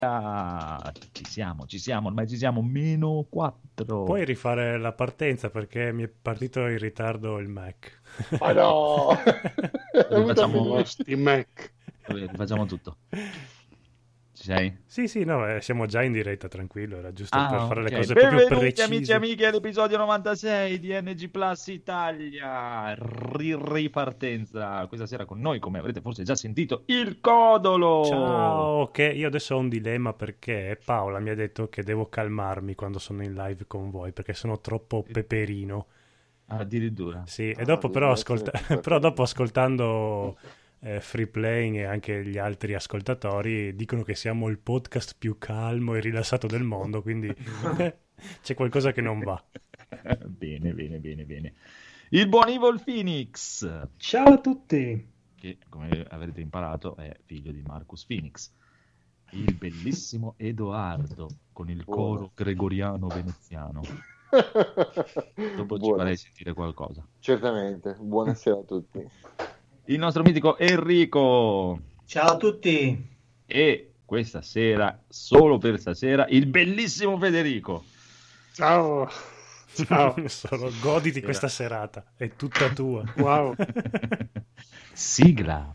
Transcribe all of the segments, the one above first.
Ci siamo, ormai ci siamo, -4. Puoi rifare la partenza perché mi è partito in ritardo il Mac. Ma no! Ho avuto Rifacciamo, vostri Mac. rifacciamo tutto. Ci sei? Sì, no, siamo già in diretta, tranquillo, era giusto per fare le ok. cose proprio Benvenuti amici e precise. amiche all'episodio 96 di NG Plus Italia. Ripartenza. Questa sera con noi, come avrete forse già sentito, il Codolo. Ciao, che io adesso ho un dilemma perché Paola mi ha detto che devo calmarmi quando sono in live con voi perché sono troppo peperino. Addirittura. Sì, e dopo però, però dopo ascoltando Free Playing e anche gli altri ascoltatori dicono che siamo il podcast più calmo e rilassato del mondo, quindi c'è qualcosa che non va. Bene, bene, bene, bene. Il buon Evil Phoenix, Ciao a tutti. che come avrete imparato è figlio di Marcus Phoenix. Il bellissimo Edoardo, con il coro gregoriano veneziano. Dopo ci farei sentire qualcosa. Certamente, buonasera a tutti. Il nostro mitico Enrico. Ciao a tutti. E questa sera, solo per stasera, il bellissimo Federico. Ciao. Ciao. Solo goditi questa serata, è tutta tua. Wow. Sigla.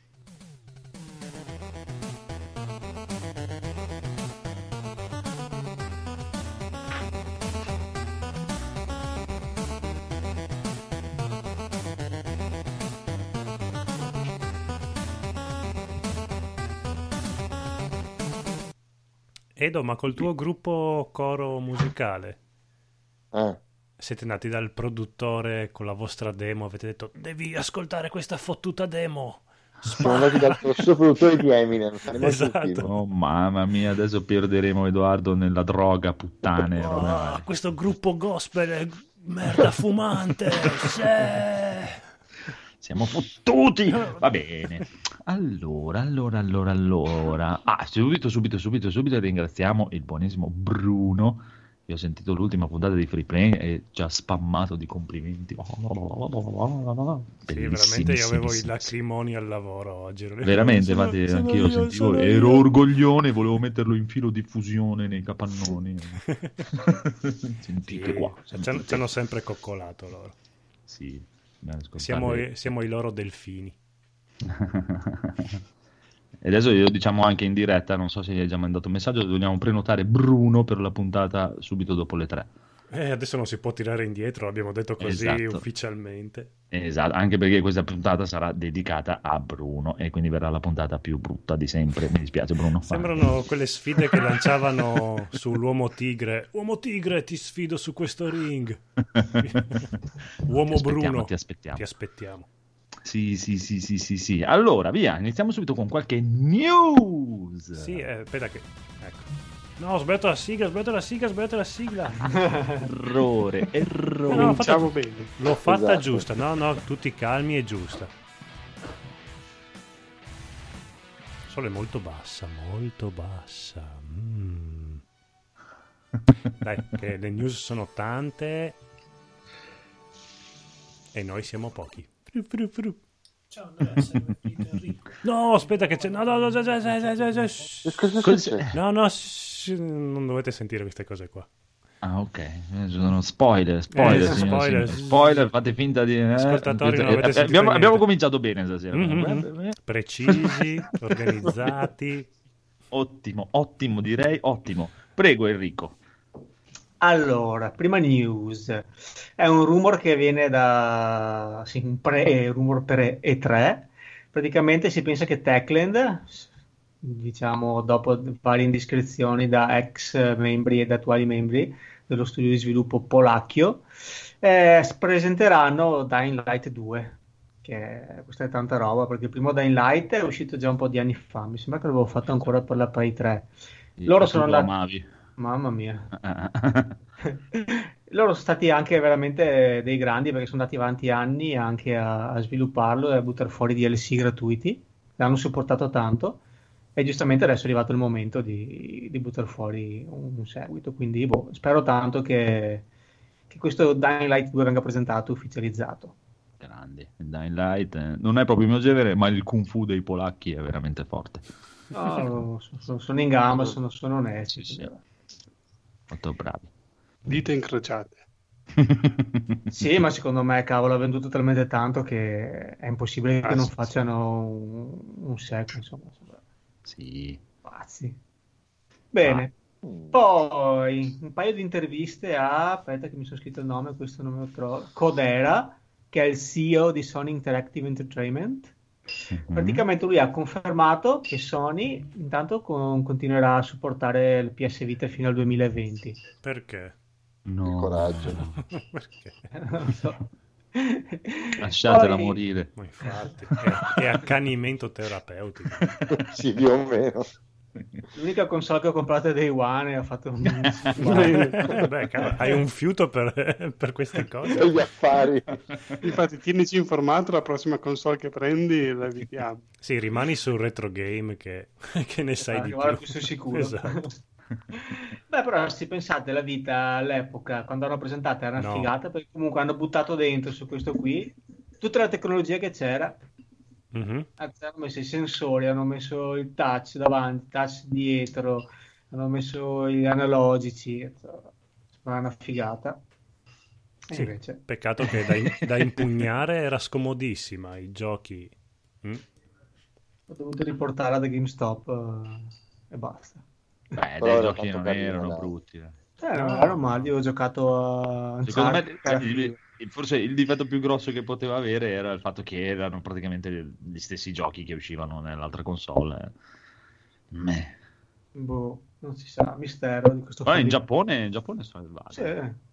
Edo, ma col tuo gruppo coro musicale siete nati dal produttore con la vostra demo, avete detto devi ascoltare questa fottuta demo. Siamo andati dal professor produttore di Eminem. Esatto. Oh mamma mia, adesso perderemo Edoardo nella droga, puttane. Questo gruppo gospel è merda fumante. Siamo fottuti. Va bene. Allora. Subito ringraziamo il buonissimo Bruno. Io ho sentito l'ultima puntata di Free Play e ci ha spammato di complimenti. Sì, veramente io avevo i lacrimoni al lavoro oggi. Veramente, infatti anch'io sentivo, ero orgoglione, volevo metterlo in filo diffusione nei capannoni. Sentite qua. Ci hanno sempre coccolato loro. Sì. Siamo i loro delfini. E adesso glielo diciamo anche in diretta, non so se gli hai già mandato un messaggio, dobbiamo prenotare Bruno per la puntata subito dopo le 3. Adesso non si può tirare indietro, abbiamo detto così Esatto. Ufficialmente. Esatto, anche perché questa puntata sarà dedicata a Bruno e quindi verrà la puntata più brutta di sempre. Mi dispiace Bruno. Sembrano quelle sfide che lanciavano sull'uomo tigre. Uomo tigre, ti sfido su questo ring. Uomo Bruno, ti aspettiamo. Sì. Allora, via, iniziamo subito con qualche news. Sì, aspetta che... Ecco. No, ho sbagliato la sigla. Errore. No, Facciamo bene. L'ho fatta Esatto. giusta. No, tutti calmi e giusta. Solo è molto bassa. Dai, che le news sono tante e noi siamo pochi. Ciao Andrea, serve Enrico. No, aspetta che c'è... No, non dovete sentire queste cose qua. Ah, ok, sono spoiler, signori. Spoiler, fate finta di... Ascoltatori, non avete sentito abbiamo cominciato bene stasera. Precisi, organizzati. Ottimo, direi ottimo. Prego Enrico. Allora, prima news. È un rumor che viene da... Sì, un rumor per E3. Praticamente si pensa che Techland, diciamo dopo varie indiscrezioni da ex membri ed attuali membri dello studio di sviluppo polacchio, presenteranno Dying Light 2. Questa è tanta roba, perché il primo Dying Light è uscito già un po' di anni fa. Mi sembra che l'avevo fatto ancora per la Play 3. Loro sono andati... Mamma mia. Loro sono stati anche veramente dei grandi perché sono andati avanti anni anche a svilupparlo e a buttare fuori DLC gratuiti. L'hanno supportato tanto e giustamente adesso è arrivato il momento di buttare fuori un seguito. Quindi spero tanto che questo Dying Light 2 venga presentato ufficializzato. Grande, Dying Light non è proprio il mio genere, ma il kung fu dei polacchi è veramente forte. No, sono in gamba, sono onesti. Sì. Molto bravi. Dita incrociate. Sì, ma secondo me, cavolo, ha venduto talmente tanto che è impossibile che non sì. facciano un secco, insomma. Sì. Pazzi. Bene. Poi un paio di interviste aspetta che mi sono scritto il nome, questo non me lo trovo, Codera, che è il CEO di Sony Interactive Entertainment. Praticamente lui ha confermato che Sony intanto continuerà a supportare il PS Vita fino al 2020. Perché? Che coraggio. Perché? Non lo so. Lasciatela Poi- morire. Ma infatti, è accanimento terapeutico. Sì, più o meno. L'unica console che ho comprato è Day One e ho fatto un... Beh, cavolo, hai un fiuto per queste E cose. gli affari. Infatti, tienici informato, la prossima console che prendi la evitiamo. Sì, rimani sul retro game che ne sai di guarda, più. più sei sicuro. Esatto. Beh, però se pensate alla vita all'epoca, quando hanno presentato era una No. figata, perché comunque hanno buttato dentro su questo qui tutta la tecnologia che c'era. Mhm. Hanno messo i sensori, hanno messo il touch davanti, il touch dietro, hanno messo gli analogici, sembra una figata. E Sì, invece peccato che da impugnare era scomodissima, i giochi. ho dovuto riportarla da GameStop e basta. Beh, Però dei era giochi tanto non carino, erano dai. brutti. Non erano male, io ho giocato a Secondo me Uncharted, forse il difetto più grosso che poteva avere era il fatto che erano praticamente gli stessi giochi che uscivano nell'altra console. Meh. boh, non si sa, mistero di questo Poi in fallimento. Giappone sono salvati. Sì.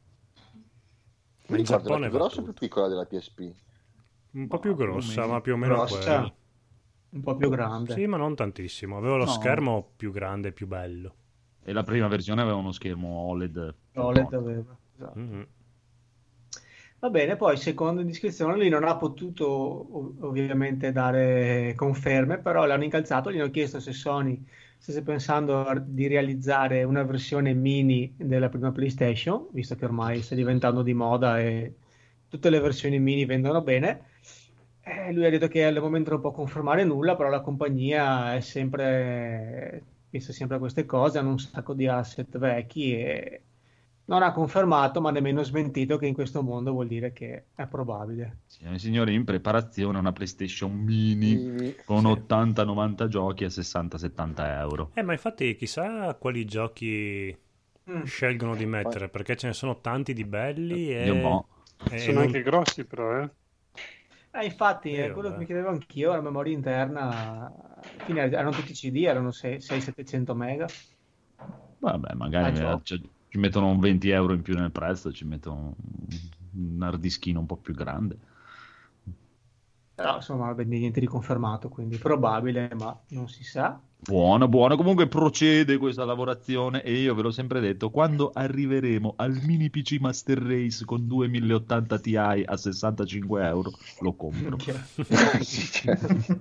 Ma in Guarda, Giappone la più va grossa o tutto. più piccola della PSP? Un po' più più o grossa, meno. ma più o meno Grossa, quello. un po' più grande. Sì, ma non tantissimo. Avevo lo No. schermo più grande e più bello. E la prima versione aveva uno schermo OLED. OLED aveva, esatto. Mhm. Va bene, poi secondo indiscrezione lui non ha potuto ovviamente dare conferme, però l'hanno incalzato, gli hanno chiesto se Sony stesse pensando di realizzare una versione mini della prima PlayStation, visto che ormai sta diventando di moda e tutte le versioni mini vendono bene. Lui ha detto che al momento non può confermare nulla, però la compagnia è sempre, pensa sempre a queste cose, hanno un sacco di asset vecchi e non ha confermato, ma nemmeno smentito che in questo mondo vuol dire che è probabile. Signore e signori, in preparazione una PlayStation Mini con Sì. 80-90 giochi a 60-70 euro. Ma infatti chissà quali giochi scelgono di mettere, perché ce ne sono tanti di belli Io mo. e Sono non- anche grossi, però, Infatti, è quello beh. che mi chiedevo anch'io, la memoria interna, alla fine erano tutti CD, erano 600-700 mega. Vabbè, magari gioco. ci mettono un 20 euro in più nel prezzo, ci mettono un hard diskino un po' più grande. Però insomma, vabbè, niente di confermato, quindi probabile, ma non si sa. Buono, buono. Comunque procede questa lavorazione e io ve l'ho sempre detto, quando arriveremo al mini PC Master Race con 2080 Ti a 65 euro, lo compro. Sì, cioè.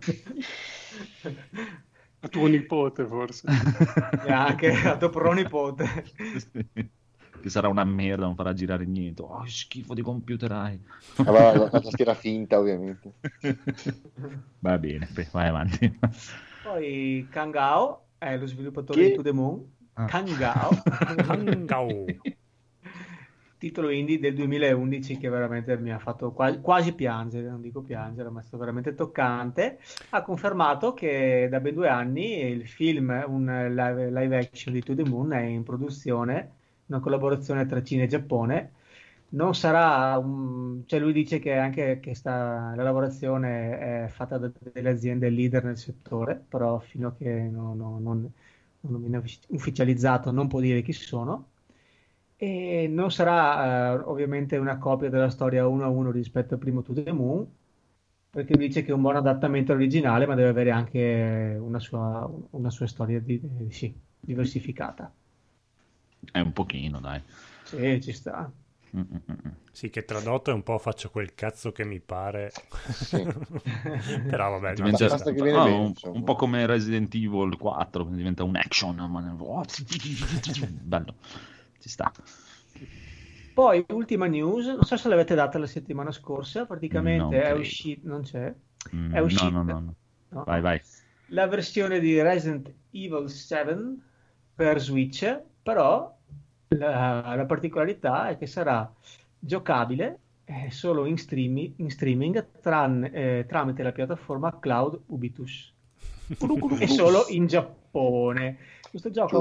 a tuo nipote, forse. E anche a tuo pronipote. Che sarà una merda, non farà girare niente. Oh, schifo di computer hai. Aveva la tastiera finta, ovviamente. Va bene, vai avanti. Poi Kangao è lo sviluppatore Chi? di To The Moon. Ah. Kangao. Kangao. Titolo indie del 2011 che veramente mi ha fatto quasi piangere, non dico piangere, ma è stato veramente toccante. Ha confermato che da ben 2 anni il film, un live action di To The Moon, è in produzione, una collaborazione tra Cina e Giappone. Non sarà, cioè lui dice che anche che la lavorazione è fatta da delle aziende leader nel settore, però fino a che non viene ufficializzato non può dire chi sono. E non sarà ovviamente una copia della storia 1-1 rispetto al primo To The Moon, perché lui dice che è un buon adattamento originale, ma deve avere anche una sua storia diversificata. È un pochino, dai. Sì, ci sta. Sì, che tradotto è un po' faccio quel cazzo che mi pare. Sì. Però vabbè, Diventa- basta che viene bene, insomma. un po' come Resident Evil 4, diventa un action. Bello, ci sta. Poi, ultima news, non so se l'avete data la settimana scorsa, Non praticamente è credo. uscito, non c'è, è No, uscito, no. no? Vai. la versione di Resident Evil 7 per Switch, però la particolarità è che sarà giocabile solo in streaming tramite la piattaforma cloud Ubisoft e solo in Giappone. Questo gioco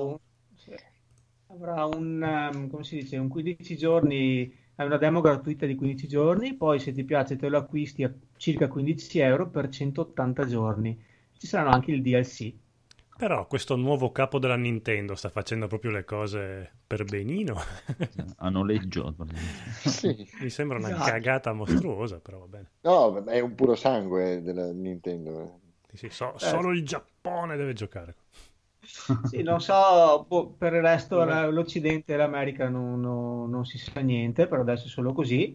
avrà come si dice, un 15 giorni, è una demo gratuita di 15 giorni, poi se ti piace te lo acquisti a circa 15 euro per 180 giorni. Ci saranno anche il DLC. Però questo nuovo capo della Nintendo sta facendo proprio le cose per benino. A noleggio. Sì. Mi sembra una Esatto. cagata mostruosa, però va bene. No, è un puro sangue della Nintendo. Sì, solo il Giappone deve giocare. Sì, non so, per il resto l'Occidente e l'America non si sa niente, per adesso è solo così.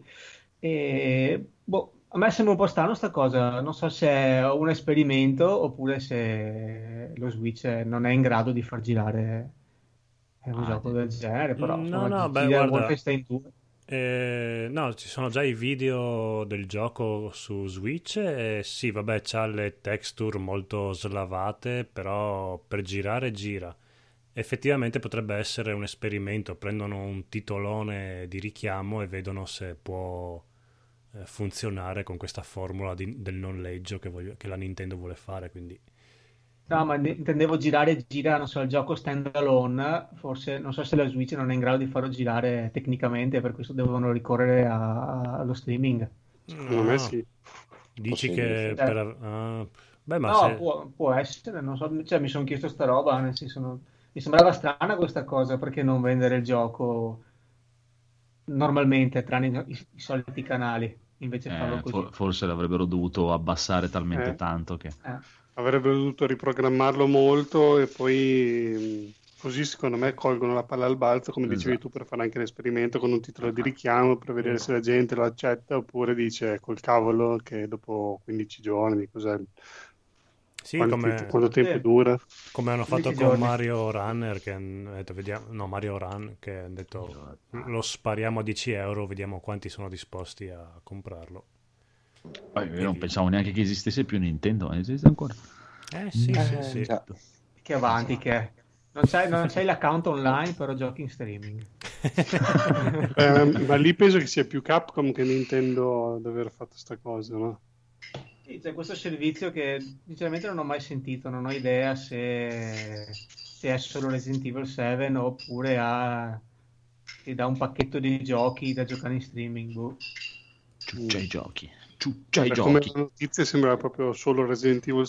E, a me sembra un po' strano sta cosa, non so se è un esperimento oppure se lo Switch non è in grado di far girare un gioco del genere, però No, beh, gira guarda, Wolfenstein 2. no, ci sono già i video del gioco su Switch e sì, vabbè, c'ha le texture molto slavate, però per girare gira. Effettivamente potrebbe essere un esperimento, prendono un titolone di richiamo e vedono se può funzionare con questa formula del noleggio che la Nintendo vuole fare, quindi... No, ma intendevo gira, non so, il gioco standalone, forse, non so se la Switch non è in grado di farlo girare tecnicamente, per questo devono ricorrere allo streaming. Secondo me sì. Dici Possibile, che sì. beh, ma No, se... può essere, non so, cioè mi sono chiesto sta roba, nel senso, mi sembrava strana questa cosa, perché non vendere il gioco normalmente, tranne i soliti canali, invece farlo così. Forse l'avrebbero dovuto abbassare talmente tanto che... Avrebbero dovuto riprogrammarlo molto e poi così secondo me colgono la palla al balzo, come dicevi tu, per fare anche l'esperimento con un titolo di richiamo per vedere se la gente lo accetta oppure dice col cavolo che dopo 15 giorni, cos'è? Sì, quanto tempo dura? Come hanno fatto 15 con giorni. Mario Runner, che hanno detto, Mario Run, che hanno detto lo spariamo a 10 euro, vediamo quanti sono disposti a comprarlo. Io non pensavo neanche che esistesse più Nintendo, ma esiste ancora. Sì. Già. Che avanti che è. Non c'hai l'account online, però giochi in streaming. Ma lì penso che sia più Capcom che Nintendo ad aver fatto sta cosa, no? Sì, c'è questo servizio che sinceramente non ho mai sentito, non ho idea se è solo Resident Evil 7 oppure ti dà un pacchetto di giochi da giocare in streaming. Boh. Ciuccia i giochi. Come notizia sembra proprio solo Resident Evil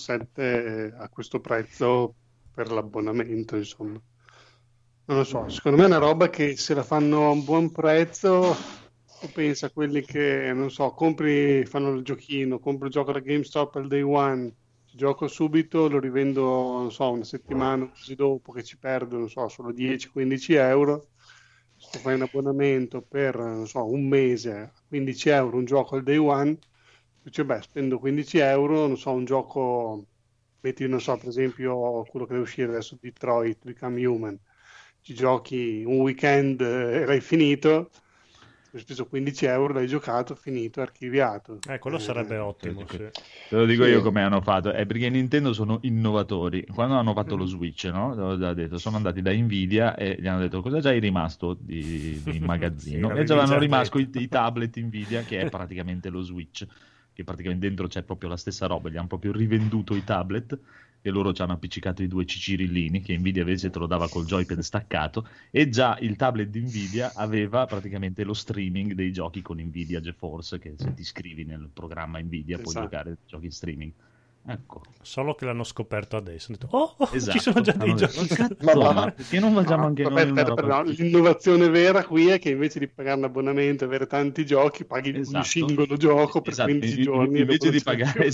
7 a questo prezzo per l'abbonamento, insomma. Non lo so, secondo me è una roba che se la fanno a un buon prezzo, tu pensa a quelli che, non so, fanno il giochino, compro il gioco da GameStop al day one, ci gioco subito, lo rivendo, non so, una settimana così dopo che ci perdo, non so, solo 10-15 euro. Se fai un abbonamento per, non so, un mese a 15 euro, un gioco al day one, dice, beh, spendo 15 euro, non so, un gioco, metti, non so, per esempio, quello che deve uscire adesso, Detroit Become Human, ci giochi un weekend e l'hai finito, hai speso 15 euro, l'hai giocato, finito, archiviato. Quello sarebbe ottimo, sì. Te lo dico io come hanno fatto, è perché Nintendo sono innovatori. Quando hanno fatto lo Switch, no? L'ho detto, sono andati da Nvidia e gli hanno detto cosa già è rimasto in magazzino. Sì, e già avevano già rimasto detto. i tablet Nvidia, che è praticamente lo Switch, che praticamente dentro c'è proprio la stessa roba, gli hanno proprio rivenduto i tablet e loro ci hanno appiccicato i 2 cicirillini che Nvidia invece te lo dava col joypad staccato, e già il tablet di Nvidia aveva praticamente lo streaming dei giochi con Nvidia GeForce, che se ti iscrivi nel programma Nvidia puoi giocare giochi in streaming. Ecco. Solo che l'hanno scoperto adesso. Hanno detto, Esatto. ci sono già dei giochi. Ma perché non facciamo anche noi una roba così? L'innovazione vera qui è che invece di pagare un abbonamento e avere tanti giochi, paghi un singolo gioco per 15 giorni. Invece di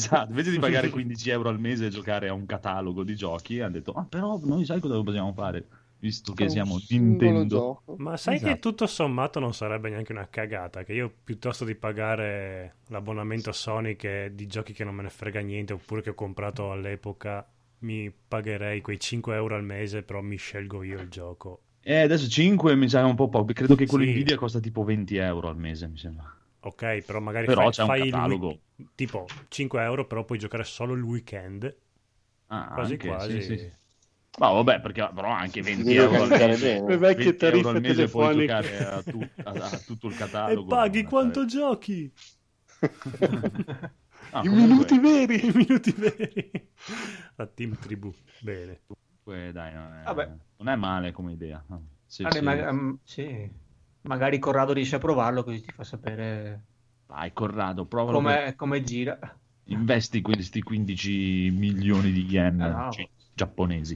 pagare 15 euro al mese e giocare a un catalogo di giochi, hanno detto, però noi sai cosa possiamo fare? Visto che siamo Nintendo. Ma sai che tutto sommato non sarebbe neanche una cagata, che io piuttosto di pagare l'abbonamento Sony che di giochi che non me ne frega niente, oppure che ho comprato all'epoca, mi pagherei quei 5 euro al mese, però mi scelgo io il gioco. Adesso 5 mi sa un po' poco, credo che quello Sì. Nvidia costa tipo 20 euro al mese, mi sembra. Ok, però magari Però c'è un fai catalogo. tipo 5 euro, però puoi giocare solo il weekend quasi anche, quasi. sì. Ma vabbè, perché però anche 20 Devi euro al organizzare mese, bene. Le vecchie 20 euro al tariffe mese puoi telefoniche. giocare a tutto il E catalogo. paghi no, quanto giochi? No, I comunque- minuti veri. I minuti veri. La Team Tribù. Bene. comunque, dai, Vabbè. non è male come idea. Sì, Vabbè, sì. sì. Magari Corrado riesce a provarlo così ti fa sapere Vai, Corrado, provalo. come gira. Investi questi 15 milioni di yen no. giapponesi.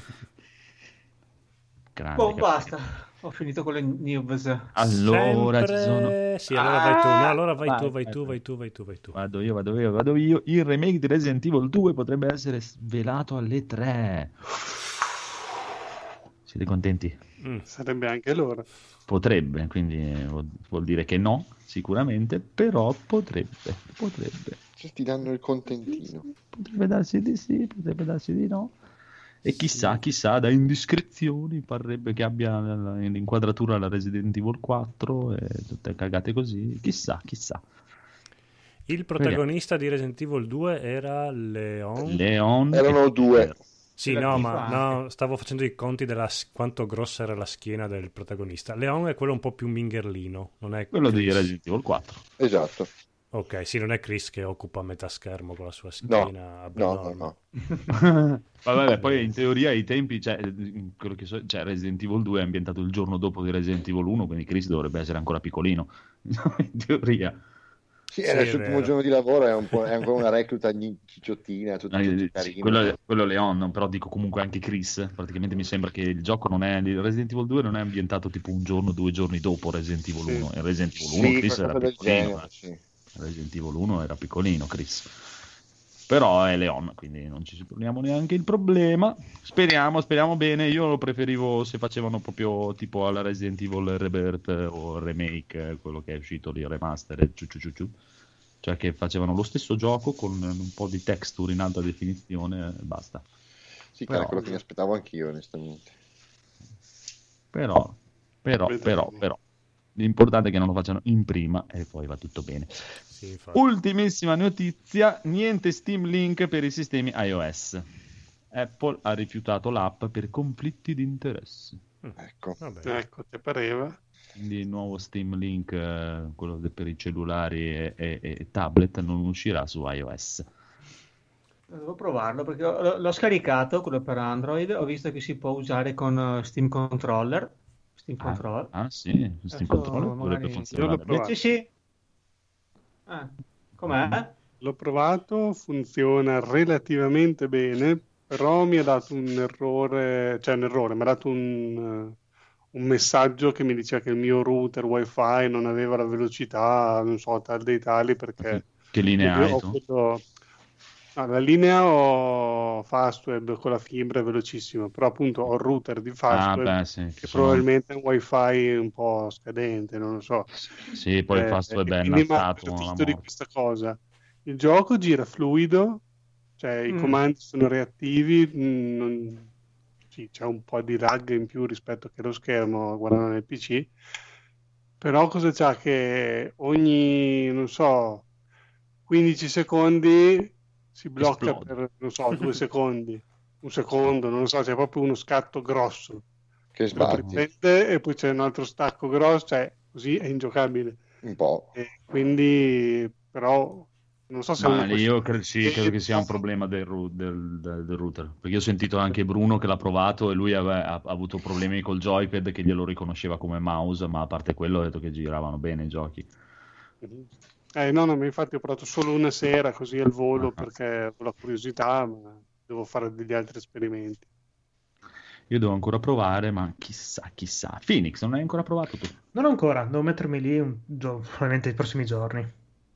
Grande, Boh, capito. basta. Ho finito con le news. Allora ci sono. Sì, allora vai tu. No, allora vai tu. vai. Vado io. Il remake di Resident Evil 2 potrebbe essere svelato alle 3. Siete contenti? Sarebbe anche l'ora. Potrebbe, quindi vuol dire che no, sicuramente, però potrebbe. Cioè, ti danno il contentino. Potrebbe darsi di sì, potrebbe darsi di no. E chissà, da indiscrezioni parrebbe che abbia l'inquadratura la Resident Evil 4 e tutte cagate così. Chissà. Il protagonista di Resident Evil 2 era Leon. Erano due. Sì, Era no, tipo ma no, stavo facendo i conti della quanto grossa era la schiena del protagonista. Leon è quello un po' più mingherlino, non è Quello di Chris. Resident Evil 4. Esatto. Ok, sì, non è Chris che occupa metà schermo con la sua schiena abnorme. No. Vabbè, poi in teoria i tempi, cioè, quello che so, cioè Resident Evil 2 è ambientato il giorno dopo di Resident Evil 1, quindi Chris dovrebbe essere ancora piccolino, in teoria. Sì, era il suo primo giorno di lavoro, è ancora una recluta cicciottina, tutta carina. Quello Leon, però dico comunque anche Chris, praticamente mi sembra che il gioco non è, Resident Evil 2 non è ambientato tipo un giorno, 2 giorni dopo Resident Evil 1, e Resident Evil 1 Chris era piccolino, Resident Evil 1 era piccolino Chris, però è Leon, quindi non ci poniamo neanche il problema. Speriamo bene. Io lo preferivo se facevano proprio tipo alla Resident Evil Rebirth o remake, quello che è uscito lì, remaster, cioè che facevano lo stesso gioco con un po' di texture in alta definizione, basta. Sì, che era quello che mi aspettavo anch'io, onestamente. Però l'importante è che non lo facciano in prima e poi va tutto bene. Sì, ultimissima notizia, niente Steam Link per i sistemi iOS. Apple ha rifiutato l'app per conflitti di interesse. Ecco, ti pareva? Quindi il nuovo Steam Link, quello per i cellulari e tablet, non uscirà su iOS. Devo provarlo perché l'ho scaricato, quello per Android, ho visto che si può usare con Steam Controller. Steam Controller. Sì, Steam Controller dovrebbe funzionare. L'ho provato. Sì. Com'è? L'ho provato, funziona relativamente bene, però mi ha dato un errore, mi ha dato un messaggio che mi diceva che il mio router wifi non aveva la velocità, non so, tal dei tali, perché che linea hai tu? La linea ho Fastweb con la fibra, è velocissima, però appunto ho il router di Fastweb che probabilmente è un wifi un po' scadente, non lo so. Sì, poi il Fastweb è innalzato di questa cosa. Il gioco gira fluido, cioè i comandi sono reattivi, sì, c'è un po' di lag in più rispetto che lo schermo guardando nel PC, però cosa c'ha che ogni, non so, 15 secondi si blocca per, non so, 2 secondi, un secondo, non lo so, c'è proprio uno scatto grosso che sbatti e poi c'è un altro stacco grosso, cioè così è ingiocabile un po'. E quindi però non so se io credo che sia un problema del router, perché io ho sentito anche Bruno che l'ha provato e lui ha avuto problemi col joypad che glielo riconosceva come mouse, ma a parte quello ha detto che giravano bene i giochi. No, ma infatti ho provato solo una sera così al volo perché ho la curiosità, ma devo fare degli altri esperimenti. Io devo ancora provare, ma chissà. Phoenix, non hai ancora provato tu? Non ancora, devo mettermi lì probabilmente i prossimi giorni.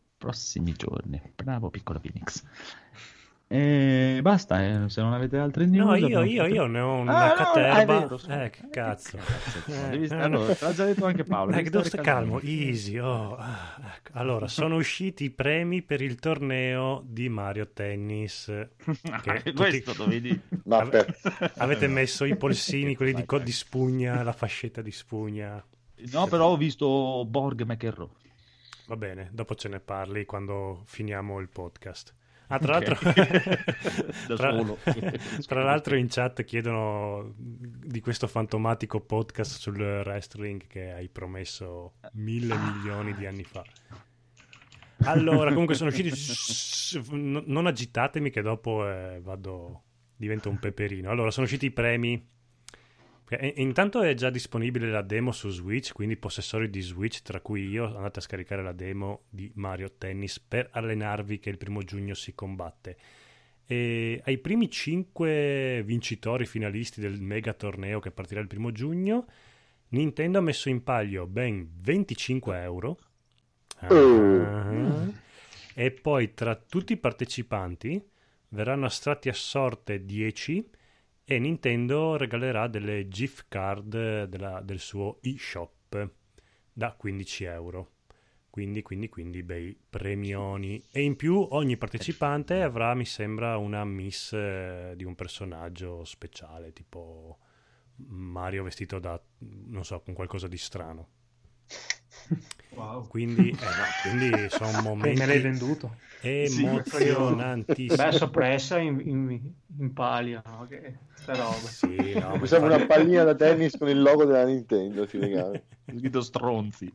Bravo piccolo Phoenix. E basta, se non avete altre news. No, io ne ho una caterva. Che cazzo. Allora, te l'ha già detto anche Paolo. Calmo, easy. Allora, sono usciti i premi per il torneo di Mario Tennis. Che questo lo vedi? Avete messo i polsini, quelli di spugna, la fascetta di spugna. No, però ho visto Borg McEnroe. Va bene, dopo ce ne parli quando finiamo il podcast. Tra l'altro, Da solo. tra l'altro in chat chiedono di questo fantomatico podcast sul wrestling che hai promesso 1.000 milioni di anni fa. Allora, comunque sono usciti... Non agitatemi che dopo divento un peperino. Allora, sono usciti i premi. Intanto è già disponibile la demo su Switch, quindi possessori di Switch, tra cui io, andate a scaricare la demo di Mario Tennis per allenarvi, che il 1 giugno si combatte. E ai primi 5 vincitori finalisti del mega torneo che partirà il 1 giugno, Nintendo ha messo in palio ben 25 euro. E poi tra tutti i partecipanti verranno astratti a sorte 10 e Nintendo regalerà delle gift card del suo eShop da 15 euro. Quindi bei premioni. E in più ogni partecipante avrà, mi sembra, una miss di un personaggio speciale, tipo Mario vestito da, non so, con qualcosa di strano. Wow. Quindi sono momenti me l'hai venduto emozionantissimi. Beh, soppressa in palio, no? Che sta roba. Sì, no, Mi sembra una pallina da tennis con il logo della Nintendo, ti regalo. Scritto stronzi.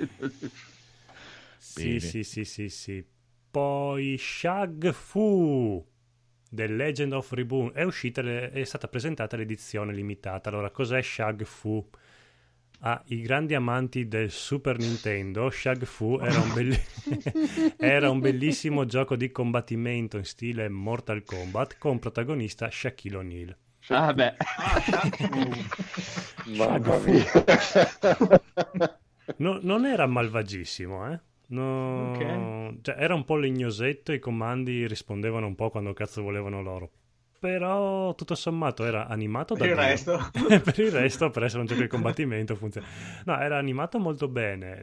Sì. Poi Shag Fu The Legend of Reboot è stata presentata l'edizione limitata. Allora, cos'è Shag Fu? I grandi amanti del Super Nintendo, Shag Fu era un bellissimo gioco di combattimento in stile Mortal Kombat con protagonista Shaquille O'Neal. Ah beh. Mamma mia. Non era malvagissimo, eh? No, Ok. cioè, era un po' legnosetto, i comandi rispondevano un po' quando cazzo volevano loro. Però tutto sommato era animato da Per il Dio. resto. Per il resto, per essere un gioco di combattimento, funziona. No, era animato molto bene.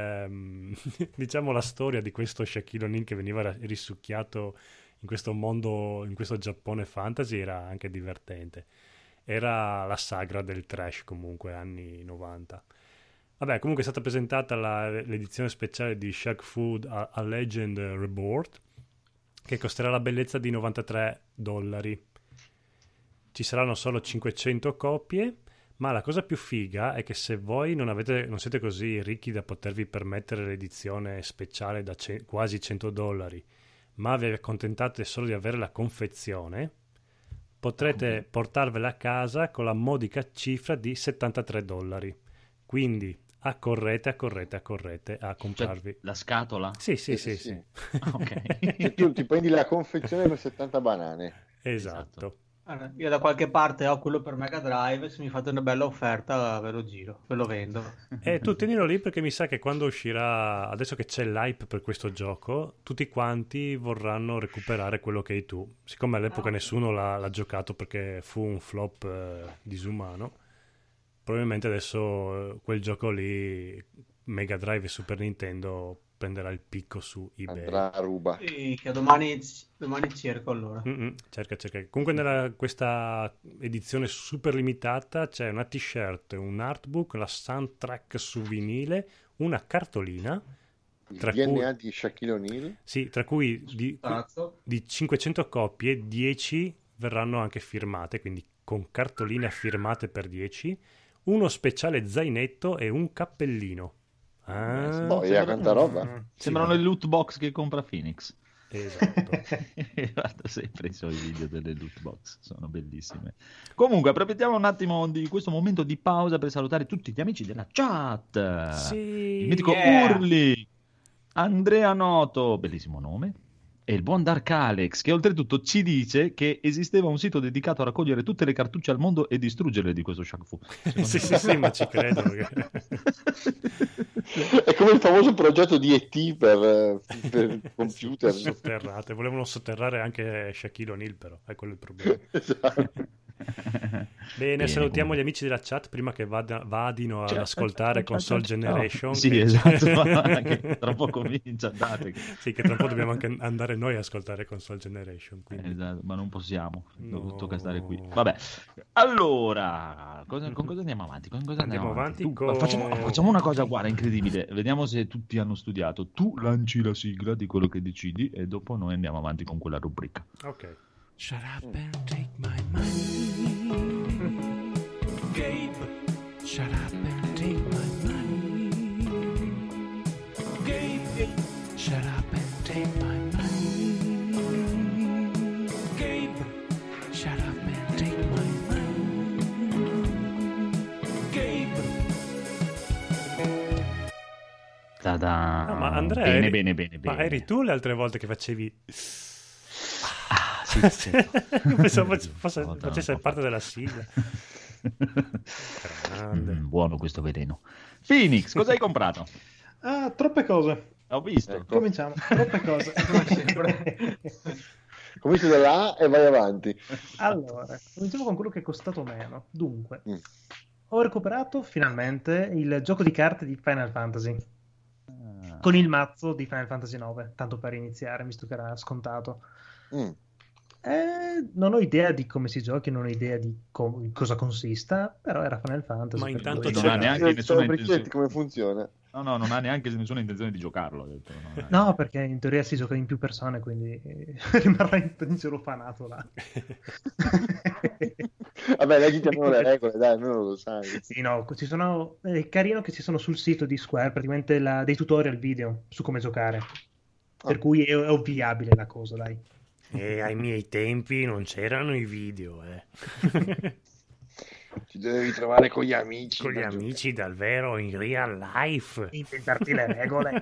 Diciamo la storia di questo Shaquille O'Neal che veniva risucchiato in questo mondo, in questo Giappone fantasy, era anche divertente. Era la sagra del trash, comunque, anni 90. Vabbè, comunque è stata presentata l'edizione speciale di Shaq Fu a Legend Reborn, che costerà la bellezza di $93. Ci saranno solo 500 copie, ma la cosa più figa è che se voi non siete così ricchi da potervi permettere l'edizione speciale da quasi $100, ma vi accontentate solo di avere la confezione, potrete portarvela a casa con la modica cifra di $73. Quindi accorrete a comprarvi. Cioè, la scatola? Sì. Ok. Cioè, tu ti prendi la confezione per 70 banane. Esatto. Allora, io da qualche parte ho quello per Mega Drive, se mi fate una bella offerta ve lo giro, ve lo vendo. E tu tenilo lì perché mi sa che quando uscirà, adesso che c'è l'hype per questo gioco, tutti quanti vorranno recuperare quello che hai tu. Siccome all'epoca nessuno l'ha giocato perché fu un flop disumano, probabilmente adesso quel gioco lì, Mega Drive e Super Nintendo, prenderà il picco su eBay. Andrà a ruba. Sì, che domani cerco allora. Cerca. Comunque nella questa edizione super limitata c'è una t-shirt, un artbook, la soundtrack su vinile, una cartolina. Il DNA di Shaquille O'Neal? Sì, tra cui di 500 copie, 10 verranno anche firmate, quindi con cartoline firmate per 10, uno speciale zainetto e un cappellino. Quanta roba. Sembrano le loot box che compra Phoenix. Esatto. Guarda sempre i suoi video delle loot box, sono bellissime. Comunque approfittiamo un attimo di questo momento di pausa per salutare tutti gli amici della chat. Sì, il mitico Urli, Andrea Noto, bellissimo nome, e il buon Dark Alex, che oltretutto ci dice che esisteva un sito dedicato a raccogliere tutte le cartucce al mondo e distruggerle di questo Shaq Fu. Sì, ma ci credo. È come il famoso progetto di E.T. per computer. Sotterrate. Volevano sotterrare anche Shaquille O'Neal, però è quello il problema. Esatto. Bene, salutiamo gli amici della chat prima che vadino ad ascoltare Console Generation. Sì, esatto, che tra poco comincia, andate. Sì, che tra poco dobbiamo anche andare noi ad ascoltare Console Generation. Quindi. Esatto, ma non possiamo, No. tocca stare qui. Vabbè, allora, con cosa andiamo avanti? Andiamo avanti con... Facciamo una cosa, guarda, incredibile. Vediamo se tutti hanno studiato. Tu lanci la sigla di quello che decidi e dopo noi andiamo avanti con quella rubrica. Ok. Shut up and take my money. Gabe, shut up and take my money. Gabe, shut up and take my money. Gabe, shut up and take my money. Gabe. Ta-da. No, ma Andrea, bene. Ma eri tu le altre volte che facevi... Sì. Pensavo facesse parte della sigla. Buono questo veleno. Phoenix, cosa hai comprato? Troppe cose. Ho visto. Ecco. Cominciamo. Troppe cose. Come sempre. Cominci da là e vai avanti. Allora, cominciamo con quello che è costato meno. Dunque, ho recuperato finalmente il gioco di carte di Final Fantasy. Con il mazzo di Final Fantasy 9, tanto per iniziare, visto che era scontato. Non ho idea di come si giochi, non ho idea di cosa consista, però era Final Fantasy. Ma intanto non ha neanche nessuna intenzione. Come funziona? No, non ha neanche nessuna intenzione di giocarlo. Ho detto, No, perché in teoria si gioca in più persone, quindi rimarrà in celofanato là. Vabbè, leggiti le regole, dai, almeno lo sai. Sì, no, è carino che ci sono sul sito di Square praticamente dei tutorial video su come giocare, per cui è ovviabile la cosa, dai. E ai miei tempi non c'erano i video, Ci dovevi trovare con gli amici. Con gli amici dal vero, in real life. Inventarti le regole.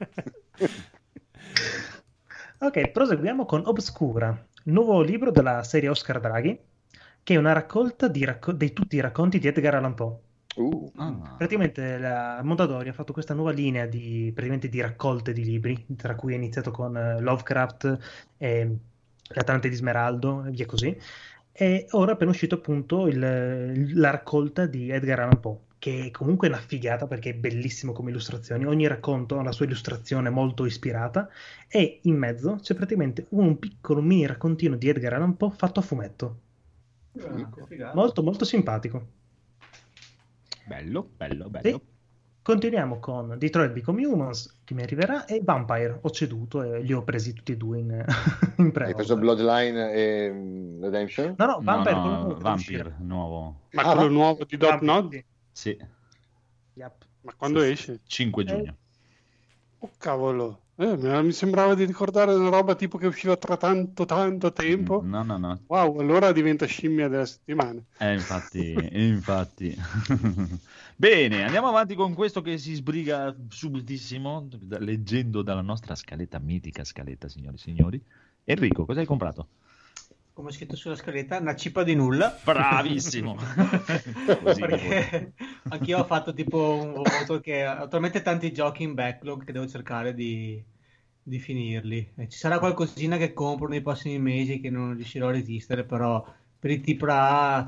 Ok, proseguiamo con Obscura, nuovo libro della serie Oscar Draghi, che è una raccolta di tutti i racconti di Edgar Allan Poe. Praticamente la Mondadori ha fatto questa nuova linea di raccolte di libri, tra cui è iniziato con Lovecraft e l'Atlante di Smeraldo e via così, e ora è appena uscito appunto la raccolta di Edgar Allan Poe, che è comunque una figata perché è bellissimo come illustrazioni. Ogni racconto ha la sua illustrazione molto ispirata e in mezzo c'è praticamente un piccolo mini raccontino di Edgar Allan Poe fatto a fumetto. Molto molto simpatico. Bello. Sì. Continuiamo con Detroit Become Humans, che mi arriverà, e Vampire. Ho ceduto e li ho presi tutti e due in pre. Hai preso Bloodline e Redemption? No, Vampire, no, Vampire nuovo. Ma quello nuovo di Dontnod? Sì. Yep. Ma quando esce? 5 giugno. Oh cavolo. Mi sembrava di ricordare una roba tipo che usciva tra tanto tempo. No. Wow, allora diventa scimmia della settimana. Infatti. Bene, andiamo avanti con questo che si sbriga subitissimo, leggendo dalla nostra mitica scaletta, signori e signori. Enrico, cosa hai comprato? Come è scritto sulla scaletta, una cippa di nulla. Bravissimo. Perché anch'io ho fatto tipo un voto che attualmente tanti giochi in backlog che devo cercare di finirli. Ci sarà qualcosina che compro nei prossimi mesi che non riuscirò a resistere, però per i AAA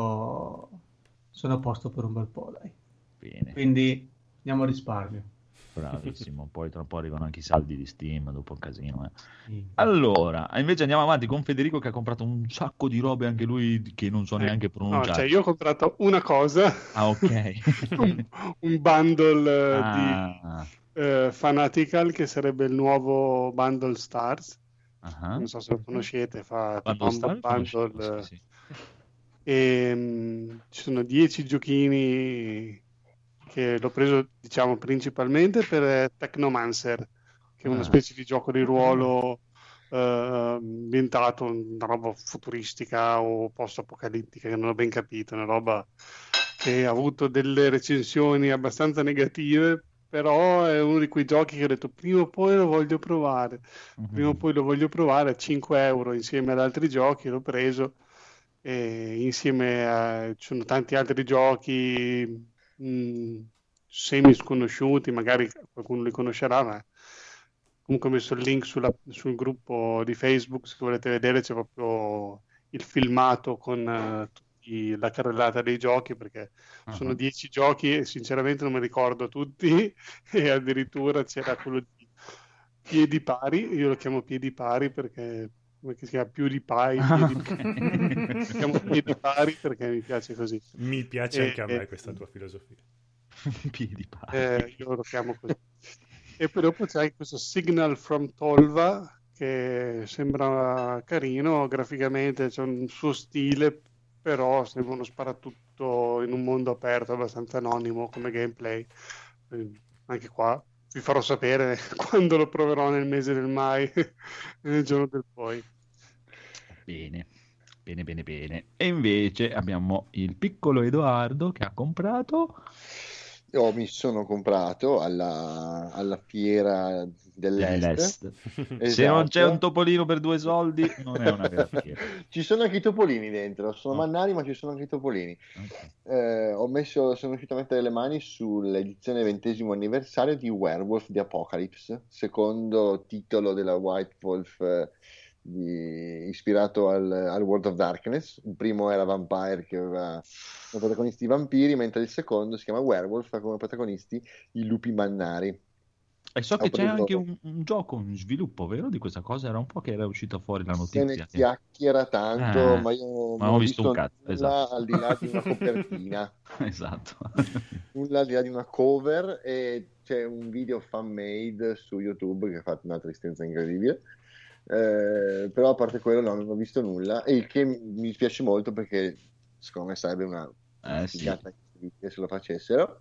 sono a posto per un bel po', dai. Bene. Quindi andiamo a risparmio. Bravissimo, poi tra un po' arrivano anche i saldi di Steam, dopo un casino. Allora, invece andiamo avanti con Federico che ha comprato un sacco di robe, anche lui che non so neanche pronunciare. No, cioè io ho comprato una cosa. Ah, ok. un bundle di Fanatical, che sarebbe il nuovo Bundle Stars. Non so se lo conoscete, fa Bundle Bundle. Sì. E ci sono 10 giochini che l'ho preso, diciamo, principalmente per Technomancer, che è una specie di gioco di ruolo ambientato una roba futuristica o post-apocalittica, che non ho ben capito, una roba che ha avuto delle recensioni abbastanza negative, però è uno di quei giochi che ho detto prima o poi lo voglio provare, a 5 euro insieme ad altri giochi l'ho preso, e insieme ci sono tanti altri giochi semi sconosciuti, magari qualcuno li conoscerà, ma comunque ho messo il link sul gruppo di Facebook, se volete vedere c'è proprio il filmato con la carrellata dei giochi, perché sono 10 giochi e sinceramente non mi ricordo tutti, e addirittura c'era quello di Piedi Pari, io lo chiamo Piedi Pari perché si chiama più di Pai, lo chiamo Piedi Pari perché mi piace così. Mi piace anche a me questa tua filosofia. Piedi Pari. Io lo chiamo così. E poi dopo c'è anche questo Signal from Tolva che sembra carino graficamente, c'è un suo stile, però sembra uno sparatutto in un mondo aperto abbastanza anonimo come gameplay. Anche qua vi farò sapere quando lo proverò nel mese del mai, nel giorno del poi. Bene. E invece abbiamo il piccolo Edoardo che ha comprato... Io mi sono comprato alla fiera dell'Est. Esatto. Se non c'è un topolino per 2 soldi non è una vera fiera. Ci sono anche i topolini dentro, sono mannari ma ci sono anche i topolini. Okay. Sono riuscito a mettere le mani sull'edizione 20° anniversario di Werewolf the Apocalypse, secondo titolo della White Wolf, ispirato al World of Darkness. Il primo era Vampire, che aveva come protagonisti i vampiri, mentre il secondo si chiama Werewolf, ha come protagonisti i lupi mannari. E so che c'è anche un gioco in sviluppo, vero? Di questa cosa era un po' che era uscita fuori la notizia. Se ne chiacchiera tanto, ma io non ho visto un cazzo, nulla al di là di una copertina. Esatto. Nulla al di là di una cover, e c'è un video fan made su YouTube che ha fatto una tristezza incredibile. Però a parte quello non ho visto nulla, e il che mi spiace molto perché secondo me sarebbe una figata se lo facessero.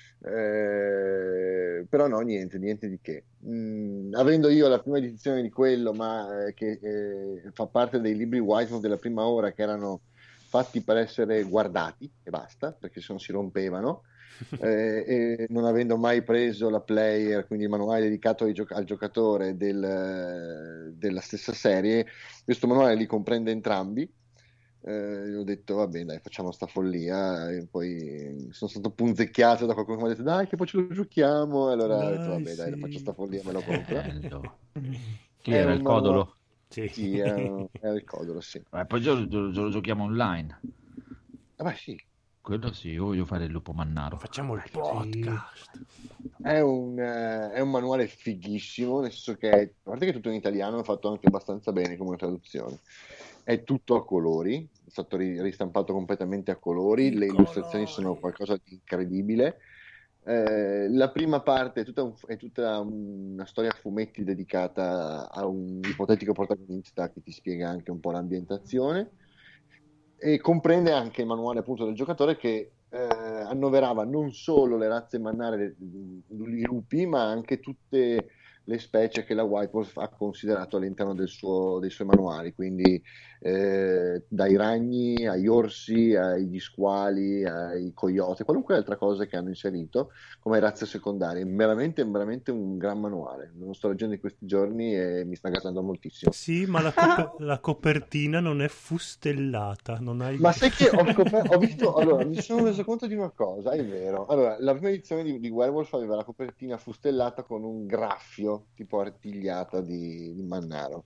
Però no, niente di che. Avendo io la prima edizione di quello, ma che fa parte dei libri White Wolf della prima ora, che erano fatti per essere guardati e basta, perché se no si rompevano, e non avendo mai preso la player, quindi il manuale dedicato al giocatore della stessa serie, questo manuale li comprende entrambi. Ho detto vabbè dai, facciamo sta follia, e poi sono stato punzecchiato da qualcuno che mi ha detto dai che poi ce lo giochiamo, e allora ho detto vabbè dai, faccio sta follia, me lo compro. Chi era il Codolo? Sì, era il Codolo, sì. Poi lo giochiamo online. Beh sì, quello sì, io voglio fare il lupo mannaro. Facciamo il podcast. È un manuale fighissimo, nel senso che a parte che è tutto in italiano, è fatto anche abbastanza bene come traduzione. È tutto a colori, è stato ristampato completamente a colori, le illustrazioni sono qualcosa di incredibile. La prima parte è tutta una storia a fumetti dedicata a un ipotetico protagonista che ti spiega anche un po' l'ambientazione, e comprende anche il manuale appunto del giocatore, che annoverava non solo le razze mannare, i lupi, ma anche tutte le specie che la White Wolf ha considerato all'interno dei suoi manuali, quindi dai ragni agli orsi, agli squali, ai coyote, qualunque altra cosa che hanno inserito come razze secondarie. Veramente un gran manuale. Lo sto leggendo in questi giorni e mi sta gasando moltissimo. Sì, ma la copertina non è fustellata, non hai... Ma sai che ho visto, allora mi sono reso conto di una cosa, è vero. Allora, la prima edizione di Werewolf aveva la copertina fustellata con un graffio tipo artigliata di Mannaro.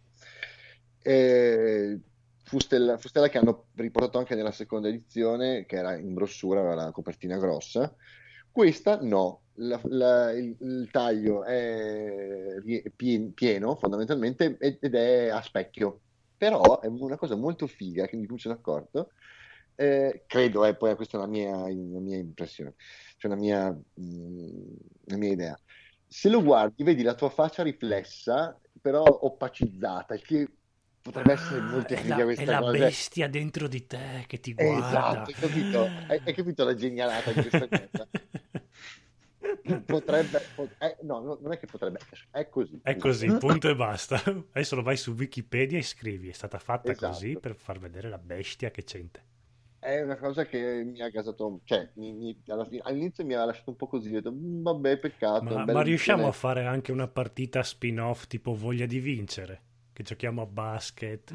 Fustella che hanno riportato anche nella seconda edizione, che era in brossura, aveva la copertina grossa. Questa no, il taglio è pieno fondamentalmente, ed è a specchio, però è una cosa molto figa che mi sono accorto, credo, poi questa è la mia impressione, cioè la mia idea. Se lo guardi vedi la tua faccia riflessa però opacizzata, il che potrebbe essere molto figa questa cosa. È la bestia dentro di te che ti guarda. Esatto, hai capito la genialata di questa cosa? No, non è che potrebbe, è così. È così, punto e basta. Adesso lo vai su Wikipedia e scrivi, è stata fatta così per far vedere la bestia che c'è in te. È una cosa che mi ha gasato, cioè all'inizio mi ha lasciato un po' così, ho detto vabbè, peccato. Ma riusciamo a fare anche una partita spin-off tipo Voglia di vincere? Che giochiamo a basket.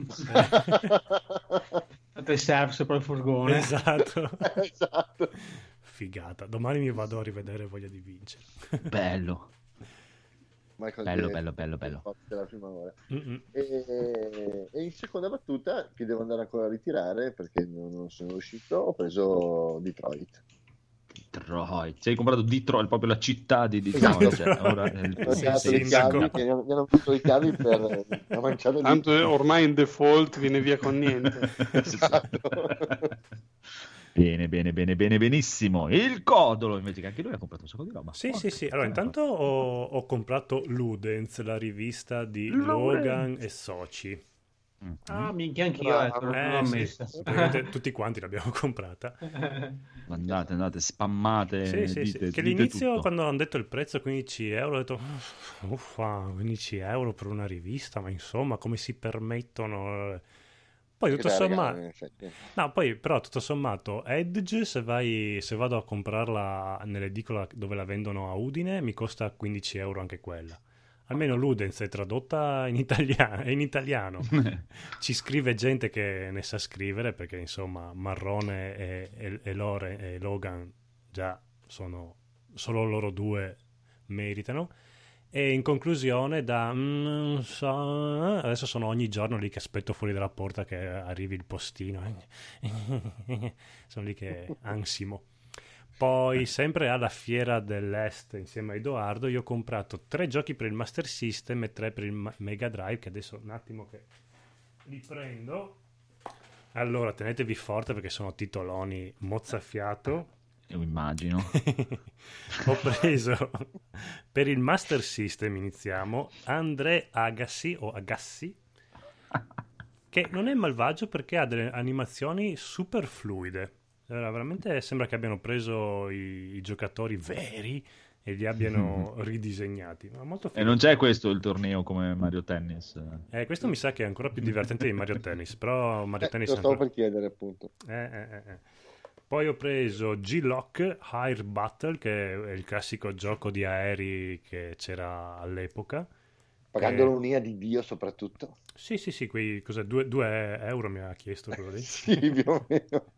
Te serve sopra il furgone. Esatto. Esatto. Figata. Domani mi vado a rivedere Voglia di vincere. Bello. Bello. La prima ora. Mm-mm. E in seconda battuta, che devo andare ancora a ritirare perché non sono riuscito, ho preso Detroit. Sei comprato Detroit, proprio la città di Detroit. Esatto. Cioè, ora è Ho dato i cavi, che mi hanno dato i cavi per la manciata di... Tanto ormai in default viene via con niente. Esatto. Bene, benissimo. Il Codolo invece, che anche lui ha comprato un sacco di roba. Sì. Allora, intanto ho comprato Ludens, la rivista di Logan e Soci. Ah, minchia, anch'io, non l'ho Sì. messa. Praticamente tutti quanti l'abbiamo comprata. Andate, spammate. Sì. Dite Che all'inizio, tutto. quando hanno detto il prezzo 15 euro, ho detto, uffa, 15 euro per una rivista, ma insomma, come si permettono? Poi tutto sommato, no, poi però tutto sommato, Edge, se vado a comprarla nell'edicola dove la vendono a Udine, mi costa 15 euro anche quella. Almeno Ludens è tradotta in italiano. Ci scrive gente che ne sa scrivere, perché insomma Marrone e Logan già sono, solo loro due meritano. E in conclusione, non so, adesso sono ogni giorno lì che aspetto fuori dalla porta che arrivi il postino. Sono lì che ansimo. Poi, sempre alla Fiera dell'Est, insieme a Edoardo, io ho comprato 3 giochi per il Master System e 3 per il Mega Drive, che adesso un attimo che li prendo. Allora, tenetevi forte perché sono titoloni mozzafiato. Io immagino. Ho preso per il Master System, iniziamo, André Agassi, che non è malvagio perché ha delle animazioni super fluide. Veramente sembra che abbiano preso i giocatori veri e li abbiano ridisegnati. Ma molto figo. E non c'è questo il torneo come Mario Tennis? Questo mi sa che è ancora più divertente di Mario Tennis, però Mario Tennis lo è stavo ancora... per chiedere, appunto. Poi ho preso G-Lock Air Battle, che è il classico gioco di aerei che c'era all'epoca. Pagandolo un'ira di Dio soprattutto. Sì, quei 2 euro mi ha chiesto quello lì. Sì, più o meno.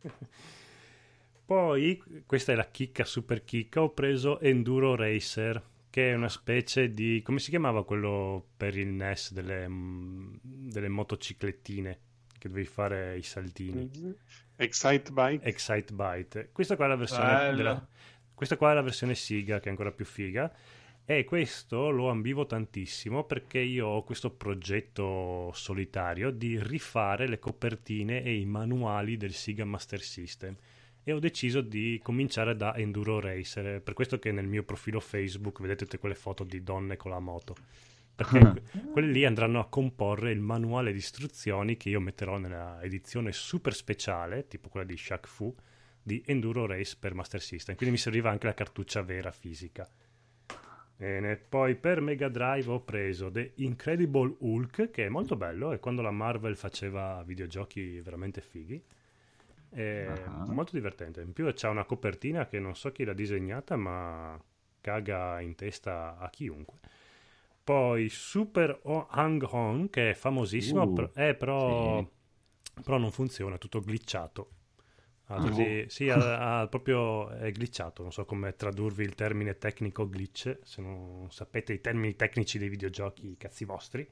Poi, questa è la chicca, super chicca, ho preso Enduro Racer, che è una specie di... come si chiamava quello per il NES delle motociclettine, che dovevi fare i saltini? Excite Bike. Questa qua è la versione questa qua è la versione Siga, che è ancora più figa. E questo lo ambivo tantissimo perché io ho questo progetto solitario di rifare le copertine e i manuali del Sega Master System. E ho deciso di cominciare da Enduro Racer, per questo che nel mio profilo Facebook vedete tutte quelle foto di donne con la moto, perché quelli lì andranno a comporre il manuale di istruzioni che io metterò nella edizione super speciale, tipo quella di Shaq Fu, di Enduro Race per Master System, quindi mi serviva anche la cartuccia vera fisica. Bene, poi per Mega Drive ho preso The Incredible Hulk, che è molto bello, è quando la Marvel faceva videogiochi veramente fighi. È molto divertente. In più c'ha una copertina che non so chi l'ha disegnata, ma caga in testa a chiunque. Poi Super Hang On, che è famosissimo, però non funziona, tutto glitchato. Proprio è glitchato. Non so come tradurvi il termine tecnico glitch. Se non sapete i termini tecnici dei videogiochi, cazzi vostri.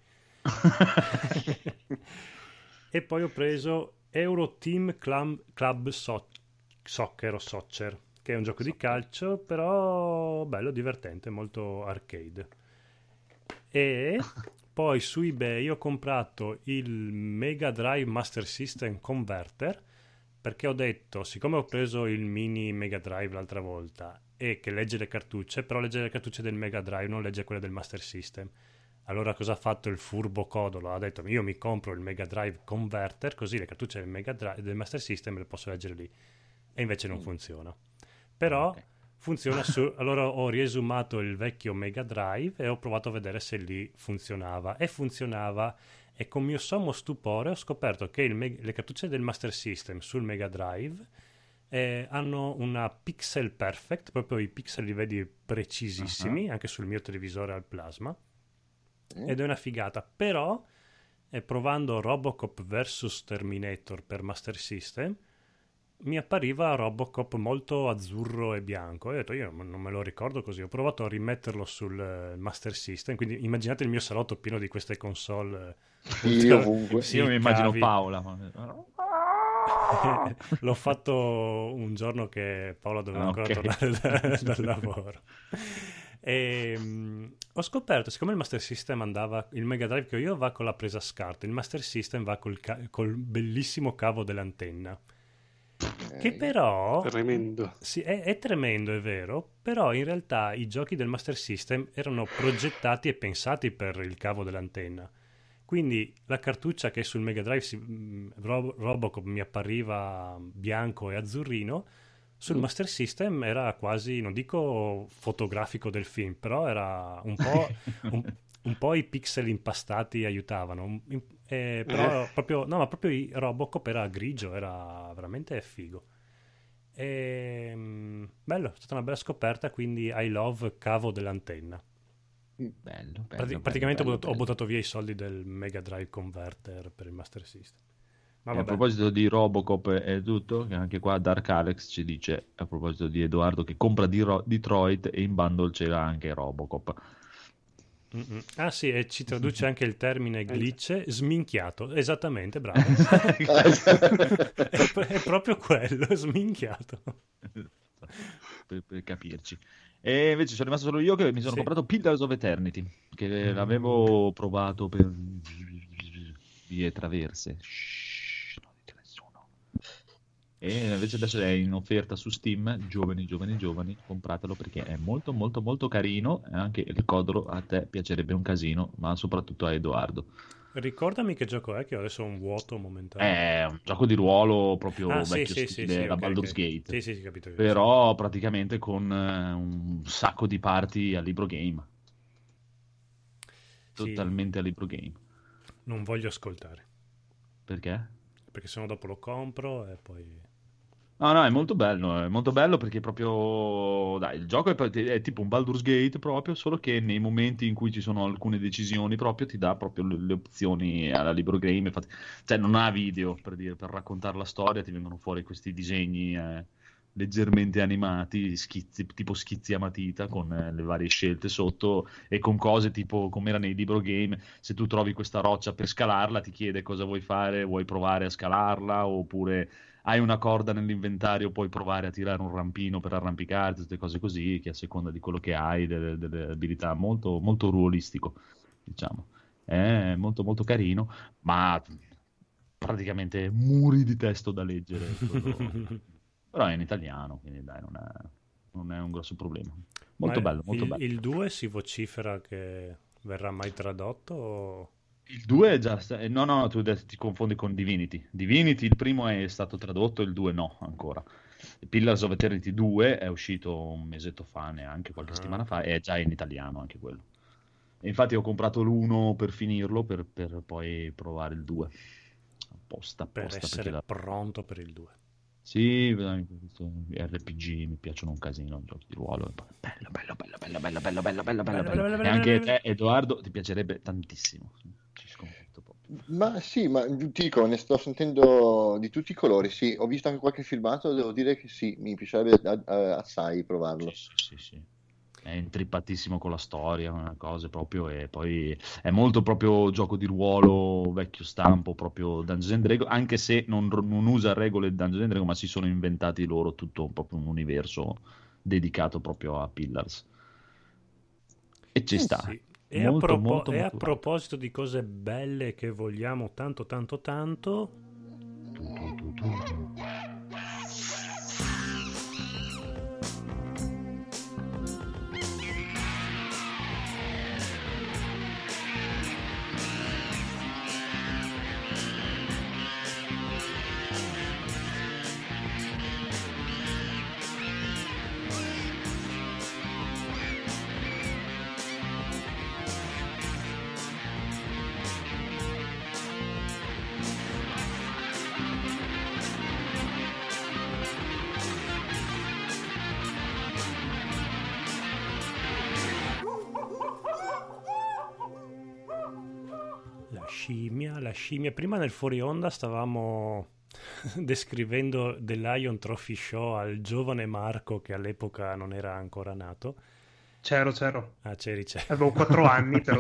E poi ho preso Euro Team Club Soccer, che è un gioco di calcio, però bello, divertente, molto arcade. E poi su eBay ho comprato il Mega Drive Master System Converter, perché ho detto, siccome ho preso il mini Mega Drive l'altra volta e che legge le cartucce, però legge le cartucce del Mega Drive, non legge quelle del Master System. Allora cosa ha fatto il furbo Codolo? Ha detto, io mi compro il Mega Drive Converter, così le cartucce del Mega Drive, del Master System le posso leggere lì. E invece non funziona. Però funziona allora ho riesumato il vecchio Mega Drive e ho provato a vedere se lì funzionava. E funzionava, e con mio sommo stupore ho scoperto che le cartucce del Master System sul Mega Drive hanno una pixel perfect, proprio i pixel li vedi precisissimi, anche sul mio televisore al plasma. Ed è una figata, però provando Robocop vs Terminator per Master System mi appariva Robocop molto azzurro e bianco. E ho detto, io non me lo ricordo così. Ho provato a rimetterlo sul Master System, quindi immaginate il mio salotto pieno di queste console. Io ovunque. Sì, Io mi immagino cavi. Paola. L'ho fatto un giorno che Paola doveva ancora ok. tornare dal lavoro. E, ho scoperto, siccome il Master System andava, il Mega Drive che ho io va con la presa a SCART, il Master System va col bellissimo cavo dell'antenna. Che però Tremendo. sì, è tremendo, è vero, però in realtà i giochi del Master System erano progettati e pensati per il cavo dell'antenna. Quindi la cartuccia che sul Mega Drive Robocop mi appariva bianco e azzurrino, sul Master System era quasi, non dico fotografico del film, però era un po', un po' i pixel impastati aiutavano. Però proprio, no, ma proprio il Robocop era grigio, era veramente figo. Bello, è stata una bella scoperta, quindi I love cavo dell'antenna. Bello, Praticamente bello, ho buttato via i soldi del Mega Drive Converter per il Master System. Ma E a vabbè. proposito di Robocop e tutto, che anche qua Dark Alex ci dice, a proposito di Edoardo che compra Detroit e in bundle c'era anche Robocop. Ah sì, e ci traduce anche il termine glitch, sminchiato, esattamente, bravo. È proprio quello, sminchiato. Per capirci. E invece sono rimasto solo io che mi sono Sì. comprato Pillars of Eternity, che l'avevo provato per vie traverse. Shhh, non dite a nessuno. E invece adesso è in offerta su Steam, giovani, compratelo perché è molto molto molto carino e anche il codolo a te piacerebbe un casino, ma soprattutto a Edoardo. Ricordami che gioco è, che ho adesso un vuoto momentaneo. È un gioco di ruolo proprio Ah, sì, vecchio sì, stile, sì, sì, la ok, Baldur's ok. Gate. Sì, capito. Però praticamente con un sacco di parti a libro game. Sì. Totalmente a libro game. Non voglio ascoltare, Perché? perché sennò dopo lo compro e poi... No, è molto bello perché proprio, dai, il gioco è tipo un Baldur's Gate proprio, solo che nei momenti in cui ci sono alcune decisioni proprio ti dà proprio le opzioni alla libro game, infatti, cioè non ha video per raccontare la storia, ti vengono fuori questi disegni leggermente animati, tipo schizzi a matita con le varie scelte sotto e con cose tipo come era nei libro game, se tu trovi questa roccia per scalarla ti chiede cosa vuoi fare, vuoi provare a scalarla oppure hai una corda nell'inventario, puoi provare a tirare un rampino per arrampicarti, tutte cose così, che a seconda di quello che hai, delle abilità, molto, molto ruolistico, diciamo. È molto, molto carino, ma praticamente muri di testo da leggere. Però è in italiano, quindi dai, non è un grosso problema. Molto bello, molto bello. Il 2 si vocifera che verrà mai tradotto? O... Il 2 è già... No, tu adesso ti confondi con Divinity. Divinity, il primo è stato tradotto, il 2 no, ancora. Pillars of Eternity 2 è uscito un mesetto fa, neanche qualche settimana fa, e è già in italiano anche quello. E infatti ho comprato l'1 per finirlo, per poi provare il 2. Apposta. Per essere pronto per il 2. Sì, RPG mi piacciono un casino, giochi di ruolo. Bello. E anche te, Edoardo, ti piacerebbe tantissimo. Ci scommetto proprio. Ma sì, ma ti dico, ne sto sentendo di tutti i colori, sì. Ho visto anche qualche filmato, devo dire che sì, mi piacerebbe assai provarlo. Sì. È intrippatissimo con la storia, una cosa proprio, e poi è molto proprio gioco di ruolo vecchio stampo, proprio Dungeons and Dragons, anche se non usa regole di Dungeons and Dragons, ma si sono inventati loro tutto proprio un universo dedicato proprio a Pillars. E ci sta. Sì. E a proposito di cose belle che vogliamo tanto, La scimmia. Prima nel fuori onda stavamo descrivendo The Lion Trophy Show al giovane Marco che all'epoca non era ancora nato. C'ero. Ah, c'eri. Avevo 4 anni, però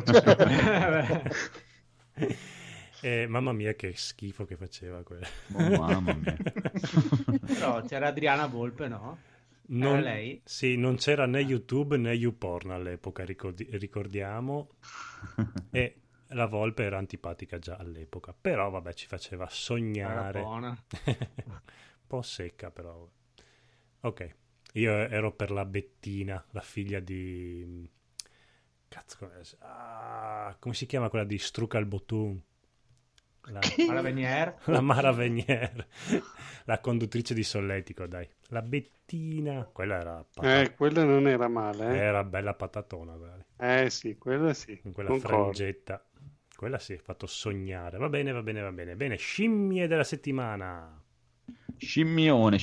Mamma mia, che schifo che faceva quello. Oh, mamma mia. Però c'era Adriana Volpe, no? Era lei? Sì, non c'era né YouTube né YouPorn all'epoca, ricordiamo. E la Volpe era antipatica già all'epoca, però vabbè, ci faceva sognare. Era buona. Un po' secca, però. Ok, io ero per la Bettina, la figlia di... Cazzo, come si chiama quella di Struca il Botun? Mara Venier? La Mara Venier, la conduttrice di Solletico, dai. La Bettina, quella era quella non era male, eh? Era bella patatona quella. Sì, quella sì. Con quella concordo. frangetta. Quella sì, ha fatto sognare. Va bene. Bene, scimmie della settimana. Scimmione.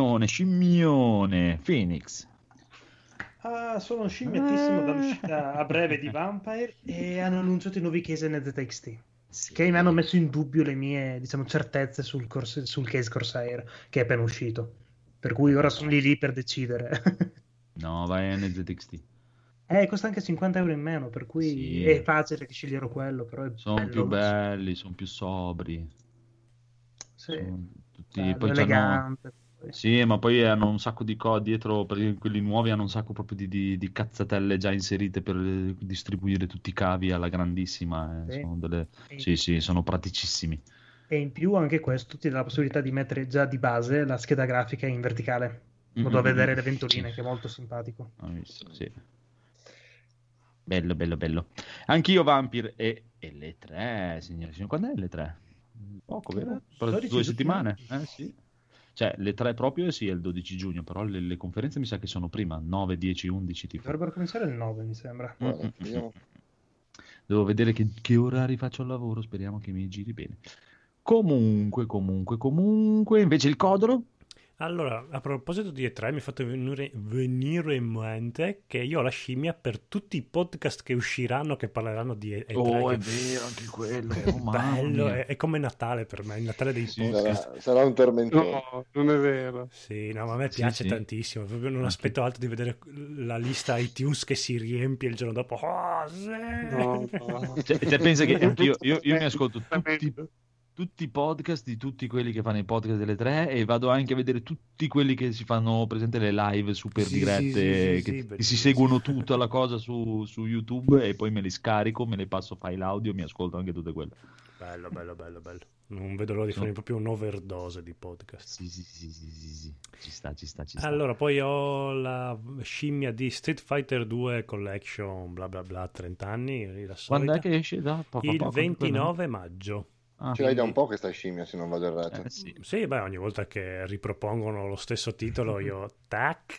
Phoenix. Sono scimmiatissimo dall'uscita a breve di Vampire e hanno annunciato i nuovi case NZXT. Sì. Che mi hanno messo in dubbio le mie, diciamo, certezze sul case Corsair che è appena uscito, per cui ora sono lì per decidere. No, vai a NZXT. Costa anche 50 euro in meno, per cui Sì. è facile che sceglierò quello, però è Sono più belli, sono più sobri. sì, Sono tutti... bello, poi c'hanno... elegante. Sì, ma poi hanno un sacco di cose dietro, perché quelli nuovi hanno un sacco proprio di cazzatelle già inserite per distribuire tutti i cavi alla grandissima. Sì. Sono sì, sono praticissimi. E in più anche questo ti dà la possibilità di mettere già di base la scheda grafica in verticale, in modo da vedere le ventoline, Sì. che è molto simpatico. Ho visto, sì. Bello. Anch'io Vampire e le 3, signore. Quando è le 3? Poco, vero? Per 12 2 settimane? Sì. Cioè, le 3 proprio sì, è il 12 giugno, però le conferenze mi sa che sono prima, 9, 10, 11 tipo. Dovrebbero cominciare il 9, mi sembra. Guarda, vediamo. Devo vedere che orari faccio al lavoro, speriamo che mi giri bene. Comunque, invece il Codolo? Allora, a proposito di E3, mi ha fatto venire in mente che io ho la scimmia per tutti i podcast che usciranno che parleranno di E3. Oh, è vero, anche quello. Che bello, è come Natale per me, il Natale dei podcast. Sarà un tormentone. No, non è vero. Sì, no, ma a me piace tantissimo. Proprio non aspetto altro di vedere la lista iTunes che si riempie il giorno dopo. Oh, sì! No. Cioè, pensa che anch'io io mi ascolto tutti i podcast di tutti quelli che fanno i podcast delle 3 e vado anche a vedere tutti quelli che si fanno presente le live super dirette, che si seguono tutta la cosa su YouTube e poi me li scarico, me le passo file audio, mi ascolto anche tutte quelle. Bello. Non vedo l'ora di fare proprio un'overdose di podcast. Sì. Ci sta. Allora, poi ho la scimmia di Street Fighter 2 Collection, bla bla bla, 30 anni. Quando è che esce? Il 29 maggio. Ce l'hai da un po' questa scimmia, se non vado errato. Sì, beh, ogni volta che ripropongono lo stesso titolo io tac.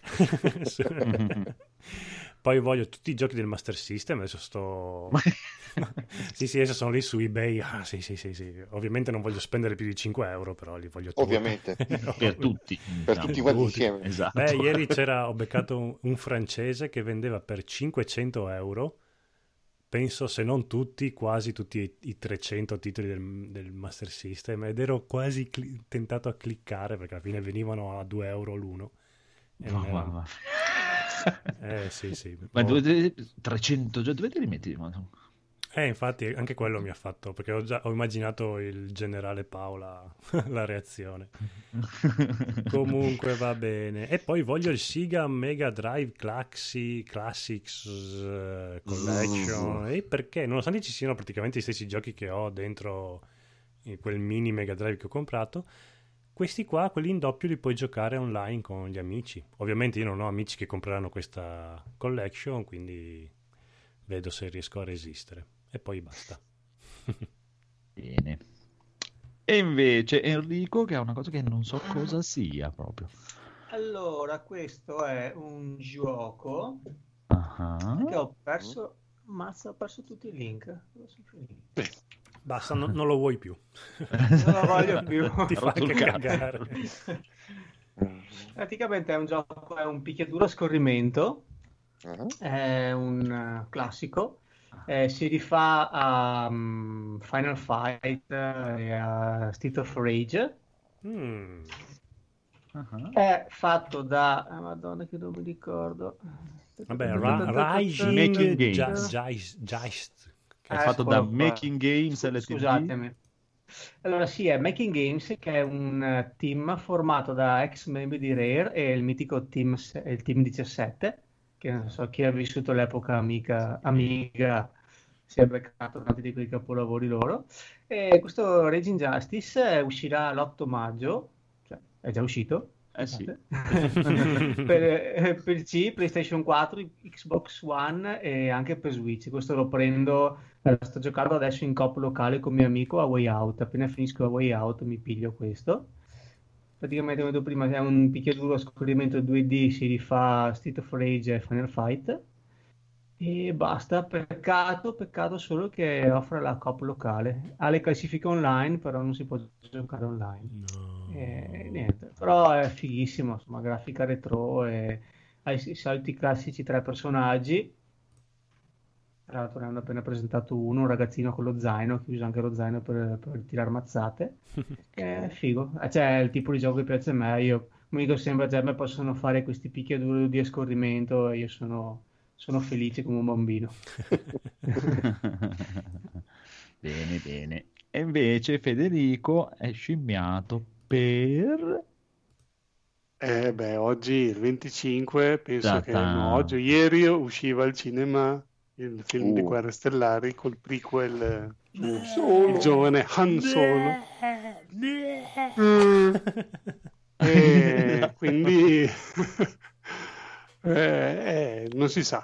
Poi voglio tutti i giochi del Master System, adesso sto... sì, adesso sono lì su eBay. Sì. Ovviamente non voglio spendere più di 5 euro, però li voglio tutti. Ovviamente. Per tutti. Per tutti quanti insieme. Esatto. Beh, ieri ho beccato un francese che vendeva per 500 euro, penso se non tutti, quasi tutti i 300 titoli del Master System, ed ero quasi tentato a cliccare perché alla fine venivano a 2 euro l'uno. Ma sì. Ma 300 già dove te li metti? Infatti anche quello mi ha fatto, perché ho immaginato il generale Paola la reazione. Comunque va bene. E poi voglio il Sega Mega Drive Classics Collection. E perché? Nonostante ci siano praticamente gli stessi giochi che ho dentro quel mini Mega Drive che ho comprato, questi qua, quelli in doppio, li puoi giocare online con gli amici. Ovviamente io non ho amici che compreranno questa collection, quindi vedo se riesco a resistere. E poi basta. Bene. E invece Enrico, che ha una cosa che non so cosa sia proprio. Allora, questo è un gioco Uh-huh. che ho perso. Mazza, ho perso tutti i link. Dove sono finiti? Basta, non lo vuoi più. Non lo voglio più. Ti fa anche cagare. Praticamente è un gioco, è un picchiaduro a scorrimento. Uh-huh. È un classico. Si rifà a Final Fight e a Street of Rage, È fatto da Madonna che non mi ricordo. Vabbè, Rising Making Games. Geist. È fatto da eccolo qua. Making Games LTD. Scusatemi. Allora sì, è Making Games, che è un team formato da ex membri di Rare e il mitico team, il team 17, che non so chi ha vissuto l'epoca Amiga si è beccato tanti di quei capolavori loro. E questo Raging Justice uscirà l'8 maggio, cioè è già uscito. Sì. per PC, PlayStation 4, Xbox One e anche per Switch. Questo lo prendo, sto giocando adesso in coop locale con mio amico a Way Out. Appena finisco a Way Out mi piglio questo. Praticamente, come ho detto prima, è un picchiaduro a scorrimento 2D, si rifà Street of Rage e Final Fight. E basta, peccato solo che offre la coop locale. Ha le classifiche online, però non si può giocare online. No. Niente, però è fighissimo, insomma, grafica retro e ha i soliti classici 3 personaggi. Tra l'altro ne hanno appena presentato uno, un ragazzino con lo zaino, che usa anche lo zaino per tirare mazzate. È figo, cioè è il tipo di gioco che piace a me. Io, come dico sempre, a me possono fare questi picchiaduri di scorrimento e io sono felice come un bambino. Bene. E invece Federico è scimmiato per... oggi il 25, penso che ieri usciva al cinema il film di Guerre Stellari col prequel il giovane Han Solo. Quindi non si sa.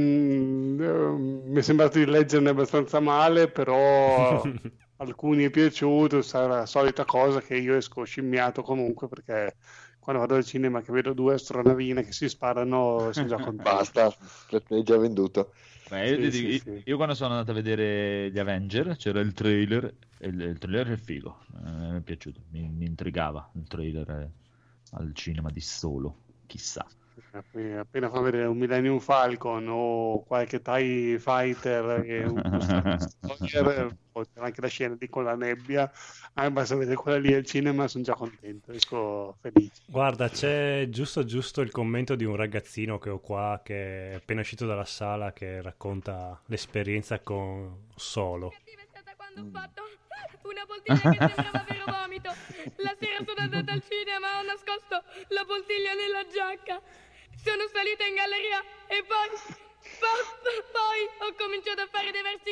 Mi è sembrato di leggerne abbastanza male, però alcuni è piaciuto. Sarà la solita cosa che io esco scimmiato comunque, perché quando vado al cinema che vedo 2 astronavine che si sparano sono già contento. Basta, l'hai già venduto. Io quando sono andato a vedere gli Avenger c'era il trailer e il trailer è figo, mi è piaciuto, mi intrigava il trailer al cinema di Solo, chissà. Appena fa vedere un Millennium Falcon o qualche TIE Fighter e un Destroyer, o anche la scena di con la nebbia, basta vedere quella lì al cinema, sono già contento, esco felice. Guarda, c'è giusto il commento di un ragazzino che ho qua, che è appena uscito dalla sala, che racconta l'esperienza con Solo. Quando ho fatto una poltiglia che sembrava vero vomito. La sera sono andata al cinema, ho nascosto la poltiglia nella giacca. Sono salita in galleria e poi ho cominciato a fare dei versi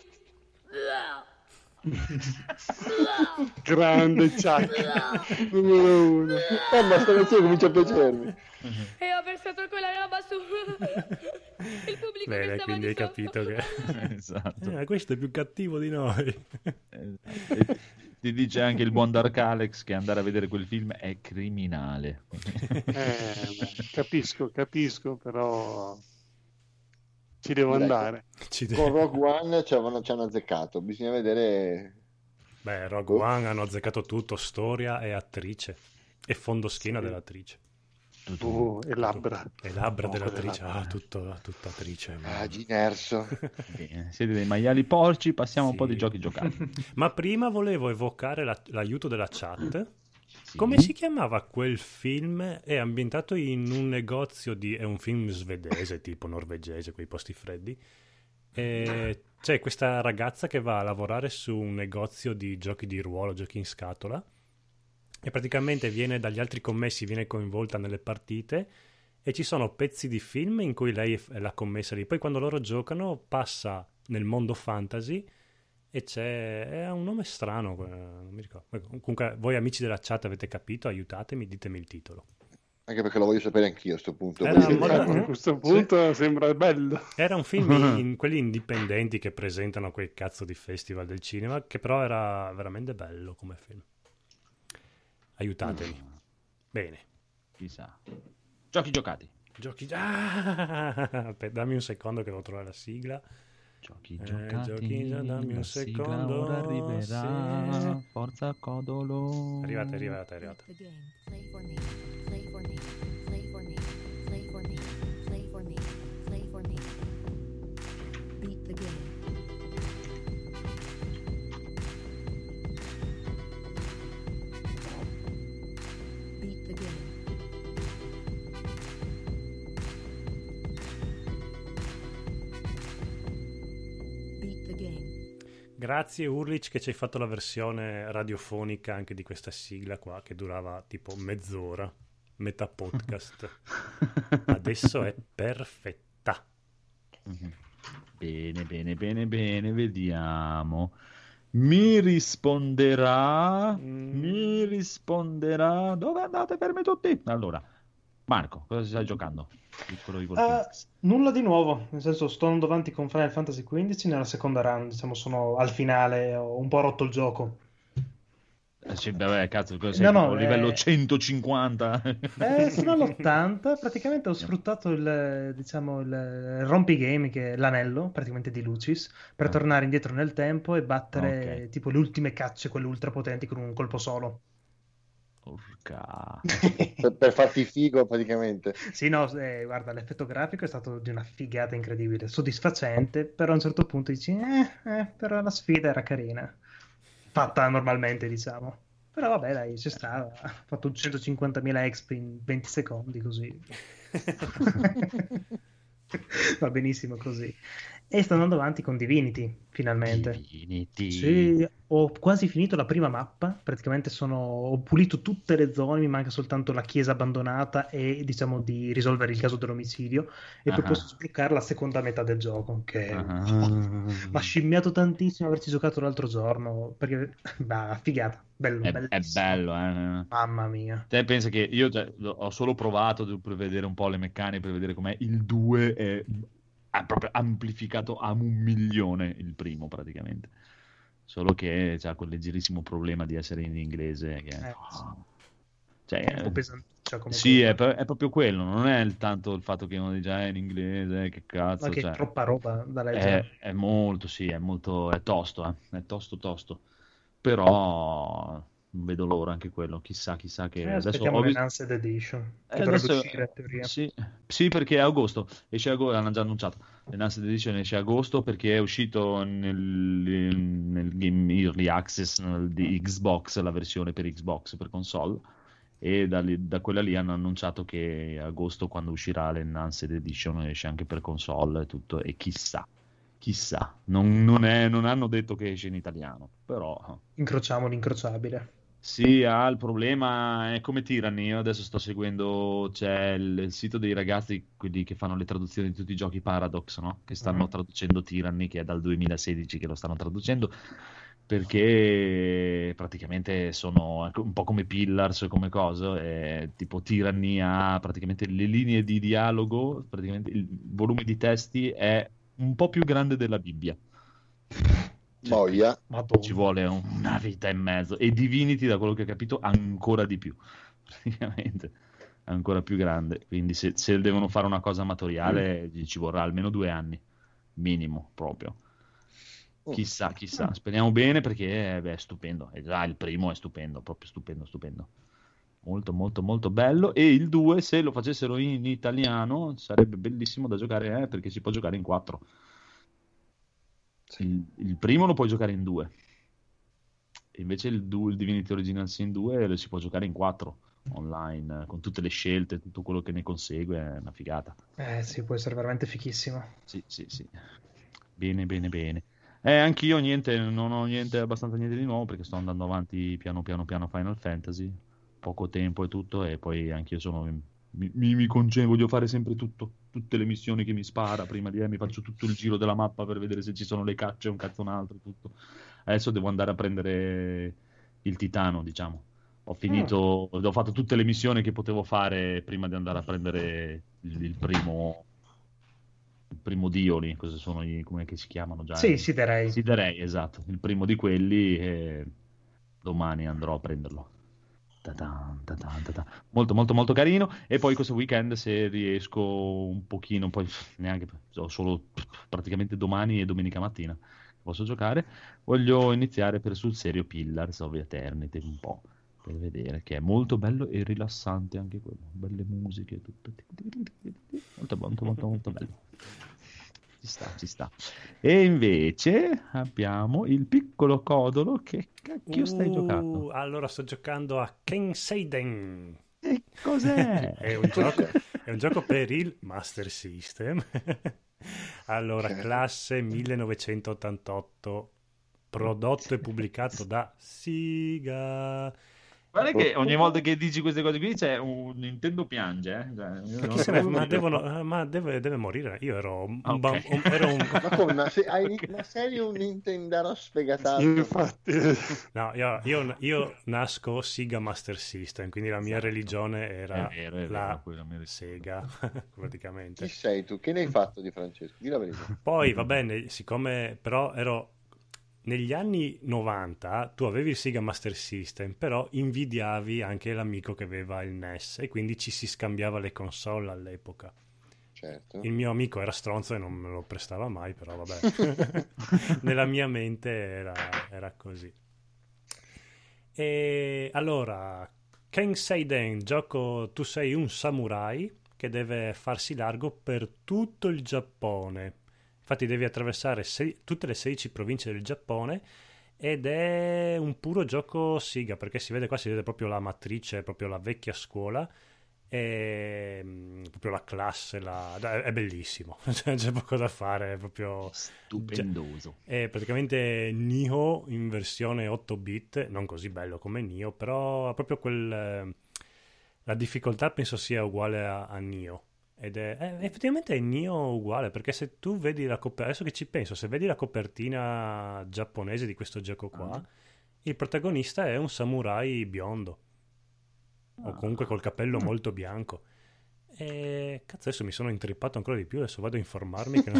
così. Grande Chuck, numero 1. Ma sta canzone comincia a piacermi. E ho versato quella roba su. Il pubblico Bene, pensava quindi di hai sotto. capito che Esatto. questo è più cattivo di noi. Ti dice anche il buon Dark Alex che andare a vedere quel film è criminale. Capisco, però ci devo andare. Con Rogue One ci hanno azzeccato, bisogna vedere. Beh, Rogue One hanno azzeccato tutto, storia e attrice e fondoschiena dell'attrice. E labbra dell'attrice, tutta attrice. Ginerso. Bene, siete dei maiali porci, passiamo un po' di giochi giocati. Ma prima volevo evocare l'aiuto della chat. Sì. Come si chiamava quel film? È ambientato in un negozio è un film svedese, tipo norvegese, quei posti freddi. E c'è questa ragazza che va a lavorare su un negozio di giochi di ruolo, giochi in scatola, e praticamente dagli altri commessi viene coinvolta nelle partite, e ci sono pezzi di film in cui lei è la commessa lì. Poi quando loro giocano passa nel mondo fantasy e è un nome strano, non mi ricordo. Comunque voi amici della chat avete capito, aiutatemi, ditemi il titolo. Anche perché lo voglio sapere anch'io a questo punto. A questo punto sembra bello. Era un film quelli indipendenti che presentano quei cazzo di festival del cinema, che però era veramente bello come film. Aiutatemi. Bene. Chissà. Giochi giocati. Aspetta, dammi un secondo che devo trovare la sigla. Giochi giocati. Dammi un secondo. Ora arriverà. Sì. Forza Codolo. Arrivate. The game. Play for me. Play for me. Play for me. Play for me. Play for me. Play for me. Beat the game. Grazie Urlich che ci hai fatto la versione radiofonica anche di questa sigla qua che durava tipo mezz'ora, metà podcast. Adesso è perfetta. Bene, bene, bene, bene, vediamo. Mi risponderà. Dove andate fermi tutti? Allora, Marco, cosa stai giocando? Piccolo Evil Phoenix. Nulla di nuovo, nel senso sto andando avanti con Final Fantasy XV nella seconda run, diciamo sono al finale, ho un po' rotto il gioco. Sì, vabbè, cazzo, cosa sei, tipo, livello 150? Sono all'80, praticamente ho sfruttato il rompigame, che è l'anello praticamente di Lucis, per tornare indietro nel tempo e battere tipo le ultime cacce, quelle ultra potenti, con un colpo solo. Urca. per farti figo praticamente. Sì, no, guarda, l'effetto grafico è stato di una figata incredibile, soddisfacente, però a un certo punto dici, però la sfida era carina, fatta normalmente, diciamo. Però vabbè, dai, c'è sta, ha fatto 150.000 exp in 20 secondi, così. Va benissimo così. E sto andando avanti con Divinity, finalmente. Divinity. Sì, ho quasi finito la prima mappa, praticamente ho pulito tutte le zone, mi manca soltanto la chiesa abbandonata e diciamo di risolvere il caso dell'omicidio e poi posso sbloccare la seconda metà del gioco, che mi ha scimmiato tantissimo averci giocato l'altro giorno, perché figata, bello, È bellissimo. bello, Mamma mia. Te pensa che io ho solo provato per vedere un po' le meccaniche, per vedere com'è. Il 2 è proprio amplificato a 1.000.000 il primo praticamente, solo che c'ha quel leggerissimo problema di essere in inglese che è un po' pesante, sì, è proprio quello, non è tanto il fatto che uno dice in inglese, che cazzo, ma che è troppa roba da leggere. è molto, sì, è tosto, è tosto, però non vedo l'ora anche quello, chissà che adesso aspettiamo l'Enhanced Edition che dovrebbe uscire in teoria. Sì, perché è agosto, esce agosto, hanno già annunciato l'Enhanced Edition, esce agosto perché è uscito nel Game Early Access di Xbox, la versione per Xbox, per console, e da quella lì hanno annunciato che agosto, quando uscirà l'Enhanced Edition, esce anche per console e tutto, e chissà, non hanno detto che esce in italiano, però incrociamo l'incrociabile. sì, il problema è come Tyranny. Io adesso sto seguendo, c'è il sito dei ragazzi, quelli che fanno le traduzioni di tutti i giochi Paradox, no? Che stanno traducendo Tyranny, che è dal 2016 che lo stanno traducendo, perché praticamente sono un po' come Pillars, come cosa, tipo Tyranny ha praticamente le linee di dialogo, praticamente il volume di testi è un po' più grande della Bibbia. Boia. Ci vuole una vita e mezzo, e Divinity, da quello che ho capito, ancora di più, praticamente ancora più grande, quindi se devono fare una cosa amatoriale ci vorrà almeno 2 anni minimo, proprio. Chissà, speriamo bene, perché è stupendo, e già il primo è stupendo, proprio stupendo, molto molto molto bello, e il 2, se lo facessero in italiano, sarebbe bellissimo da giocare, perché si può giocare in 4. Il primo lo puoi giocare in 2, invece il Divinity Original Sin 2 lo si può giocare in 4 online, con tutte le scelte, tutto quello che ne consegue, è una figata. Sì, può essere veramente fichissimo. Sì. Bene. Anch'io non ho abbastanza niente di nuovo, perché sto andando avanti piano Final Fantasy, poco tempo e tutto, e poi anch'io mi concentro, voglio fare sempre tutto, tutte le missioni che mi spara, prima di mi faccio tutto il giro della mappa per vedere se ci sono le cacce, un cazzo un altro, tutto. Adesso devo andare a prendere il titano, diciamo. Ho finito, ho fatto tutte le missioni che potevo fare prima di andare a prendere il primo Dioli, cosa sono come che si chiamano già? Sì, Siderei, esatto, il primo di quelli, e domani andrò a prenderlo. Molto molto molto carino. E poi questo weekend, se riesco un pochino, poi neanche, ho solo praticamente domani e domenica mattina posso giocare, voglio iniziare sul serio Pillars of Eternity un po', per vedere, che è molto bello e rilassante anche quello, belle musiche, tutto molto bello. Ci sta. E invece abbiamo il piccolo Codolo. Che cacchio stai giocando? Allora sto giocando a Ken Seiden. E cos'è? È un gioco per il Master System. Allora, classe 1988 prodotto e pubblicato da Sega. Guarda che ogni volta che dici queste cose qui c'è un Nintendo piange, eh? Cioè, io Ma, non chi se ne- so ma dire. deve morire. Io ero Ok. ero un- Ma come? Ma sei un Nintendaro sfegatato? Infatti, No, io nasco Sega Master System, quindi la mia religione era È vero, la quella mi- Sega, Chi praticamente. sei tu? Che ne hai fatto di Francesco? Dì la verità. Poi, va bene, siccome però ero negli anni 90, tu avevi il Sega Master System, però invidiavi anche l'amico che aveva il NES e quindi ci si scambiava le console all'epoca. Certo. Il mio amico era stronzo e non me lo prestava mai, però vabbè, nella mia mente era così. E allora, Ken Seiden, gioco, tu sei un samurai che deve farsi largo per tutto il Giappone. Infatti devi attraversare tutte le 16 province del Giappone ed è un puro gioco Sega, perché si vede qua, si vede proprio la matrice, proprio la vecchia scuola, e proprio la classe, è bellissimo, c'è poco da fare, è proprio Stupendoso. è praticamente Nioh in versione 8 bit, non così bello come Nioh, però ha proprio la difficoltà penso sia uguale a Nioh. Ed effettivamente è Nioh uguale, perché se tu vedi la copertina, adesso che ci penso, se vedi la copertina giapponese di questo gioco qua, il protagonista è un samurai biondo, o comunque col capello molto bianco. E cazzo, adesso mi sono intrippato ancora di più, adesso vado a informarmi che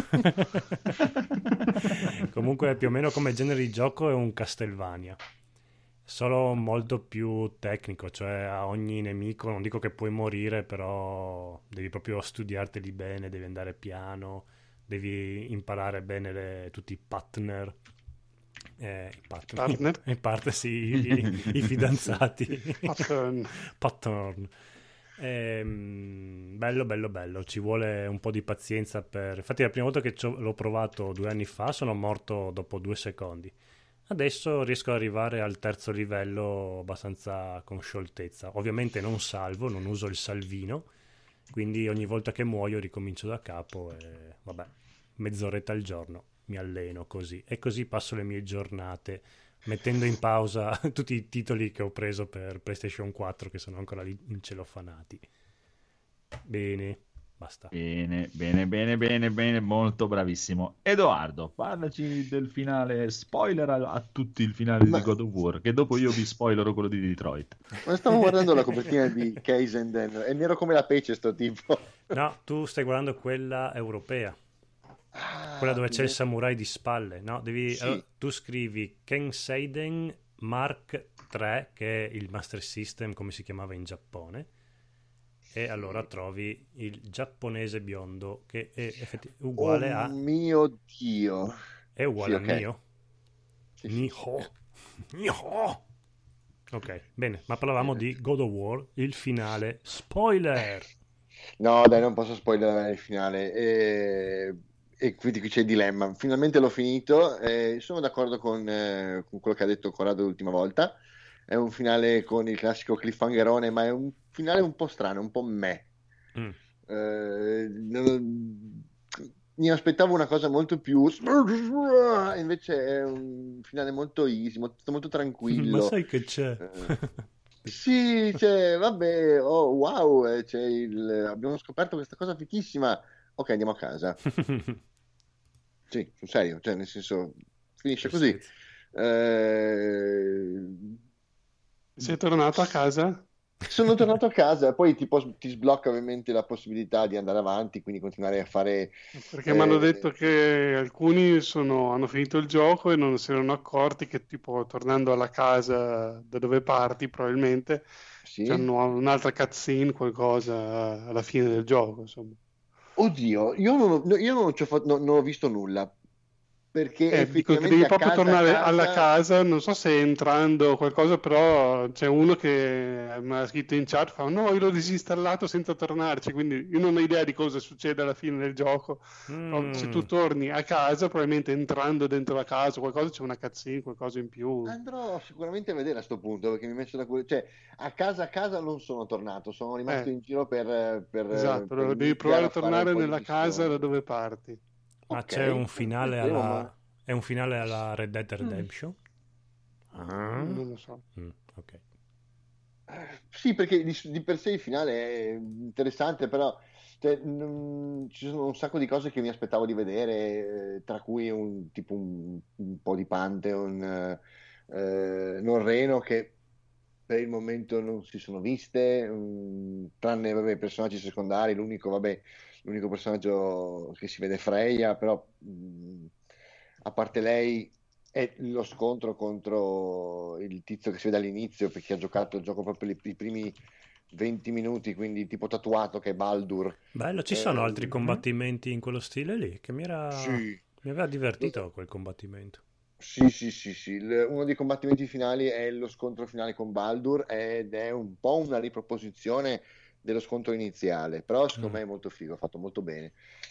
comunque più o meno come genere di gioco è un Castlevania, solo molto più tecnico, cioè a ogni nemico non dico che puoi morire, però devi proprio studiarteli bene, devi andare piano, devi imparare bene tutti i partner. Sì, i fidanzati. Pattern. Bello, ci vuole un po' di pazienza infatti la prima volta che l'ho provato 2 anni fa sono morto dopo 2 secondi. Adesso riesco ad arrivare al terzo livello abbastanza con scioltezza. Ovviamente non salvo, non uso il salvino, quindi ogni volta che muoio ricomincio da capo e vabbè, mezz'oretta al giorno mi alleno così. E così passo le mie giornate, mettendo in pausa tutti i titoli che ho preso per PlayStation 4 che sono ancora lì incelofanati. Bene. Basta. Bene, molto bravissimo. Edoardo, parlaci del finale, spoiler a tutti il finale di God of War, che dopo io vi spoilerò quello di Detroit. Ma stavo guardando la copertina di Keizenden, è nero come la pece sto tipo. No, tu stai guardando quella europea. Quella dove c'è il samurai di spalle, no? Sì. Allora, tu scrivi Ken Seiden Mark III, che è il Master System, come si chiamava in Giappone, e allora trovi il giapponese biondo, che è uguale a... Oh mio Dio! È uguale Sì, ok. a Nioh. Sì. Nioh. Ok, bene, ma parlavamo di God of War, il finale. Spoiler! No, dai, non posso spoilerare il finale. E quindi qui c'è il dilemma. Finalmente l'ho finito. Sono d'accordo con quello che ha detto Corrado l'ultima volta. È un finale con il classico cliffhangerone, ma è un finale un po' strano, un po' meh. Mi aspettavo una cosa molto più... Invece è un finale molto easy, molto tranquillo. Ma sai che c'è? Sì, cioè, vabbè, oh wow, abbiamo scoperto questa cosa fichissima. Ok, andiamo a casa. Sì, sul serio, cioè, nel senso, finisce così. Sei tornato a casa? Sono tornato a casa, poi ti sblocca ovviamente la possibilità di andare avanti, quindi continuare a fare... Perché mi hanno detto che alcuni hanno finito il gioco e non si erano accorti che tipo tornando alla casa da dove parti probabilmente Sì? c'hanno un'altra cutscene, qualcosa alla fine del gioco, insomma. Oddio, io non ho visto nulla, perché Dico che effettivamente devi a proprio casa, tornare alla casa, non so se entrando o qualcosa, però c'è uno che mi ha scritto in chat, fa no, io l'ho disinstallato senza tornarci, quindi io non ho idea di cosa succede alla fine del gioco. Però se tu torni a casa, probabilmente entrando dentro la casa o qualcosa, c'è una cutscene, qualcosa in più. Andrò sicuramente a vedere a sto punto, perché mi metto cioè a casa non sono tornato, sono rimasto in giro per Esatto, per devi iniziare provare a fare tornare un po' di nella casa missioni. da dove parti. Ma Ok, c'è un finale vedremo, È un finale alla Red Dead Redemption? Non lo so. Ok. Sì, perché di per sé il finale è interessante, però cioè, ci sono un sacco di cose che mi aspettavo di vedere, tra cui un po' di Pantheon, non Reno, che per il momento non si sono viste, tranne vabbè, personaggi secondari, l'unico personaggio che si vede è Freya, però a parte lei è lo scontro contro il tizio che si vede all'inizio, perché ha giocato il gioco proprio i primi 20 minuti, quindi tipo tatuato, che è Baldur. Bello, ci sono altri combattimenti in quello stile lì? Che mi Sì. aveva divertito quel combattimento. Sì. Uno dei combattimenti finali è lo scontro finale con Baldur ed è un po' una riproposizione dello scontro iniziale, però secondo me è molto figo, fatto molto bene.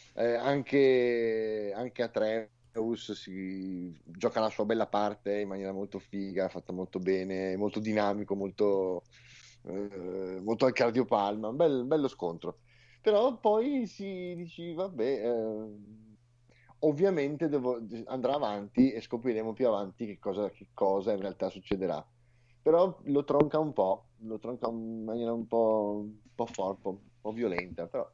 Anche Atreus si gioca la sua bella parte in maniera molto figa, fatto molto bene, molto dinamico, molto al cardiopalma, un bello scontro. Però poi si dici, vabbè, ovviamente andrà avanti e scopriremo più avanti che cosa in realtà succederà. Però lo tronca in maniera un po' forte, un po' violenta, però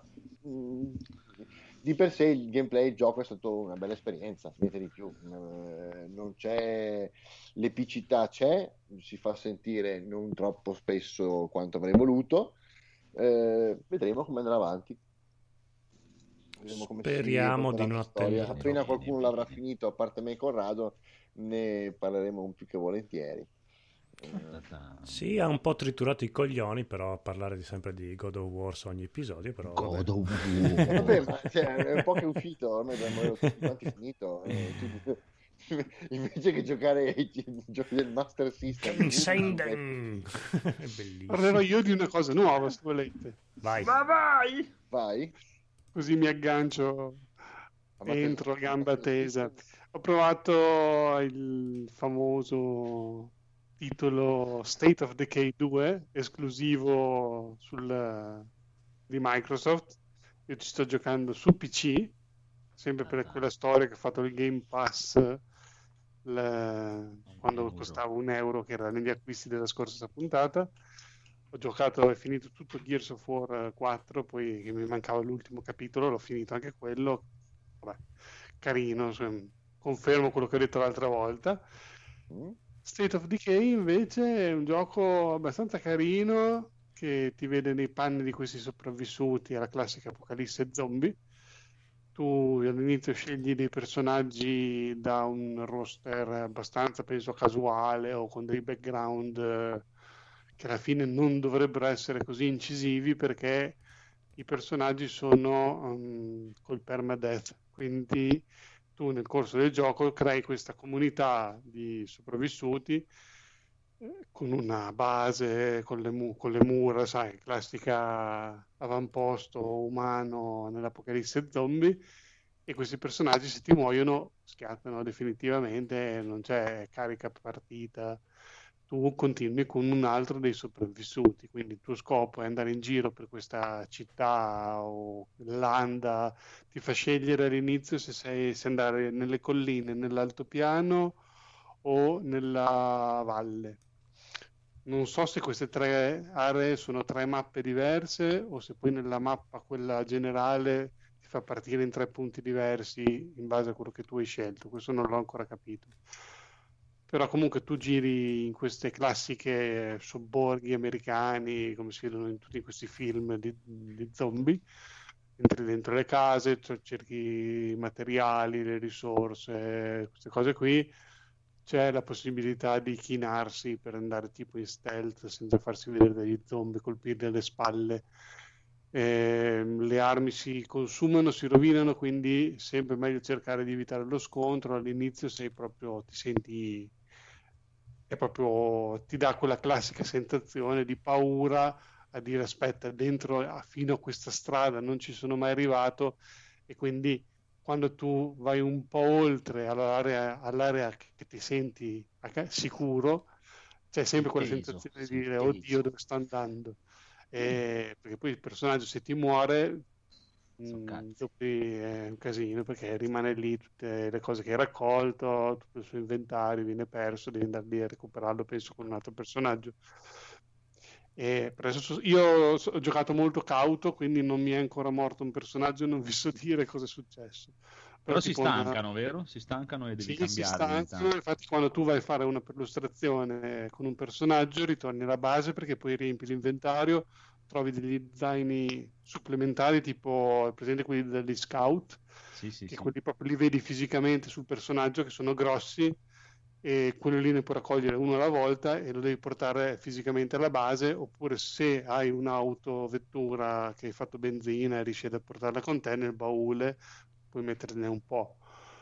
di per sé il gameplay, il gioco è stato una bella esperienza, niente di più. Non c'è l'epicità, si fa sentire non troppo spesso quanto avrei voluto. Vedremo come andrà avanti. Vedremo come Speriamo di non storia. attendere Appena troppo. qualcuno l'avrà finito, a parte me e Corrado, ne parleremo più che volentieri. Sì, ha un po' triturato i coglioni, però a parlare sempre di God of War su ogni episodio, però God of Vabbè, ma è un po' che è uscito, ormai abbiamo tutti quanti finito. Invece che giocare i giochi del Master System, Insane! È bellissimo. Parlerò io di una cosa nuova, se volete. Vai. Ma vai! vai. Così mi aggancio entro a gamba tesa. Ho provato il famoso titolo State of Decay 2, esclusivo di Microsoft. Io ci sto giocando su PC, sempre per quella storia che ha fatto il Game Pass quando costava €1, che era negli acquisti della scorsa puntata. Ho giocato e finito tutto Gears of War 4, poi che mi mancava l'ultimo capitolo, l'ho finito anche quello. Vabbè, carino, confermo quello che ho detto l'altra volta. State of Decay invece è un gioco abbastanza carino, che ti vede nei panni di questi sopravvissuti alla classica apocalisse zombie. Tu all'inizio scegli dei personaggi da un roster abbastanza, penso, casuale o con dei background che alla fine non dovrebbero essere così incisivi, perché i personaggi sono col permadeath, quindi tu nel corso del gioco crei questa comunità di sopravvissuti con una base, con le mura, sai, classica avamposto umano nell'apocalisse zombie, e questi personaggi, se ti muoiono, schiattano definitivamente, non c'è carica partita, tu continui con un altro dei sopravvissuti, quindi il tuo scopo è andare in giro per questa città o landa, ti fa scegliere all'inizio se andare nelle colline, nell'altopiano o nella valle. Non so se queste 3 aree sono 3 mappe diverse o se poi nella mappa, quella generale, ti fa partire in 3 punti diversi in base a quello che tu hai scelto. Questo non l'ho ancora capito. Però comunque tu giri in queste classiche sobborghi americani, come si vedono in tutti questi film di zombie, entri dentro le case, cerchi i materiali, le risorse, queste cose qui. C'è la possibilità di chinarsi per andare tipo in stealth senza farsi vedere dagli zombie, colpirli alle spalle. Le armi si consumano, si rovinano, quindi sempre meglio cercare di evitare lo scontro. All'inizio ti senti, è proprio, ti dà quella classica sensazione di paura, a dire aspetta, dentro fino a questa strada non ci sono mai arrivato, e quindi quando tu vai un po' oltre all'area che ti senti sicuro, c'è sempre quella sensazione di dire oddio, dove sto andando? Perché poi il personaggio, se ti muore, dopo è un casino perché rimane lì tutte le cose che hai raccolto, tutto il suo inventario viene perso, devi andare lì a recuperarlo, penso, con un altro personaggio. E per adesso io ho giocato molto cauto, quindi non mi è ancora morto un personaggio e non vi so dire cosa è successo. Però si tipo stancano, vero? Si stancano e devi Sì, si cambiarli ogni stancano, tanto. infatti quando tu vai a fare una perlustrazione con un personaggio ritorni alla base perché poi riempi l'inventario, trovi degli zaini supplementari tipo, è presente quelli degli scout, Sì, sì, che sì. quelli proprio li vedi fisicamente sul personaggio, che sono grossi, e quello lì ne puoi raccogliere uno alla volta e lo devi portare fisicamente alla base, oppure se hai un'autovettura che hai fatto benzina e riesci a portarla con te nel baule, puoi metterne un po'.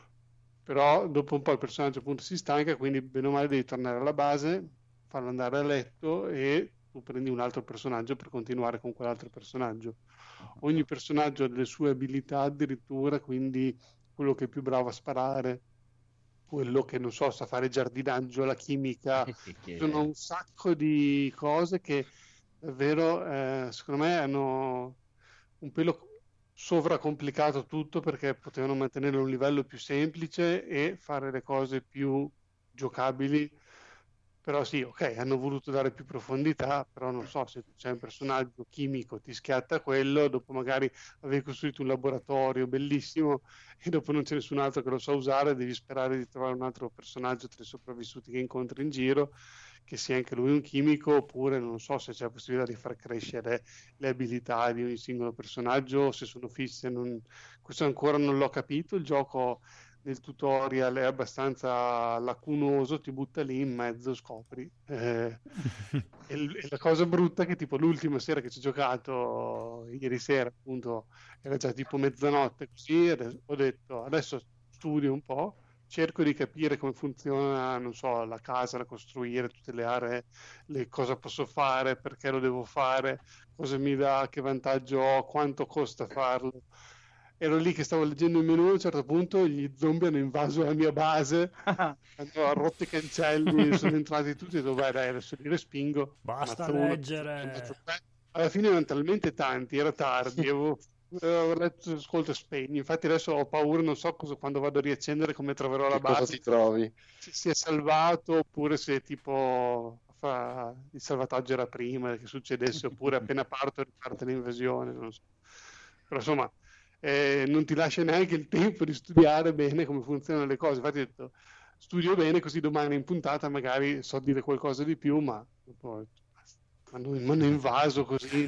Però dopo un po' il personaggio appunto si stanca, quindi bene o male devi tornare alla base, farlo andare a letto e tu prendi un altro personaggio per continuare con quell'altro personaggio. Ogni personaggio ha delle sue abilità addirittura, quindi quello che è più bravo a sparare, quello che non so, sa fare giardinaggio, la chimica, sono un sacco di cose che davvero secondo me hanno un pelo sovracomplicato tutto perché potevano mantenere un livello più semplice e fare le cose più giocabili. Però sì, ok, hanno voluto dare più profondità, però non so, se c'è un personaggio chimico, ti schiatta quello, dopo magari avevi costruito un laboratorio bellissimo e dopo non c'è nessun altro che lo sa usare, devi sperare di trovare un altro personaggio tra i sopravvissuti che incontri in giro, che sia anche lui un chimico, oppure non so se c'è la possibilità di far crescere le abilità di ogni singolo personaggio, o se sono fisse, questo ancora non l'ho capito, il gioco nel tutorial è abbastanza lacunoso, ti butta lì in mezzo, scopri. E la cosa brutta è che tipo l'ultima sera che ci ho giocato, ieri sera appunto, era già tipo mezzanotte così, ho detto adesso studio un po', cerco di capire come funziona, non so, la casa da costruire, tutte le aree, cosa posso fare, perché lo devo fare, cosa mi dà, che vantaggio ho, quanto costa farlo. Ero lì che stavo leggendo il menu, a un certo punto gli zombie hanno invaso la mia base, hanno rotto i cancelli, sono entrati tutti e ho detto vai dai, adesso li respingo. Basta Ammazzo uno, leggere. alla fine erano talmente tanti, era tardi, avevo letto, ascolta, spegni. Infatti adesso ho paura, non so quando vado a riaccendere come troverò la Che cosa base, ti trovi? se si è salvato oppure se tipo il salvataggio era prima che succedesse, oppure appena parto riparte l'invasione, non so. Però insomma non ti lascia neanche il tempo di studiare bene come funzionano le cose. Infatti ho detto studio bene così domani in puntata magari so dire qualcosa di più, ma dopo mi hanno invaso così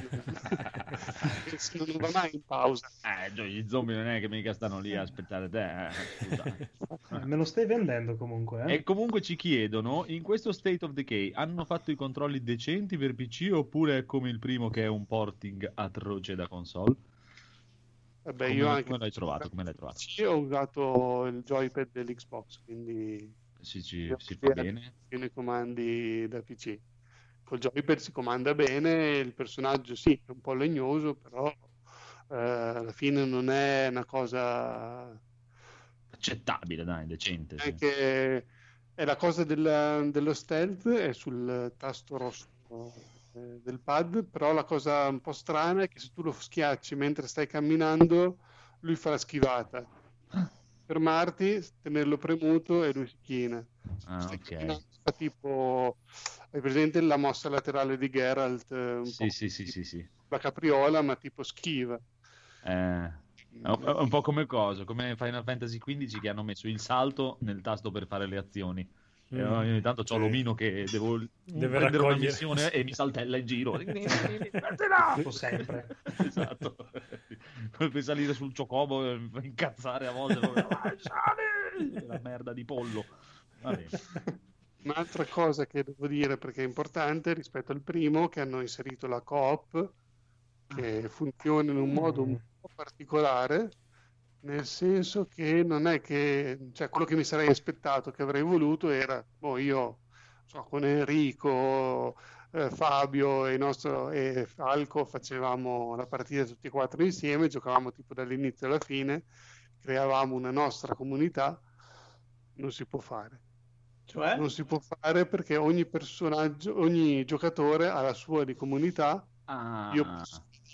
non va mai in pausa. Gli zombie non è che mica stanno lì a aspettare te. Scusa. Me lo stai vendendo comunque. E comunque ci chiedono, in questo State of Decay hanno fatto i controlli decenti per PC oppure è come il primo che è un porting atroce da console? Vabbè, Come, io anche come l'hai trovato? Come l'hai trovato? sì, ho usato il joypad dell'Xbox, quindi Si fa bene? i comandi da PC. Col joypad si comanda bene, il personaggio sì, è un po' legnoso, però alla fine non è una cosa Accettabile, dai, decente. Sì. anche è la cosa dello stealth è sul tasto rosso del pad, però la cosa un po' strana è che se tu lo schiacci mentre stai camminando, lui fa la schivata. Fermarti, tenerlo premuto e lui si china. Se stai camminando, fa tipo, hai presente la mossa laterale di Geralt? Sì. La capriola, ma tipo schiva. È un po' come cosa, come Final Fantasy XV che hanno messo il salto nel tasto per fare le azioni. E ogni tanto c'ho l'omino che deve prendere raccogliere. una missione e mi saltella in giro. Sempre. Esatto. Per salire sul ciocobo e incazzare a volte. La merda di pollo. Va bene. Un'altra cosa che devo dire perché è importante rispetto al primo, che hanno inserito la co-op, che funziona in un modo un po' particolare, nel senso che non è che, cioè quello che mi sarei aspettato, che avrei voluto era, io con Enrico, Fabio e Falco facevamo la partita tutti e quattro insieme, giocavamo tipo dall'inizio alla fine, creavamo una nostra comunità, non si può fare. Cioè? Non si può fare perché ogni personaggio, ogni giocatore ha la sua di comunità. Io posso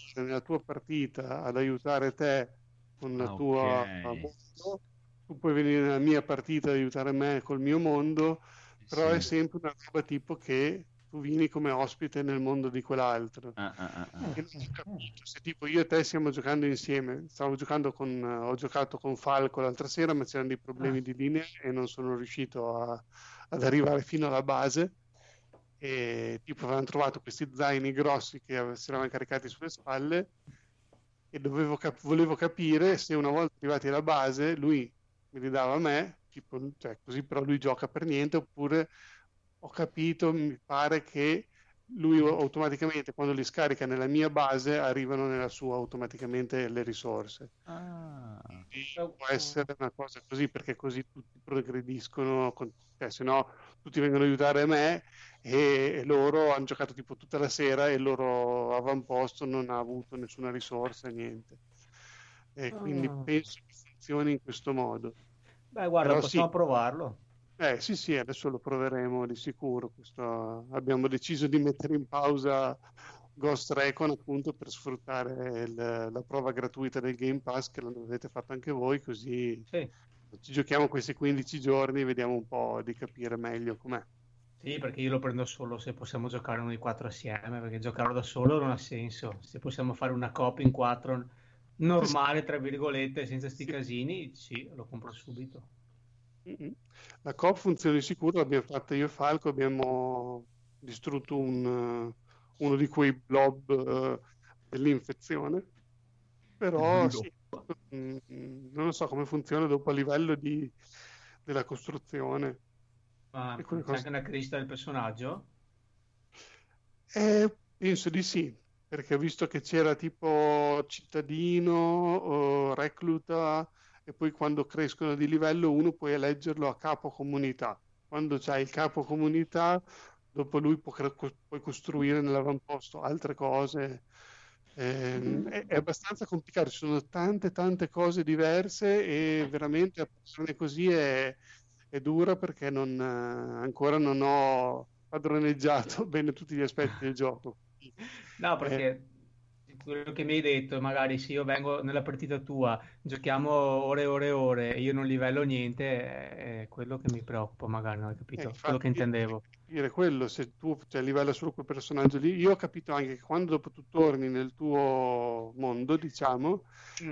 venire nella tua partita ad aiutare te con la tua mondo, tu puoi venire nella mia partita ad aiutare me col mio mondo, però è sempre una roba tipo che tu vieni come ospite nel mondo di quell'altro. E non ho capito, se tipo io e te stiamo giocando insieme, ho giocato con Falco l'altra sera, ma c'erano dei problemi di linea e non sono riuscito ad arrivare fino alla base, e tipo avevano trovato questi zaini grossi che si eravano caricati sulle spalle, e volevo capire se una volta arrivati alla base lui me li dava a me, tipo, cioè, così però lui gioca per niente, oppure ho capito, mi pare che lui automaticamente quando li scarica nella mia base arrivano nella sua automaticamente le risorse. Può essere una cosa così, perché così tutti progrediscono, cioè, se no tutti vengono ad aiutare me e loro hanno giocato tipo tutta la sera e il loro avamposto non ha avuto nessuna risorsa, niente. E quindi penso che funzioni in questo modo. Beh, guarda, Però possiamo provarlo. Sì, adesso lo proveremo di sicuro. Abbiamo deciso di mettere in pausa Ghost Recon appunto per sfruttare la prova gratuita del Game Pass, che l'avete fatto anche voi, così ci giochiamo questi 15 giorni e vediamo un po' di capire meglio com'è. Sì, perché io lo prendo solo se possiamo giocare noi 4 assieme, perché giocarlo da solo non ha senso. Se possiamo fare una coop in 4 normale, tra virgolette, senza sti casini, sì, lo compro subito. La coop funziona di sicuro, l'abbiamo fatta io e Falco, abbiamo distrutto uno di quei blob dell'infezione, però sì, non lo so come funziona dopo a livello della costruzione. Ma E c'è quelle cose. anche una crescita del personaggio? Penso di sì, perché ho visto che c'era tipo cittadino, recluta, e poi quando crescono di livello uno puoi eleggerlo a capo comunità. Quando c'hai il capo comunità, dopo lui puoi costruire nell'avamposto altre cose. È abbastanza complicato, ci sono tante cose diverse e veramente a parlarne così è dura, perché ancora non ho padroneggiato bene tutti gli aspetti del gioco. No, perché quello che mi hai detto, magari se io vengo nella partita tua, giochiamo ore e io non livello niente, è quello che mi preoccupa, magari, non hai capito? Quello che intendevo. Dire quello, se tu livello solo quel personaggio lì, io ho capito anche che quando dopo tu torni nel tuo mondo, diciamo,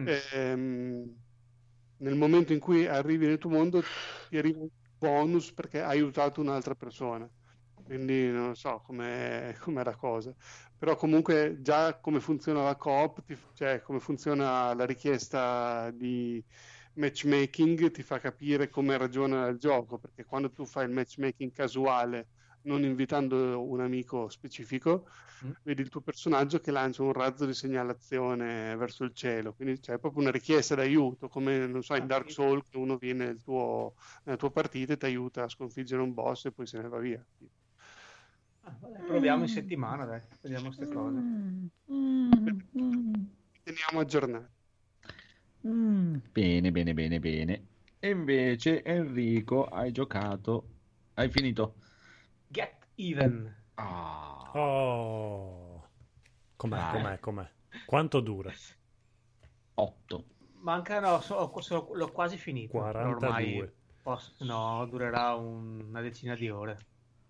nel momento in cui arrivi nel tuo mondo ti arriva un bonus perché hai aiutato un'altra persona. Quindi non so com'è la cosa, però comunque già come funziona la coop, cioè come funziona la richiesta di matchmaking, ti fa capire come ragiona il gioco, perché quando tu fai il matchmaking casuale, non invitando un amico specifico, vedi il tuo personaggio che lancia un razzo di segnalazione verso il cielo, quindi c'è proprio una richiesta d'aiuto, come non so in Dark Souls, che uno viene nella tua partita e ti aiuta a sconfiggere un boss e poi se ne va via. Vabbè, proviamo in settimana, dai, vediamo queste cose. Teniamo aggiornati. Bene. E invece Enrico, hai finito? Get Even. Oh, com'è? Quanto dura? 8. Mancano, l'ho quasi finito. 42. Ormai durerà una decina di ore.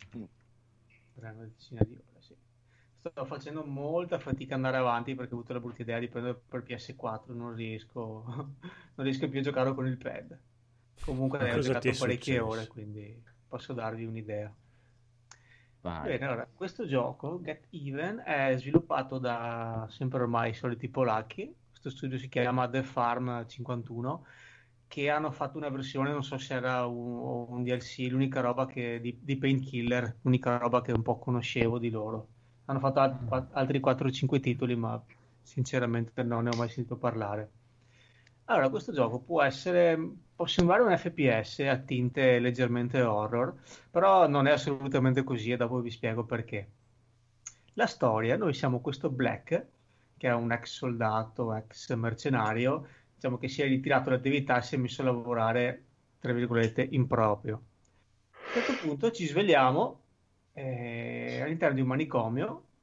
Sì. Sto facendo molta fatica ad andare avanti perché ho avuto la brutta idea di prendere per PS4, non riesco più a giocare con il pad. Comunque ho giocato parecchie ore, quindi posso darvi un'idea. Vai. Bene, allora, questo gioco, Get Even, è sviluppato da sempre ormai i soliti polacchi. Questo studio si chiama The Farm 51, che hanno fatto una versione, non so se era un DLC, l'unica roba di Painkiller, l'unica roba che un po' conoscevo di loro. Hanno fatto altri 4-5 titoli, ma sinceramente non ne ho mai sentito parlare. Allora, questo gioco può sembrare un FPS a tinte leggermente horror, però non è assolutamente così e dopo vi spiego perché. La storia, noi siamo questo Black, che è un ex soldato, ex mercenario, diciamo che si è ritirato dall'attività e si è messo a lavorare, tra virgolette, in proprio. A un certo punto ci svegliamo all'interno di un manicomio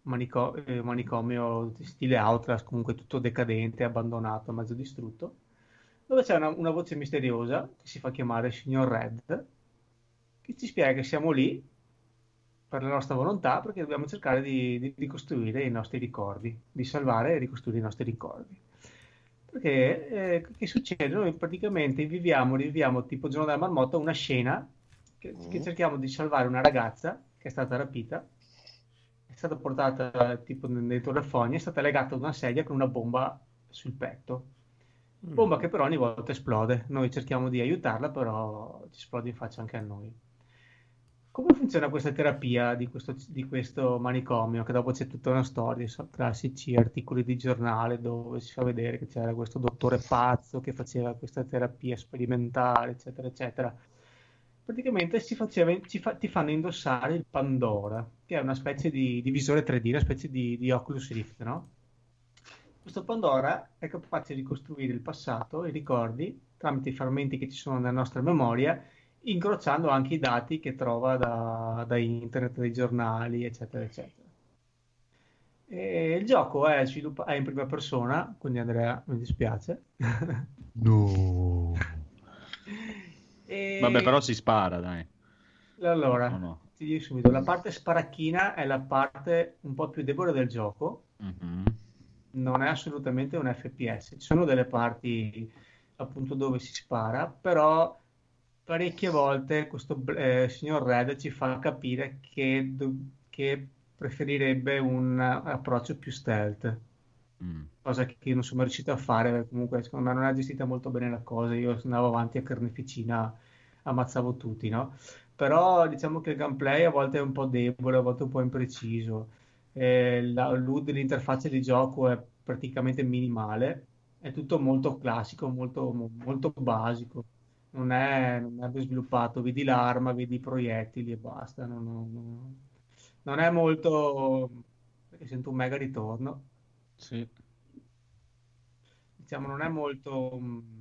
manicomio stile Outlast, comunque tutto decadente, abbandonato, mezzo distrutto, dove c'è una voce misteriosa che si fa chiamare Signor Red, che ci spiega che siamo lì per la nostra volontà perché dobbiamo cercare di ricostruire i nostri ricordi, di salvare e ricostruire i nostri ricordi. Perché che succede? Noi praticamente riviviamo tipo Giorno della Marmotta una scena che cerchiamo di salvare una ragazza che è stata rapita, è stata portata tipo dentro le fogne, è stata legata ad una sedia con una bomba sul petto. Bomba che però ogni volta esplode. Noi cerchiamo di aiutarla, però ci esplode in faccia anche a noi. Come funziona questa terapia di questo manicomio? Che dopo c'è tutta una storia, classici articoli di giornale dove si fa vedere che c'era questo dottore pazzo che faceva questa terapia sperimentale, eccetera, eccetera. Praticamente ti fanno indossare il Pandora, che è una specie di visore 3D, una specie di Oculus Rift, no? Questo Pandora è capace di ricostruire il passato, i ricordi, tramite i frammenti che ci sono nella nostra memoria, incrociando anche i dati che trova da internet, dai giornali, eccetera, eccetera. E il gioco è in prima persona, quindi Andrea, mi dispiace. No. E Vabbè, però si spara, dai. allora, No. ti dico subito, la parte sparacchina è la parte un po' più debole del gioco, Mhm. non è assolutamente un FPS. Ci sono delle parti appunto dove si spara, però parecchie volte questo signor Red ci fa capire che preferirebbe un approccio più stealth, cosa che io non sono mai riuscito a fare, perché comunque secondo me non è gestita molto bene la cosa, io andavo avanti a carneficina, ammazzavo tutti, no? Però diciamo che il gameplay a volte è un po' debole, a volte un po' impreciso. L'HUD dell'interfaccia di gioco è praticamente minimale, è tutto molto classico, molto basico, non è ben sviluppato, vedi l'arma, vedi i proiettili e basta, non è molto, perché sento un mega ritorno, Sì. diciamo non è molto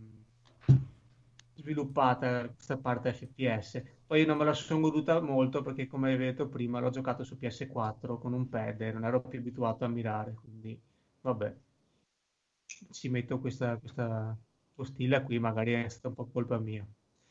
sviluppata questa parte FPS. Poi io non me la sono goduta molto perché, come hai detto prima, l'ho giocato su PS4 con un pad e non ero più abituato a mirare, quindi vabbè, ci metto questo stile qui, magari è stata un po' colpa mia.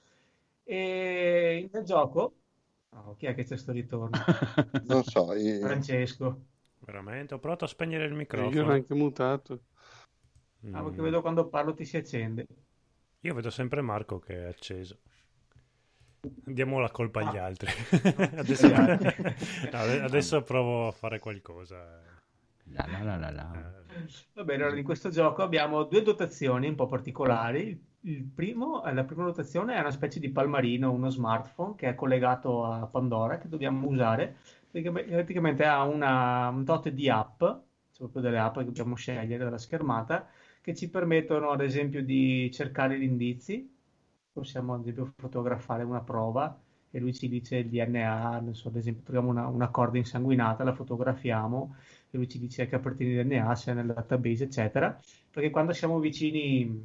E nel gioco, chi è che c'è sto ritorno? Non so, Francesco. Veramente? Ho provato a spegnere il Io ero microfono. anche mutato. Perché vedo quando parlo ti si accende. Io vedo sempre Marco che è acceso. Diamo la colpa agli altri. Adesso, adesso provo a fare qualcosa. La la la la. Va bene, allora in questo gioco abbiamo due dotazioni un po' particolari. La prima dotazione è una specie di palmarino, uno smartphone che è collegato a Pandora che dobbiamo usare. Praticamente ha un tot di app, cioè proprio delle app che dobbiamo scegliere dalla schermata, che ci permettono ad esempio di cercare gli indizi. Possiamo ad esempio fotografare una prova e lui ci dice il DNA, non so, ad esempio troviamo una corda insanguinata, la fotografiamo e lui ci dice che appartiene al DNA, se è nel database, eccetera. Perché quando siamo vicini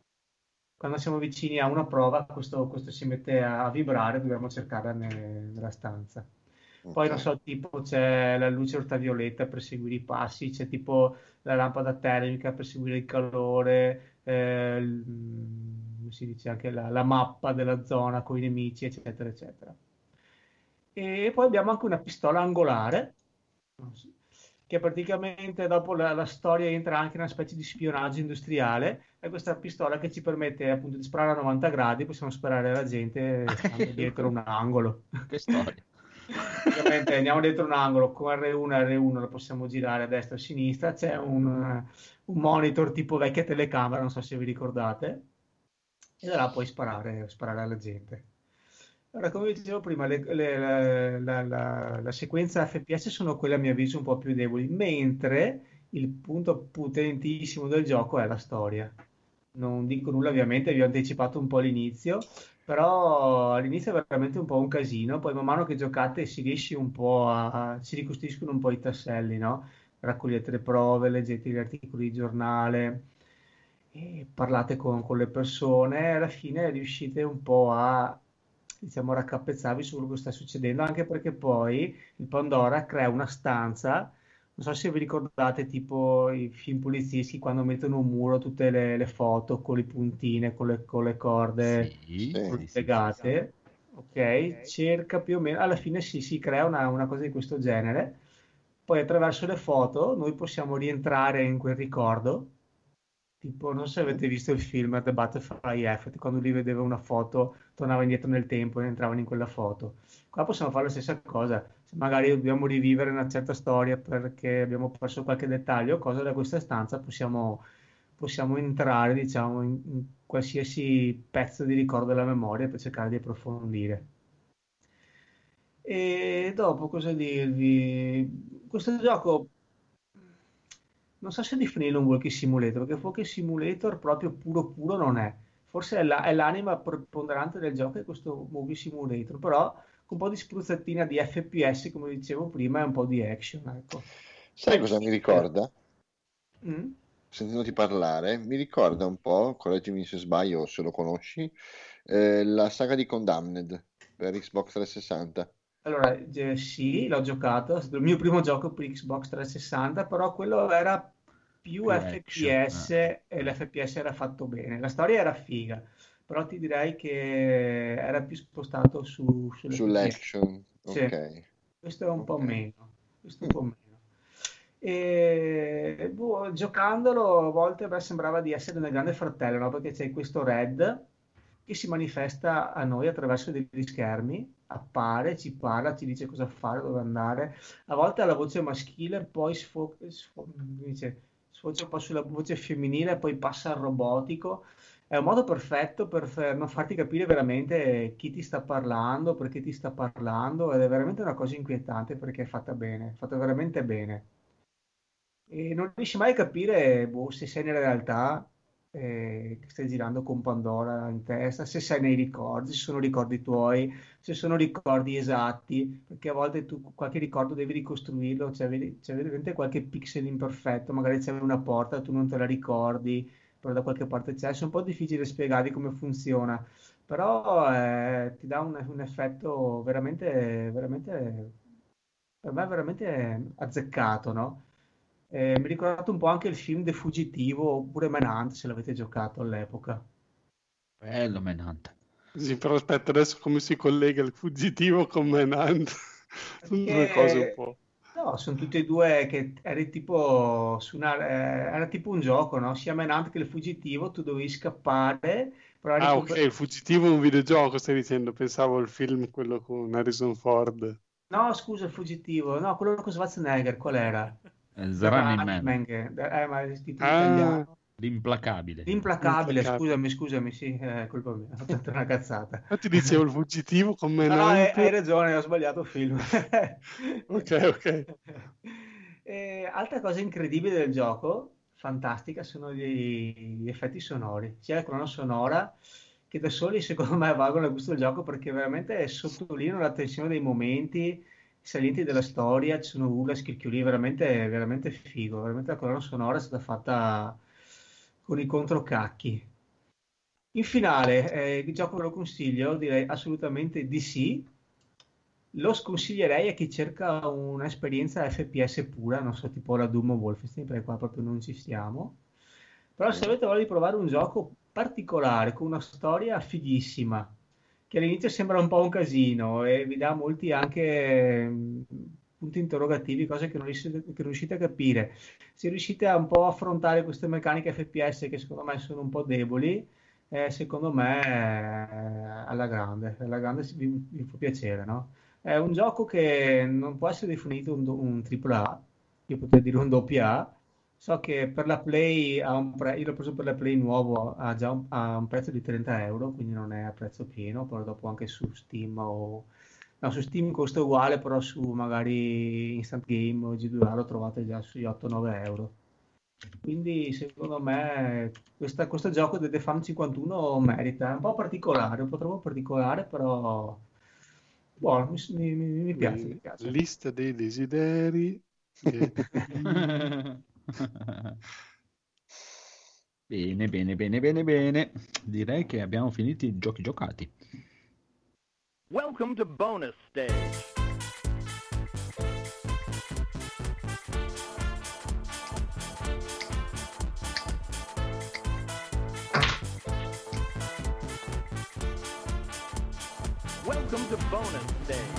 a una prova, questo si mette a vibrare, dobbiamo cercarla nella stanza. Poi non so, tipo c'è la luce ultravioletta per seguire i passi, c'è tipo la lampada termica per seguire il calore, come si dice anche la mappa della zona con i nemici, eccetera, eccetera. E poi abbiamo anche una pistola angolare, che praticamente dopo la storia entra anche in una specie di spionaggio industriale. È questa pistola che ci permette appunto di sparare a 90 gradi, possiamo sparare alla gente stando dietro un angolo. Che storia. Ovviamente andiamo dentro un angolo con R1 lo possiamo girare a destra e a sinistra, c'è un monitor tipo vecchia telecamera, non so se vi ricordate, e da là puoi sparare alla gente. Allora, come dicevo prima, la sequenza FPS sono quelle a mio avviso un po' più deboli, mentre il punto potentissimo del gioco è la storia. Non dico nulla, ovviamente, vi ho anticipato un po' l'inizio, però all'inizio è veramente un po' un casino, poi man mano che giocate si riesce un po' si ricostruiscono un po' i tasselli, no? Raccogliete le prove, leggete gli articoli di giornale, e parlate con le persone, e alla fine riuscite un po' a, diciamo, raccapezzarvi su quello che sta succedendo, anche perché poi il Pandora crea una stanza Non so se vi ricordate tipo i film polizieschi quando mettono un muro tutte le foto con le puntine, con le corde legate. Ok, cerca più o meno, alla fine si crea una cosa di questo genere. Poi attraverso le foto noi possiamo rientrare in quel ricordo. Tipo, non so se avete visto il film The Butterfly Effect, quando lui vedeva una foto, tornava indietro nel tempo e entravano in quella foto. Qua possiamo fare la stessa cosa. Se magari dobbiamo rivivere una certa storia perché abbiamo perso qualche dettaglio o cosa da questa stanza, possiamo entrare, diciamo, in qualsiasi pezzo di ricordo della memoria per cercare di approfondire. E dopo cosa dirvi? Questo gioco non so se definirlo un walking simulator, perché walking simulator proprio puro non è. Forse è l'anima preponderante del gioco, è questo movie simulator, però con un po' di spruzzatina di FPS, come dicevo prima, e un po' di action, ecco. Sai cosa mi ricorda? Mm? Sentendoti parlare, mi ricorda un po', correggimi se sbaglio o se lo conosci, la saga di Condemned per Xbox 360. Allora, sì, l'ho giocato, è stato il mio primo gioco per Xbox 360, però quello era più FPS e l'FPS era fatto bene. La storia era figa, però ti direi che era più spostato sull'action. Sì. Ok. Questo è un po' meno. Questo un po' meno. E giocandolo a volte sembrava di essere nel Grande Fratello, no? Perché c'è questo Red che si manifesta a noi attraverso degli schermi, appare, ci parla, ci dice cosa fare, dove andare. A volte ha la voce maschile, poi sfocia un po' sulla voce femminile, poi passa al robotico. È un modo perfetto per non farti capire veramente chi ti sta parlando, perché ti sta parlando, ed è veramente una cosa inquietante perché è fatta bene, è fatta veramente bene. E non riesci mai a capire se sei nella realtà, che stai girando con Pandora in testa, se sei nei ricordi, se sono ricordi tuoi, se sono ricordi esatti, perché a volte tu qualche ricordo devi ricostruirlo, c'è veramente qualche pixel imperfetto, magari c'è una porta, tu non te la ricordi, però da qualche parte c'è, è un po' difficile spiegarvi come funziona, però ti dà un effetto veramente, per me veramente azzeccato, no? Mi ricordate un po' anche il film The Fuggitivo oppure Manhunt, se l'avete giocato all'epoca. Bello Manhunt. Sì, però aspetta, adesso come si collega il fuggitivo con Manhunt? Sono due cose un po'. No, sono tutti e due che eri tipo era tipo un gioco, no? Sia Manhunt che il fuggitivo, tu dovevi scappare. Però Ah, ok, il fuggitivo è un videogioco, stai dicendo? Pensavo al film, quello con Harrison Ford. No, scusa, il fuggitivo. No, quello con Schwarzenegger, qual era? The Running Man. Ma il titolo italiano. L'implacabile. L'implacabile, scusami, sì, è colpa mia, ho fatto una cazzata. Infatti dicevo il fuggitivo con Manhunt. No, hai ragione, ho sbagliato film. Ok. Altra cosa incredibile del gioco, fantastica, sono gli effetti sonori, sia la colonna sonora che da soli secondo me valgono il gusto del gioco perché veramente sottolineano la tensione dei momenti salienti della storia, ci sono urla, scricchiolii, veramente figo, veramente la colonna sonora è stata fatta con i controcacchi. In finale, il gioco ve lo consiglio, direi assolutamente di sì. Lo sconsiglierei a chi cerca un'esperienza FPS pura, non so, tipo la Doom o Wolfenstein, perché qua proprio non ci stiamo. Però se avete voglia di provare un gioco particolare, con una storia fighissima, che all'inizio sembra un po' un casino e vi dà molti anche punti interrogativi, cose che non riuscite a capire. Se riuscite a un po' affrontare queste meccaniche FPS che secondo me sono un po' deboli, secondo me alla grande vi può piacere, no? È un gioco che non può essere definito un AAA, io potrei dire un AA. So che per la Play io l'ho preso per la Play nuovo, ha già un prezzo di 30 euro, quindi non è a prezzo pieno, però dopo anche su Steam no, su Steam costa uguale, però su magari Instant Game o G2A lo trovate già sugli 8-9 euro. Quindi secondo me questo gioco del The Farm 51 merita, è un po' particolare, un po' troppo particolare, però buono, mi piace. Lista dei desideri. Bene. Direi che abbiamo finito i giochi giocati. Welcome to bonus stage. Welcome to bonus stage.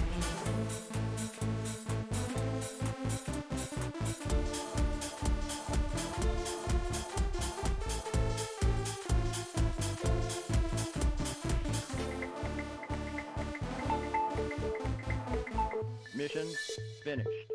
Mission finished.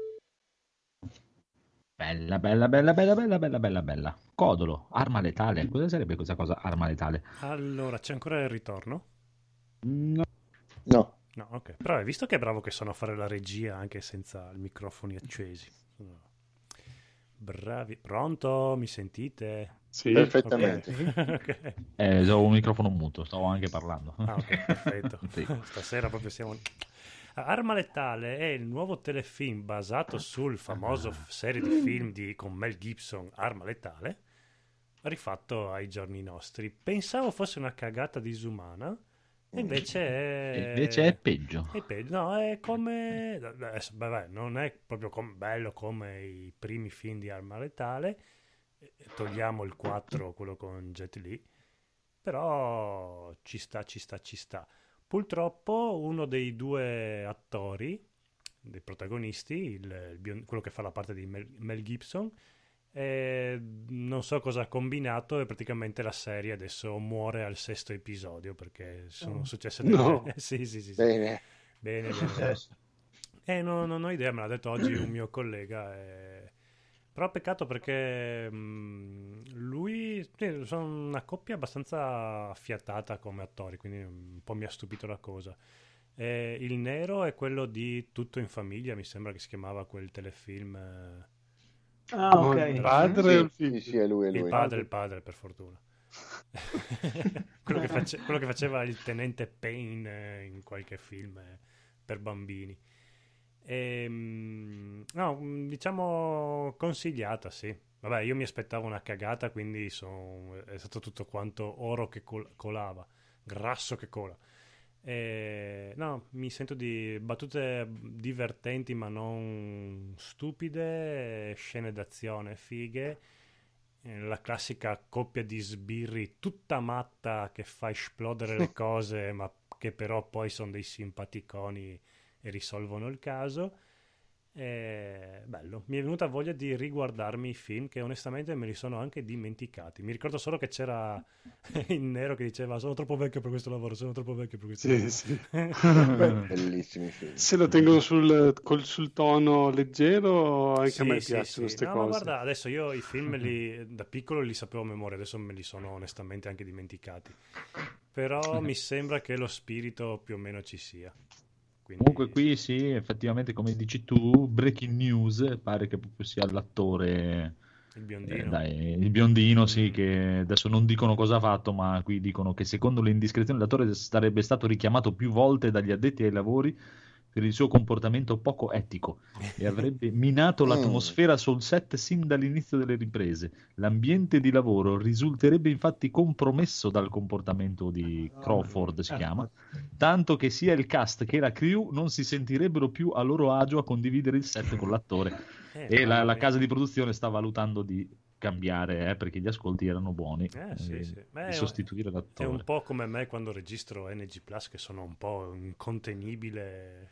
Bella, bella, bella, bella, bella, bella, bella, bella. Codolo, arma letale. Cosa sarebbe questa cosa, arma letale? Allora, c'è ancora il ritorno? No. No. No, ok. Però hai visto che è bravo che sono a fare la regia anche senza i microfoni accesi. Sono bravi. Pronto? Mi sentite? Sì, Perfettamente. Ok. Ho un microfono muto, stavo anche parlando. Ah, ok, perfetto. Sì. Stasera proprio siamo... Arma letale è il nuovo telefilm basato sul famoso serie di film con Mel Gibson, Arma letale, rifatto ai giorni nostri. Pensavo fosse una cagata disumana, e invece è peggio. È peggio. No, è come... Adesso, vabbè, non è proprio bello come i primi film di Arma letale, togliamo il 4, quello con Jet Li, però ci sta. Purtroppo uno dei due attori, dei protagonisti, quello che fa la parte di Mel Gibson, non so cosa ha combinato e praticamente la serie adesso muore al 6º episodio perché sono successe delle... No. Sì. Bene. Bene. Non ho idea, me l'ha detto oggi un mio collega. Però peccato perché lui sono una coppia abbastanza affiatata come attori, quindi un po' mi ha stupito la cosa. Il nero è quello di Tutto in famiglia, mi sembra che si chiamava quel telefilm. Ah, ok. Il padre o il figlio? Sì, è lui. Il padre, per fortuna. quello che faceva il tenente Payne in qualche film per bambini. No, diciamo consigliata, sì. Vabbè, io mi aspettavo una cagata, quindi è stato tutto quanto oro che colava, grasso che cola. No, mi sento di battute divertenti ma non stupide, scene d'azione fighe, la classica coppia di sbirri tutta matta che fa esplodere le cose ma che però poi sono dei simpaticoni e risolvono il caso. Bello, mi è venuta voglia di riguardarmi i film che onestamente me li sono anche dimenticati. Mi ricordo solo che c'era il nero che diceva sono troppo vecchio per questo lavoro, sono troppo vecchio per questo lavoro. Sì. Bellissimi film. Se lo tengono sul tono leggero, anche a me Sì, piacciono queste no, cose. ma guarda, adesso io i film da piccolo li sapevo a memoria, adesso me li sono onestamente anche dimenticati. Però mi sembra che lo spirito più o meno ci sia. Quindi... Comunque qui sì, effettivamente come dici tu, breaking news, pare che proprio sia l'attore, il biondino. il biondino, sì, che adesso non dicono cosa ha fatto, ma qui dicono che secondo le indiscrezioni l'attore sarebbe stato richiamato più volte dagli addetti ai lavori per il suo comportamento poco etico e avrebbe minato l'atmosfera sul set sin dall'inizio delle riprese. L'ambiente di lavoro risulterebbe infatti compromesso dal comportamento di Crawford, si chiama, tanto che sia il cast che la crew non si sentirebbero più a loro agio a condividere il set con l'attore. E la casa di produzione sta valutando di cambiare, perché gli ascolti erano buoni, sì. di sostituire l'attore. È un po' come me quando registro NG Plus, che sono un po' incontenibile,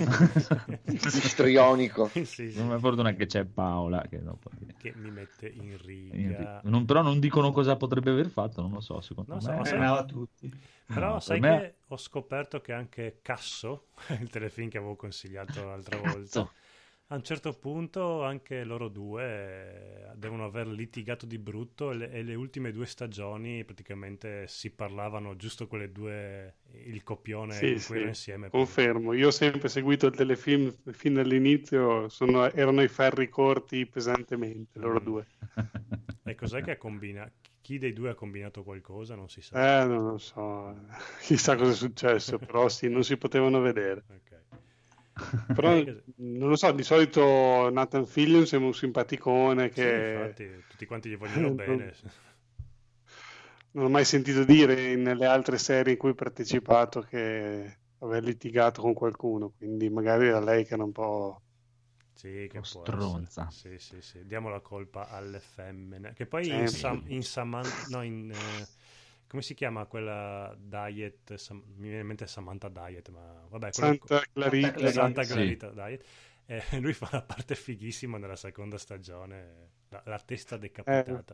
istrionico. sì. Non mi ricordo neanche c'è Paola che mi mette in riga. Però non dicono cosa potrebbe aver fatto, non lo so, secondo me a tutti. Però No, sai per me- che ho scoperto che anche Casso, il telefilm che avevo consigliato l'altra volta, a un certo punto anche loro due devono aver litigato di brutto e le ultime 2 stagioni praticamente si parlavano giusto quelle due, il copione in cui erano insieme. Confermo, io ho sempre seguito il telefilm fin dall'inizio, erano i ferri corti pesantemente loro due. E cos'è che combina? Chi dei due ha combinato qualcosa? Non si sa. Non lo so, chissà cosa è successo, però sì, non si potevano vedere. Ok. Però non lo so, di solito Nathan Fillion sembra un simpaticone che Sì, infatti tutti quanti gli vogliono bene. Non ho mai sentito dire nelle altre serie in cui ho partecipato che aveva litigato con qualcuno, quindi magari era lei che era un po'... Sì, che può stronza. essere. Sì. Diamo la colpa alle femmine. Che poi Sempre. in come si chiama quella Diet? Mi viene in mente Samantha Diet, ma vabbè, Santa Clarita. Santa Sì. Clarita Diet. Lui fa una parte fighissima nella seconda stagione, la testa decapitata.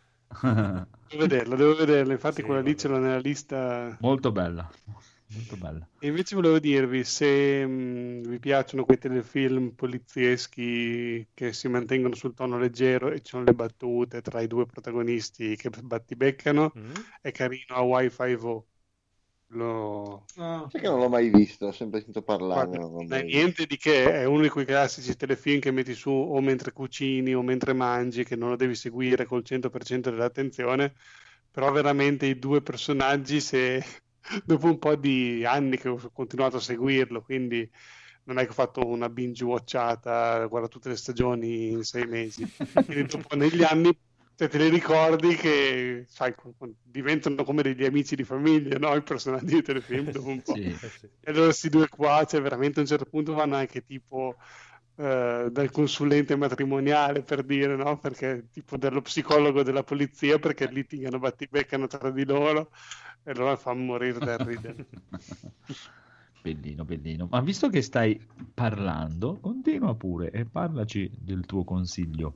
Devo vederla, infatti Sì, quella lì vabbè. ce l'ho nella lista. Molto bella, molto bella. E invece volevo dirvi se vi piacciono quei telefilm polizieschi che si mantengono sul tono leggero e ci sono le battute tra i due protagonisti che battibeccano, Mm? è carino Hawaii 5-0. Sai che non l'ho mai visto, ho sempre sentito parlare. Guarda, Non l'ho non mai è visto. niente di che, è uno di quei classici telefilm che metti su o mentre cucini o mentre mangi, che non lo devi seguire col 100% dell'attenzione, però veramente i due personaggi, se dopo un po' di anni che ho continuato a seguirlo, quindi non è che ho fatto una binge watchata, guarda tutte le stagioni in 6 mesi, quindi dopo negli anni te li ricordi che sai, diventano come degli amici di famiglia, no? I personaggi di telefilm dopo un po'. Sì. Sì. E allora questi due qua, cioè veramente a un certo punto vanno anche tipo dal consulente matrimoniale, per dire, no? Perché tipo dallo psicologo della polizia, perché litigano, battibeccano tra di loro e allora fanno morire dal ridere. Bellino, bellino. Ma visto che stai parlando, continua pure e parlaci del tuo consiglio.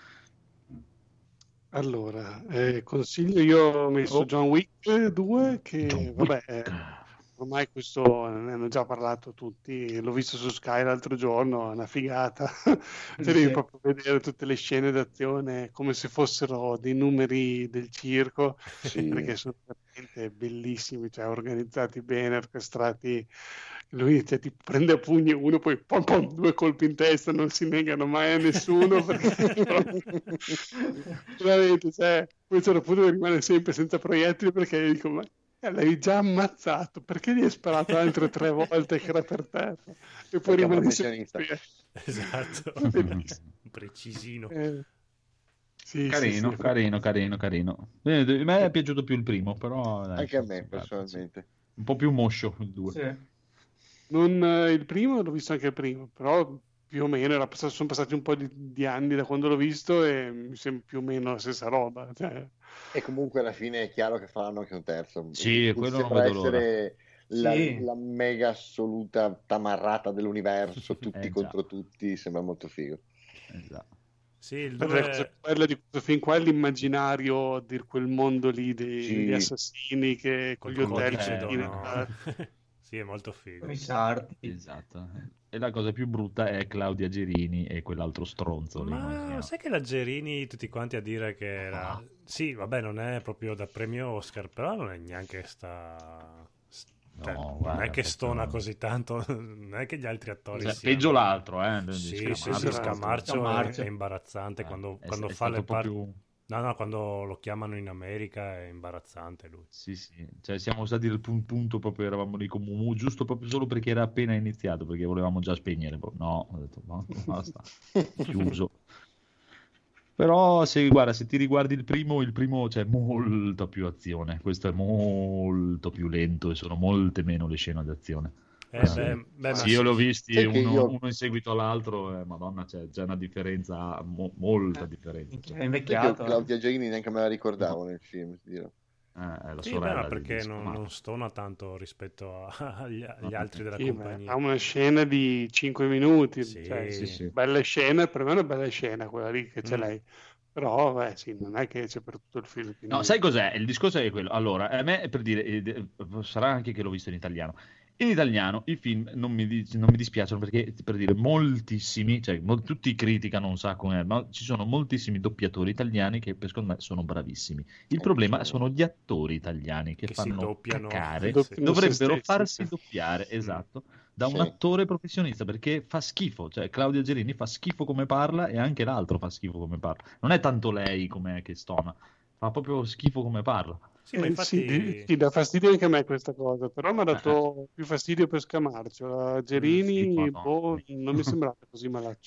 Allora, consiglio, io ho messo Oh. John Wick 2, che John vabbè, Wick. ormai questo ne hanno già parlato tutti, l'ho visto su Sky l'altro giorno, è una figata, cioè devi proprio vedere tutte le scene d'azione come se fossero dei numeri del circo, Sì. perché sono veramente bellissimi, cioè organizzati bene, orchestrati. Lui cioè, ti prende a pugni uno, poi pom, pom, 2 colpi in testa, non si negano mai a nessuno, perché veramente, cioè, poi a un certo punto rimane sempre senza proiettili, perché dico, ma l'hai già ammazzato, perché gli hai sparato altre 3 volte che era per terra? E poi Perché è un rimane sempre professionista. Esatto. Bellissimo. Precisino. Sì, Carino, sì, sì. carino. Bene, a me è piaciuto più il primo, però dai, Anche a me, sì, personalmente. un po' più moscio il 2. Sì. Non il primo, l'ho visto anche il primo, però più o meno sono passati un po' di anni da quando l'ho visto e mi sembra più o meno la stessa roba. Cioè, E comunque alla fine è chiaro che faranno anche un terzo. Sì, Mi quello non sembra vedo l'ora. essere la, Sì. la mega assoluta tamarrata dell'universo, tutti già. contro tutti, sembra molto figo. Esatto. Sì, il la cosa 2 bella di questo film qua è l'immaginario di quel mondo lì Sì. degli assassini che con gli hotel ci codice, diventa- Sì, è molto figo. I sardi. Esatto. E la cosa più brutta è Claudia Gerini e quell'altro stronzo lì. come si Ma chiama? sai che la Gerini, tutti quanti a dire che era... Ah. Sì, vabbè, non è proprio da premio Oscar, però non è neanche cioè, No, non guarda, è che stona proprio- così tanto, non è che gli altri attori Cioè, siano... peggio l'altro, Sì, di sì, Scamarcio. Scamarcio Scamarcio. è imbarazzante quando È fa stato le un po' parti... più... No, quando lo chiamano in America è imbarazzante lui. Sì, cioè siamo stati al punto proprio, eravamo lì come giusto proprio solo perché era appena iniziato, perché volevamo già spegnere. No, ho detto no, basta, chiuso. Però guarda, se ti riguardi il primo c'è molta più azione, questo è molto più lento e sono molte meno le scene d'azione. Beh, ma Sì, io l'ho visti Sai che uno in seguito all'altro, madonna, c'è una differenza, molta differenza. È Sai che invecchiato. Claudia Gerini neanche me la ricordavo nel film, ti dirò. È la Sì, sorella beh, ma di perché Scamarcio. non stona tanto rispetto agli altri della Sì, ma compagnia. ha una scena di 5 minuti, Sì, cioè, sì. bella scena, per me è una bella scena quella lì che c'è Mm. lei, però sì, non è che c'è per tutto il film. quindi- No, sai cos'è? Il discorso è quello. Allora, a me per dire, sarà anche che l'ho visto in italiano. In italiano i film non mi dispiacciono perché, per dire, moltissimi, cioè tutti criticano un sacco, ma ci sono moltissimi doppiatori italiani che secondo me sono bravissimi. Il problema sono gli attori italiani che Che si fanno doppiano. cacare, Doppiano dovrebbero se stessi, farsi sì. doppiare, esatto, da un Sì. attore professionista perché fa schifo, cioè Claudia Gerini fa schifo come parla e anche l'altro fa schifo come parla. Non è tanto lei come che stona, fa proprio schifo come parla. Sì, ma infatti... Sì, dà fastidio anche a me questa cosa, però mi ha dato più fastidio per Scamarcio. La Gerini, Sì, Madonna. non mi sembrava così malaccio.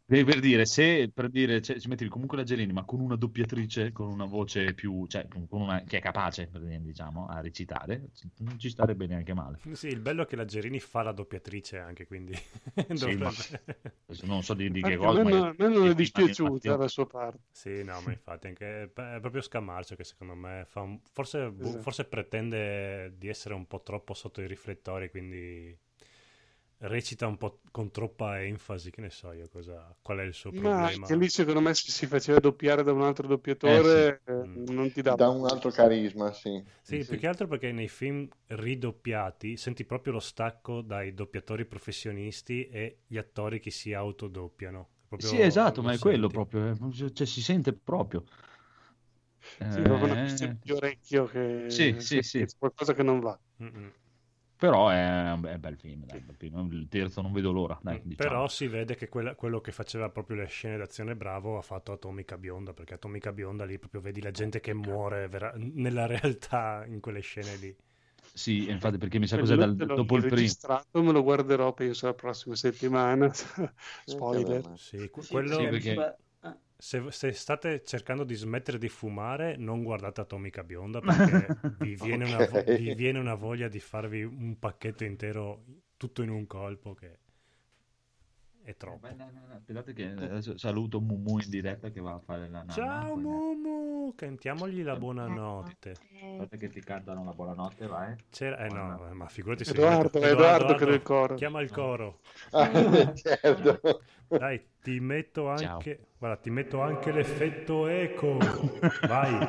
Per dire, cioè, ci metti comunque la Gerini, ma con una doppiatrice, con una voce più, cioè, con una che è capace, diciamo, a recitare, ci starebbe bene anche male. Sì, il bello è che la Gerini fa la doppiatrice anche, quindi Sì, ma dovrebbe- non so di che Infatti, cosa. a me non è di dispiaciuta animazione. la sua parte. Sì, no, ma infatti anche, è proprio Scammarcio che secondo me fa Esatto. forse pretende di essere un po' troppo sotto i riflettori, quindi recita un po' con troppa enfasi, che ne so io qual è il suo Ma problema. anche lì secondo me se si faceva doppiare da un altro doppiatore non ti dà Da un altro carisma, sì. Sì, più che altro perché nei film ridoppiati senti proprio lo stacco dai doppiatori professionisti e gli attori che si autodoppiano. Proprio Sì, esatto, lo ma è quello senti. proprio, cioè si sente proprio. sì, proprio una questione di orecchio che Sì, c'è qualcosa che non va. Mm-mm. Però è un bel film, dai, bel film. Il terzo non vedo l'ora, dai, diciamo. Però si vede che quello che faceva proprio le scene d'azione bravo ha fatto Atomica Bionda, perché Atomica Bionda lì proprio vedi la gente che muore nella realtà in quelle scene lì. Sì, infatti, perché mi sa Quello cos'è te l'ho dopo il primo. registrato, me lo guarderò penso la prossima settimana. Spoiler. Sì, Sì, quello... perché mi perché- sembra- Se state cercando di smettere di fumare, non guardate Atomica Bionda perché vi viene, Ok. vi viene una voglia di farvi un pacchetto intero tutto in un colpo che è troppo. Aspettate che adesso saluto Mumu in diretta che va a fare la nanna. Ciao poi- Mumu, cantiamogli la buonanotte. Aspetta che ti cantano la buonanotte, vai. No, ma figurati se Edoardo che del coro. chiama il coro. Certo. Dai, ti metto anche, guarda, ti metto anche l'effetto eco. Vai.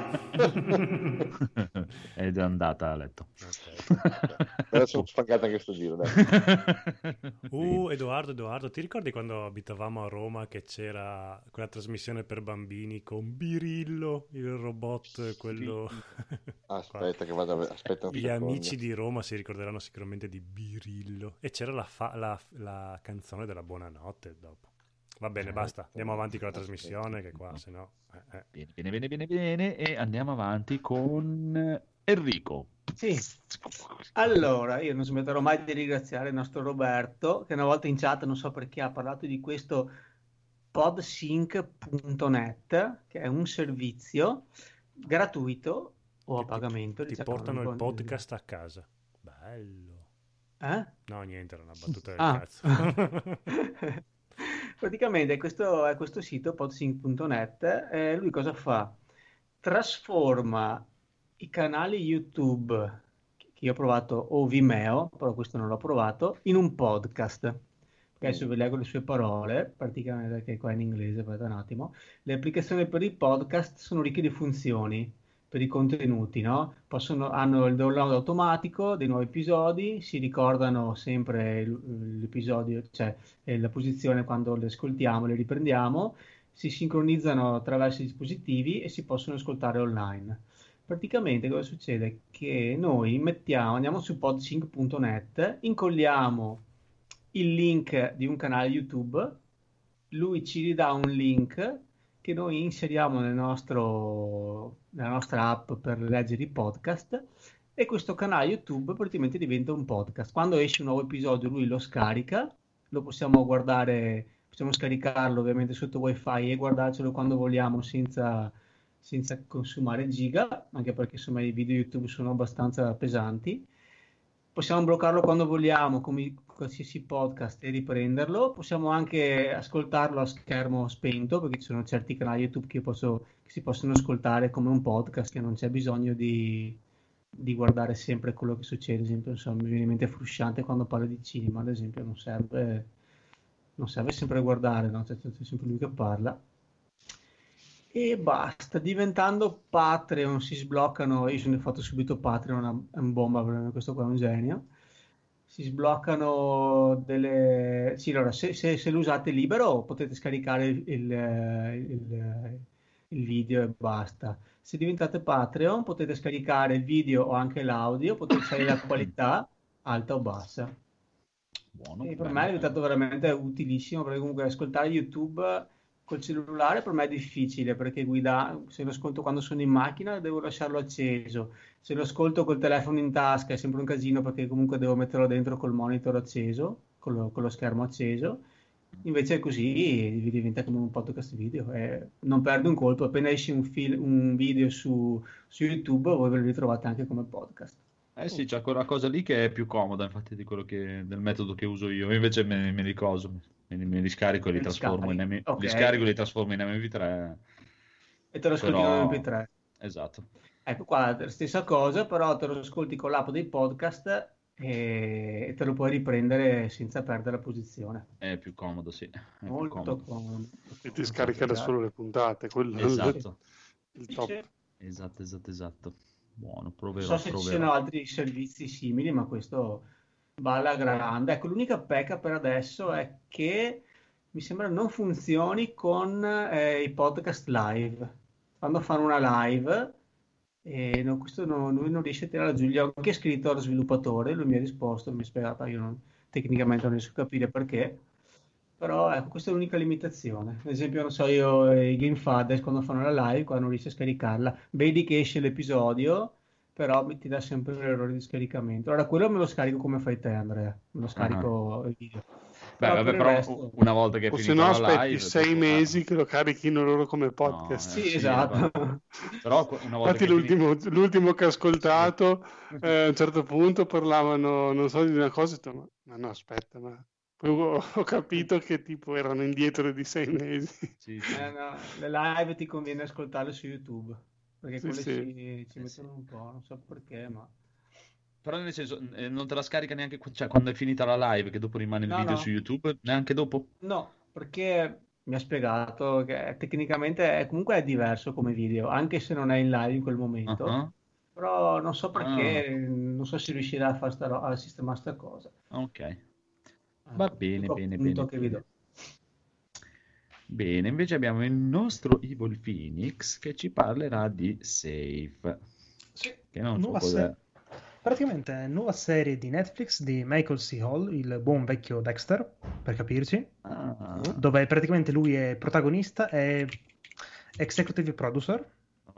Ed è andata a letto. Adesso sono spancata anche sto giro, dai. Edoardo, ti ricordi quando abitavamo a Roma che c'era quella trasmissione per bambini con Birillo, il robot, quello... Aspetta che aspetta un Gli secondo. amici di Roma si ricorderanno sicuramente di Birillo. E c'era la canzone della buonanotte dopo. Va bene, basta. Andiamo avanti con la trasmissione, che qua, se no... Bene. E andiamo avanti con Enrico. Sì, allora io non smetterò mai di ringraziare il nostro Roberto che una volta in chat, non so perché, ha parlato di questo podsync.net, che è un servizio gratuito o a pagamento. Ti diciamo, portano il con- podcast a casa. Bello. Eh? No, niente, era una battuta del Ah. cazzo. Praticamente questo sito podsync.net, lui cosa fa? Trasforma i canali YouTube che io ho provato o Vimeo, però questo non l'ho provato, in un podcast. Adesso vi leggo le sue parole, praticamente perché qua è in inglese, aspetta un attimo. Le applicazioni per i podcast sono ricche di funzioni per i contenuti, no? Hanno il download automatico dei nuovi episodi, si ricordano sempre l'episodio, cioè la posizione quando le ascoltiamo, le riprendiamo, si sincronizzano attraverso i dispositivi e si possono ascoltare online. Praticamente cosa succede? Che noi andiamo su podsync.net, incolliamo il link di un canale YouTube, lui ci ridà un link che noi inseriamo nella nostra app per leggere i podcast e questo canale YouTube praticamente diventa un podcast. Quando esce un nuovo episodio lui lo scarica, lo possiamo guardare, possiamo scaricarlo ovviamente sotto wifi e guardarcelo quando vogliamo senza consumare giga, anche perché insomma i video YouTube sono abbastanza pesanti. Possiamo bloccarlo quando vogliamo, come qualsiasi podcast, e riprenderlo. Possiamo anche ascoltarlo a schermo spento, perché ci sono certi canali YouTube che si possono ascoltare come un podcast, che non c'è bisogno di guardare sempre quello che succede. Ad esempio, insomma, mi viene in mente Frusciante quando parla di cinema, ad esempio, non serve sempre guardare, no? C'è sempre lui che parla. E basta, diventando Patreon si sbloccano, io sono fatto subito Patreon, è un bomba, perché questo qua è un genio, si sbloccano delle... Sì, allora, se lo usate libero potete scaricare il video e basta. Se diventate Patreon potete scaricare il video o anche l'audio, potete scegliere la qualità alta o bassa. Buono, E per bello. me è diventato veramente utilissimo, perché comunque ascoltare YouTube col cellulare per me è difficile, perché se lo ascolto quando sono in macchina devo lasciarlo acceso, se lo ascolto col telefono in tasca è sempre un casino, perché comunque devo metterlo dentro col monitor acceso, con lo schermo acceso. Invece così diventa come un podcast video e non perde un colpo. Appena esce un video su YouTube, voi ve lo ritrovate anche come podcast. Sì, c'è quella cosa lì che è più comoda, infatti, del metodo che uso io. Io invece me li coso, me li scarico e li trasformo li scarico e li trasformo in MP3. E te lo ascolti in MP3. Esatto. Ecco qua, la stessa cosa, però te lo ascolti con l'app dei podcast e te lo puoi riprendere senza perdere la posizione. È più comodo, sì. Molto comodo. E ti scarica da solo le puntate, quello esatto. Il top. Esatto. Buono, proverò. Non so se ci sono altri servizi simili, ma questo va alla grande. Ecco, l'unica pecca per adesso è che mi sembra non funzioni con i podcast live. Quando fanno una live, questo lui non riesce a tirare giù. Gli ho anche scritto allo sviluppatore, lui mi ha risposto, mi ha spiegato, io tecnicamente non riesco a capire perché. Però ecco, questa è l'unica limitazione. Ad esempio, non so, io i Game Fathers quando fanno la live, quando non riesci a scaricarla, vedi che esce l'episodio, però ti dà sempre l'errore di scaricamento. Allora, quello me lo scarico come fai te, Andrea. Me lo scarico il video. Però resto... una volta che è finita la live... O se no aspetti 6 mesi che lo carichino loro come podcast. Sì, esatto. Però una volta infatti l'ultimo che ho ascoltato, a un certo punto parlavano, non so, di una cosa, ho detto, ma no, aspetta, ma... Poi ho capito che tipo erano indietro di 6 mesi. Sì. No, le live ti conviene ascoltarle su YouTube, perché quelle ci mettono un po', non so perché, ma... Però nel senso, non te la scarica neanche quando è finita la live, che dopo rimane il video su YouTube? Neanche dopo? No, perché mi ha spiegato che tecnicamente comunque è diverso come video, anche se non è in live in quel momento. Però non so perché, non so se riuscirà a sistemare sta cosa. Ok. Va bene, bene. Bene, invece abbiamo il nostro Evil Phoenix che ci parlerà di Safe. Sì, che non so cos'è. Praticamente è nuova serie di Netflix di Michael C. Hall, il buon vecchio Dexter, per capirci, dove praticamente lui è protagonista, è executive producer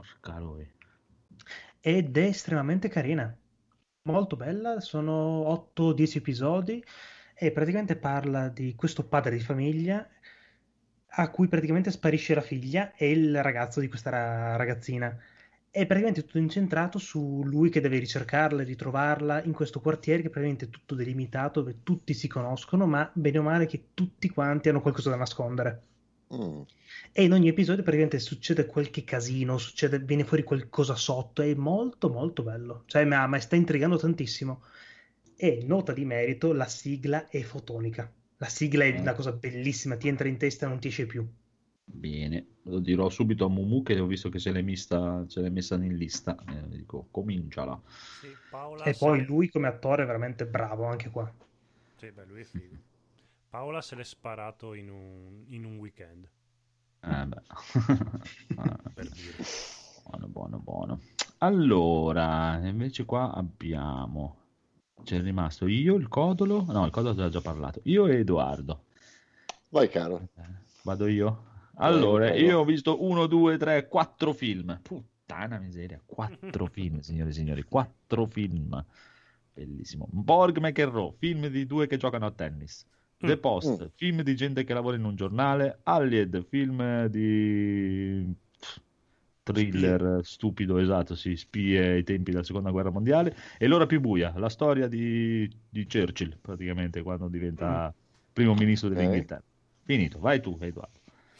ed è estremamente carina, molto bella, sono 8-10 episodi e praticamente parla di questo padre di famiglia a cui praticamente sparisce la figlia e il ragazzo di questa ragazzina. È praticamente tutto incentrato su lui che deve ricercarla e ritrovarla in questo quartiere che praticamente è tutto delimitato, dove tutti si conoscono, ma bene o male che tutti quanti hanno qualcosa da nascondere. E in ogni episodio praticamente succede qualche casino, viene fuori qualcosa sotto, è molto molto bello, cioè mi sta intrigando tantissimo. E nota di merito, la sigla è fotonica. La sigla è una cosa bellissima, ti entra in testa e non ti esce più. Bene, lo dirò subito a Mumu che ho visto che ce l'hai messa in lista. Dico, cominciala. Sì, Paola e poi lui come attore è veramente bravo anche qua. Sì, beh, lui è figo. Paola se l'è sparato in un weekend. Beh. Per dire. Buono. Allora, invece qua abbiamo... C'è rimasto io, il Codolo... No, il Codolo te l'ho già parlato. Io e Edoardo. Vai, caro. Vado io? Allora, io ho visto 1, 2, 3, 4 film. Puttana miseria, 4 film, signore e signori, 4 film. Bellissimo. Borg McEnroe, film di 2 che giocano a tennis. The Post, film di gente che lavora in un giornale. Allied, film di thriller stupido, esatto, spie ai tempi della seconda guerra mondiale. E L'ora più buia, la storia di Churchill, praticamente, quando diventa primo ministro dell'Inghilterra. Finito, vai tu, Edoardo.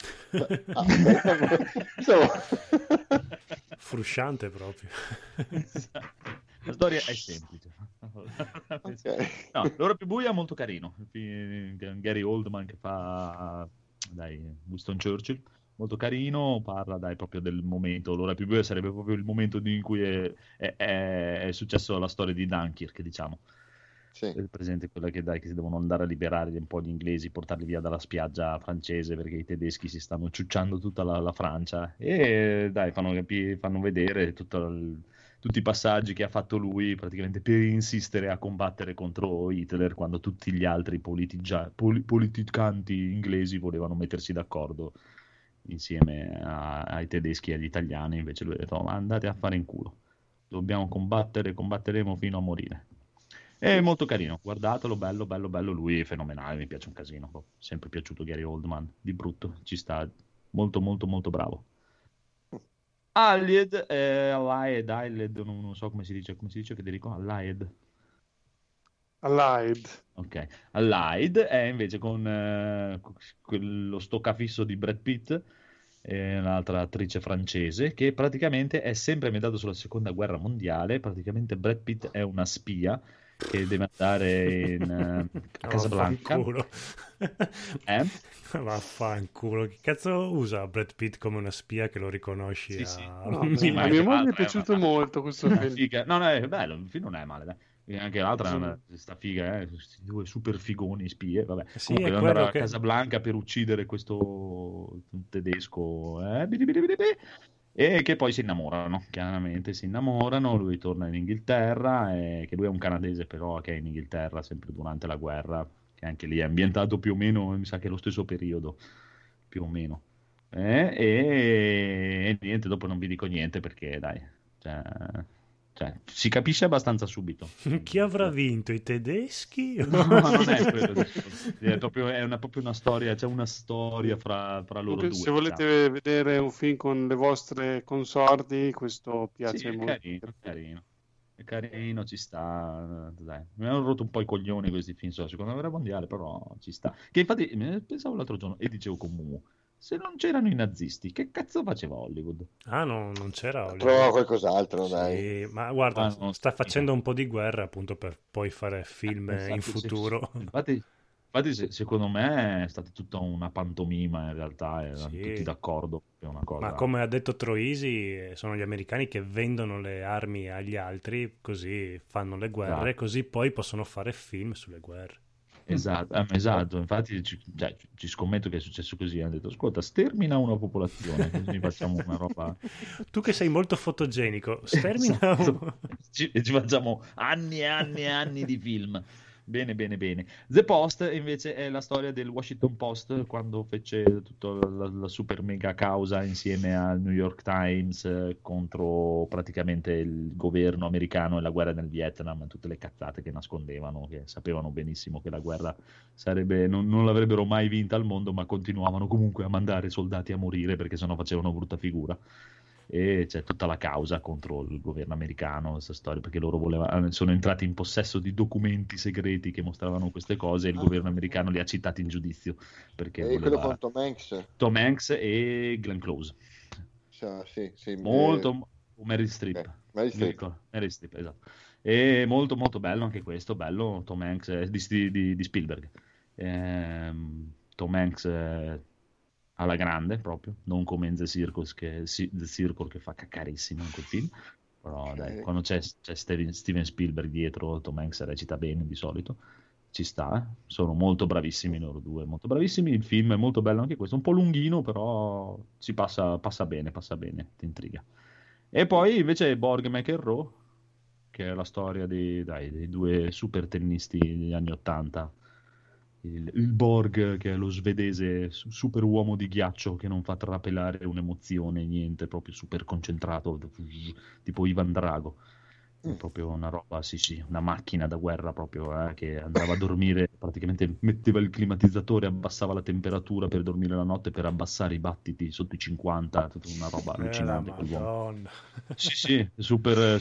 Frusciante proprio. La storia è semplice. No, L'ora più buia è molto carino. Gary Oldman che fa Winston Churchill, molto carino, parla proprio del momento. L'ora più buia sarebbe proprio il momento in cui è successo la storia di Dunkirk, diciamo. Sì. È presente quella che si devono andare a liberare un po' gli inglesi, portarli via dalla spiaggia francese perché i tedeschi si stanno ciucciando tutta la Francia e fanno vedere tutti i passaggi che ha fatto lui praticamente per insistere a combattere contro Hitler quando tutti gli altri politicanti inglesi volevano mettersi d'accordo insieme ai tedeschi e agli italiani. Invece lui ha detto: andate a fare in culo, dobbiamo combattere, combatteremo fino a morire. È molto carino, guardatelo, bello, bello, bello, lui è fenomenale, mi piace un casino, sempre piaciuto Gary Oldman, di brutto, ci sta, molto, molto, molto bravo. Allied, non so come si dice Federico, Allied. Ok, Allied è invece con quello stoccafisso di Brad Pitt e un'altra attrice francese che praticamente è sempre ambientato sulla seconda guerra mondiale. Praticamente Brad Pitt è una spia che deve andare a Casablanca. Vaffanculo, che cazzo usa Brad Pitt come una spia che lo riconosci? Sì. Sì, ma a mia moglie è piaciuto molto questo film. Figa. No, è bello, il film non è male, dai. E anche l'altra sta figa, questi due super figoni spie, vabbè. Sì, Comunque è devono andare a quello che- Casablanca per uccidere questo tedesco, e che poi si innamorano, chiaramente si innamorano, lui torna in Inghilterra, e che lui è un canadese però che è in Inghilterra sempre durante la guerra, che anche lì è ambientato più o meno, mi sa che è lo stesso periodo, più o meno. E niente, dopo non vi dico niente perché dai, cioè, si capisce abbastanza subito. Chi avrà vinto? I tedeschi? No, non è quello. È proprio una storia, c'è una storia fra loro Comunque, due. se volete vedere un film con le vostre consorti, questo piace Sì, è molto. è carino, ci sta. Dai. Mi hanno rotto un po' i coglioni questi film sulla seconda guerra mondiale, però ci sta. Che infatti pensavo l'altro giorno e dicevo con Mumu, se non c'erano i nazisti, che cazzo faceva Hollywood? Ah no, non c'era Hollywood. Trova qualcos'altro, dai. Sì, ma guarda, non sta facendo un po' di guerra appunto per poi fare film in Infatti, futuro. Infatti, secondo me è stata tutta una pantomima in realtà, erano Sì. tutti d'accordo. È una cosa... Ma come ha detto Troisi, sono gli americani che vendono le armi agli altri, così fanno le guerre, Esatto. così poi possono fare film sulle guerre. Esatto, infatti ci scommetto che è successo così, hanno detto ascolta, stermina una popolazione, così facciamo una roba... Tu che sei molto fotogenico, stermina Esatto. Ci facciamo anni e anni e anni di film. Bene. The Post invece è la storia del Washington Post quando fece tutta la super mega causa insieme al New York Times contro praticamente il governo americano e la guerra nel Vietnam, tutte le cazzate che nascondevano, che sapevano benissimo che la guerra non l'avrebbero mai vinta al mondo, ma continuavano comunque a mandare soldati a morire perché sennò facevano brutta figura. E c'è tutta la causa contro il governo americano, questa storia, perché loro sono entrati in possesso di documenti segreti che mostravano queste cose e il governo americano li ha citati in giudizio perché E quello con Tom Hanks? Tom Hanks e Glenn Close. Sì. Molto Meryl Streep. Meryl Streep, esatto. E molto molto bello anche questo, bello Tom Hanks di Spielberg. Tom Hanks alla grande proprio, non come in The Circle che fa caccarissimo in quel film, però dai, quando c'è Steven Spielberg dietro, Tom Hanks recita bene di solito, ci sta, sono molto bravissimi loro due, molto bravissimi, il film è molto bello anche questo, un po' lunghino però si passa bene, ti intriga. E poi invece Borg McEnroe, che è la storia dei due super tennisti degli anni '80, il Borg che è lo svedese super uomo di ghiaccio che non fa trapelare un'emozione, niente, proprio super concentrato, tipo Ivan Drago, è proprio una roba, sì, una macchina da guerra proprio, che andava a dormire, praticamente metteva il climatizzatore, abbassava la temperatura per dormire la notte per abbassare i battiti sotto i 50, tutta una roba allucinante quell'uomo. Sì, super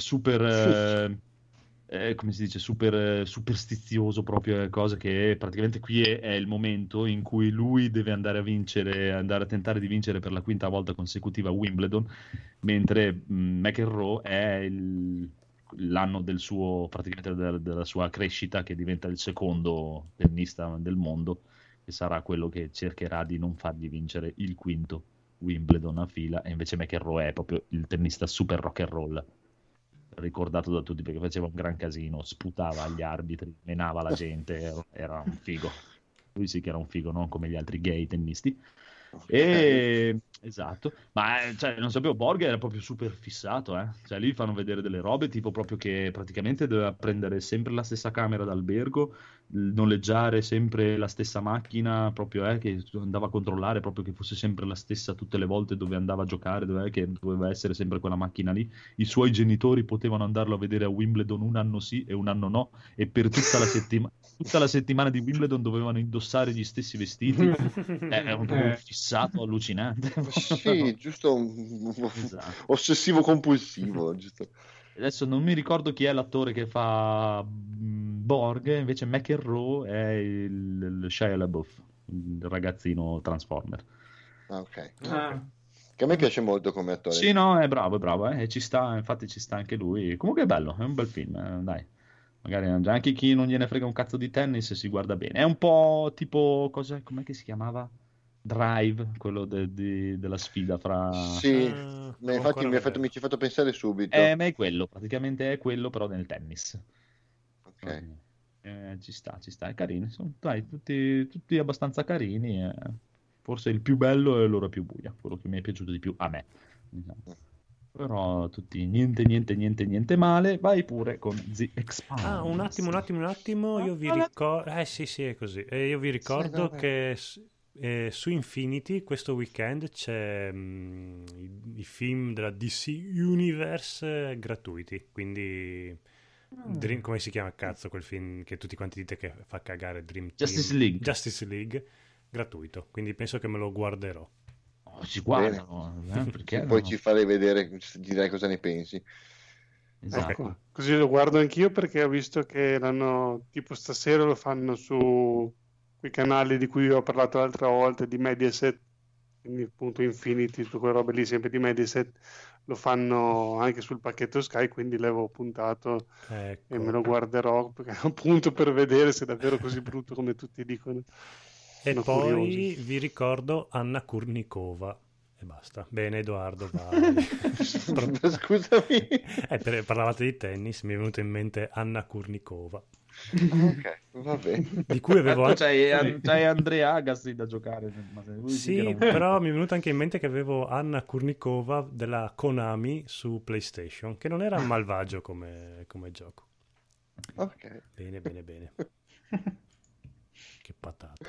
come si dice, super superstizioso proprio, cose che praticamente qui è il momento in cui lui deve andare a tentare di vincere per la quinta volta consecutiva a Wimbledon, mentre McEnroe è l'anno praticamente della sua crescita, che diventa il secondo tennista del mondo e sarà quello che cercherà di non fargli vincere il quinto Wimbledon a fila, e invece McEnroe è proprio il tennista super rock and roll, ricordato da tutti perché faceva un gran casino, sputava agli arbitri, menava la gente, era un figo. Lui sì che era un figo, non come gli altri gay tennisti. Esatto, ma non sapevo, Borg era proprio super fissato, cioè lì fanno vedere delle robe tipo proprio che praticamente doveva prendere sempre la stessa camera d'albergo, noleggiare sempre la stessa macchina, proprio che andava a controllare proprio che fosse sempre la stessa tutte le volte dove andava a giocare, che doveva essere sempre quella macchina lì. I suoi genitori potevano andarlo a vedere a Wimbledon un anno sì e un anno no, e per tutta la settimana di Wimbledon dovevano indossare gli stessi vestiti. È un fissato allucinante. Sì, giusto, Esatto. ossessivo compulsivo, giusto. Adesso non mi ricordo chi è l'attore che fa Borg, invece McEnroe è il Shia LaBeouf, il ragazzino Transformer. Ah, ok. Che a me piace molto come attore. Sì, no, è bravo, e ci sta, infatti ci sta anche lui. Comunque è bello, è un bel film, dai. Magari anche chi non gliene frega un cazzo di tennis si guarda bene. È un po' tipo, com'è che si chiamava? Drive, quello della sfida fra... Sì, infatti mi ci ha fatto pensare subito. Ma è quello, praticamente è quello però nel tennis. Ok. Ci sta, è carino. Sono tutti abbastanza carini. Forse il più bello è L'ora più buia, quello che mi è piaciuto di più a me. Diciamo. Però tutti niente male. Vai pure con The Expanse. Un attimo. Io vi ricordo... sì, è così. Io vi ricordo che... su Infinity questo weekend c'è i film della DC Universe gratuiti, quindi come si chiama cazzo quel film che tutti quanti dite che fa cagare, Dream Team? Justice League gratuito, quindi penso che me lo guarderò. Si guardano, perché poi ci farei vedere, direi cosa ne pensi. Esatto. Ecco, così lo guardo anch'io, perché ho visto che l'hanno, tipo stasera lo fanno su quei canali di cui ho parlato l'altra volta, di Mediaset, quindi appunto Infinity, tutte quelle robe lì sempre di Mediaset, lo fanno anche sul pacchetto Sky, quindi l'avevo puntato e me lo guarderò, perché, appunto, per vedere se è davvero così brutto come tutti dicono. E Sono poi curioso. vi ricordo Anna Kurnikova e basta. Bene, Edoardo, vai. Scusami. Parlavate di tennis, mi è venuta in mente Anna Kurnikova. Ok, va bene. Di cui avevo anche... c'hai Andrea Agassi da giocare. Sì, però mi è venuto anche in mente che avevo Anna Kurnikova della Konami su PlayStation, che non era malvagio come gioco. Ok. Bene. Che patata.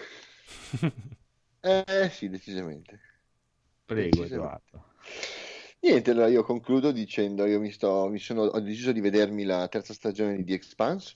Sì, decisamente. Prego, Edoardo. Niente, allora io concludo dicendo, ho deciso di vedermi la terza stagione di The Expanse,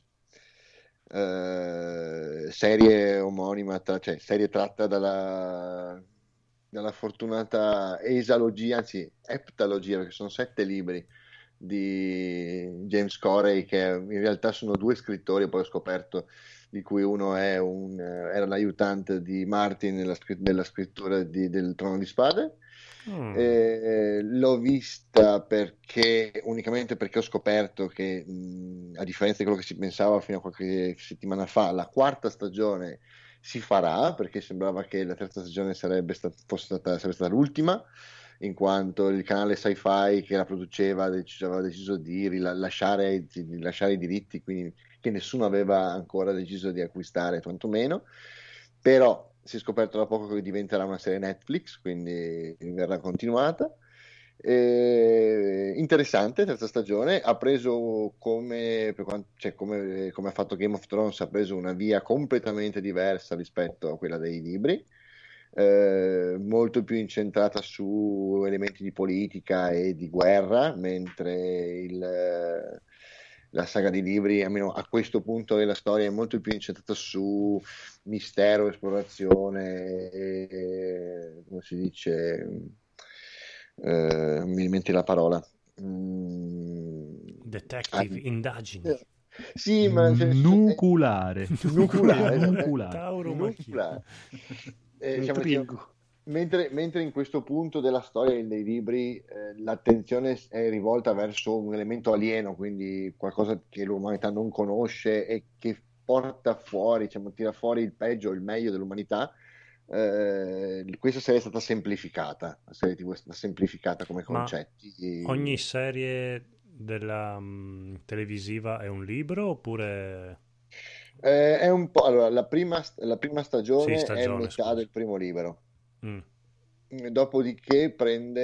serie omonima, cioè serie tratta dalla fortunata esalogia, anzi eptalogia, perché sono 7 libri di James Corey, che in realtà sono 2 scrittori, poi ho scoperto, di cui uno era l'aiutante di Martin nella scrittura del Trono di Spade. L'ho vista unicamente perché ho scoperto che, a differenza di quello che si pensava fino a qualche settimana fa, la 4ª stagione si farà, perché sembrava che la 3ª stagione sarebbe stata l'ultima, in quanto il canale Sci-Fi che la produceva aveva deciso di rilasciare i diritti, quindi che nessuno aveva ancora deciso di acquistare, quantomeno. Però si è scoperto da poco che diventerà una serie Netflix, quindi verrà continuata. Interessante, terza stagione, ha preso come ha fatto Game of Thrones, ha preso una via completamente diversa rispetto a quella dei libri, molto più incentrata su elementi di politica e di guerra, mentre la saga di libri, almeno a questo punto della storia, è molto più incentrata su mistero, esplorazione e, come si dice, non mi viene in mente la parola, detective, indagini. Sì, ma nucleare. Mentre in questo punto della storia dei libri l'attenzione è rivolta verso un elemento alieno, quindi qualcosa che l'umanità non conosce e che porta fuori, tira fuori il peggio o il meglio dell'umanità. Questa serie è stata semplificata, la serie TV è stata semplificata come concetti. Ogni serie della televisiva è un libro oppure... È un po', allora, la prima stagione è metà del primo libro. Dopodiché prende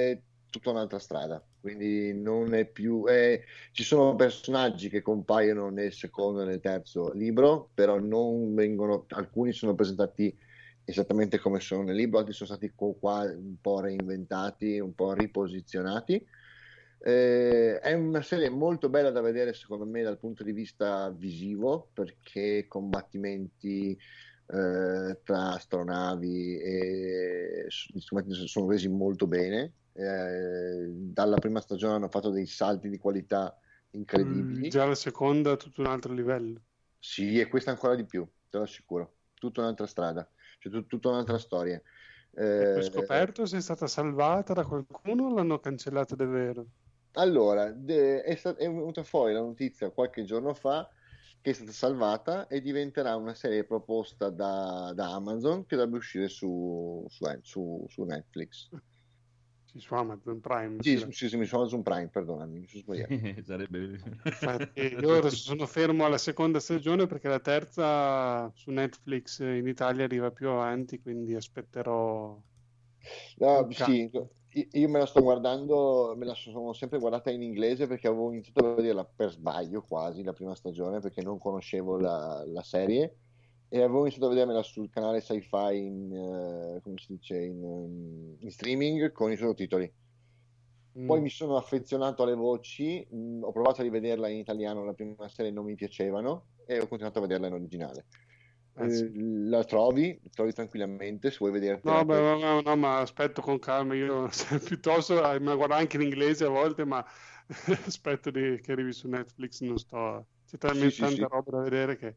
tutta un'altra strada, quindi non è più ci sono personaggi che compaiono nel secondo e nel terzo libro, però non vengono, alcuni sono presentati esattamente come sono nel libro, altri sono stati qua un po' reinventati, un po' riposizionati. È una serie molto bella da vedere secondo me dal punto di vista visivo, perché combattimenti tra astronavi e gli strumenti sono resi molto bene. Dalla prima stagione hanno fatto dei salti di qualità incredibili. Già la seconda tutto un altro livello. Sì, e questa ancora di più, te lo assicuro. Tutta un'altra strada, cioè tutta un'altra storia. Hai scoperto se è stata salvata da qualcuno o l'hanno cancellata davvero? Allora, è venuta fuori la notizia qualche giorno fa che è stata salvata e diventerà una serie proposta da Amazon che dovrebbe uscire su Netflix. Sì, su Amazon Prime. Sì, su Amazon Prime, perdonami, mi sono sbagliato. Sarebbe... Infatti, io ora sono fermo alla seconda stagione perché la terza su Netflix in Italia arriva più avanti, quindi aspetterò. No, sì, io me la sto guardando, me la sono sempre guardata in inglese perché avevo iniziato a vederla per sbaglio quasi la prima stagione perché non conoscevo la serie e avevo iniziato a vedermela sul canale Sci-Fi come si dice, in streaming con i sottotitoli. Poi mi sono affezionato alle voci, ho provato a rivederla in italiano, la prima serie non mi piacevano e ho continuato a vederla in originale. La trovi tranquillamente se vuoi vederti. No, ma aspetto con calma, io piuttosto me la guardo anche in inglese a volte, ma aspetto che arrivi su Netflix, non sto, c'è talmente tanta roba da vedere che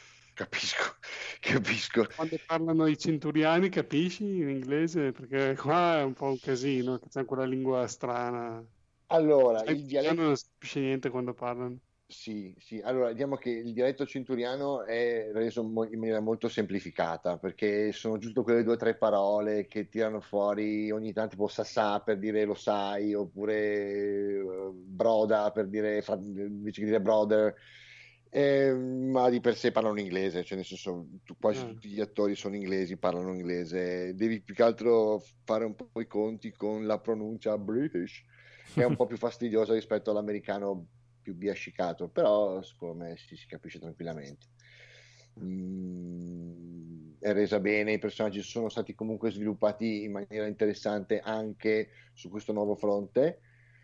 capisco. Quando parlano i centuriani capisci in inglese, perché qua è un po' un casino, che c'è quella lingua strana. Allora, il dialetto non si capisce niente quando parlano. Sì, allora diciamo che il dialetto cinturiano è reso in maniera molto semplificata perché sono giusto quelle 2 o 3 parole che tirano fuori ogni tanto, tipo sassà per dire lo sai, oppure broda per dire invece che dire brother, ma di per sé parlano inglese, cioè nel senso quasi tutti gli attori sono inglesi, parlano inglese, devi più che altro fare un po' i conti con la pronuncia British, che è un po' più fastidiosa rispetto all'americano più biascicato, però secondo me si capisce tranquillamente. È resa bene, i personaggi sono stati comunque sviluppati in maniera interessante anche su questo nuovo fronte.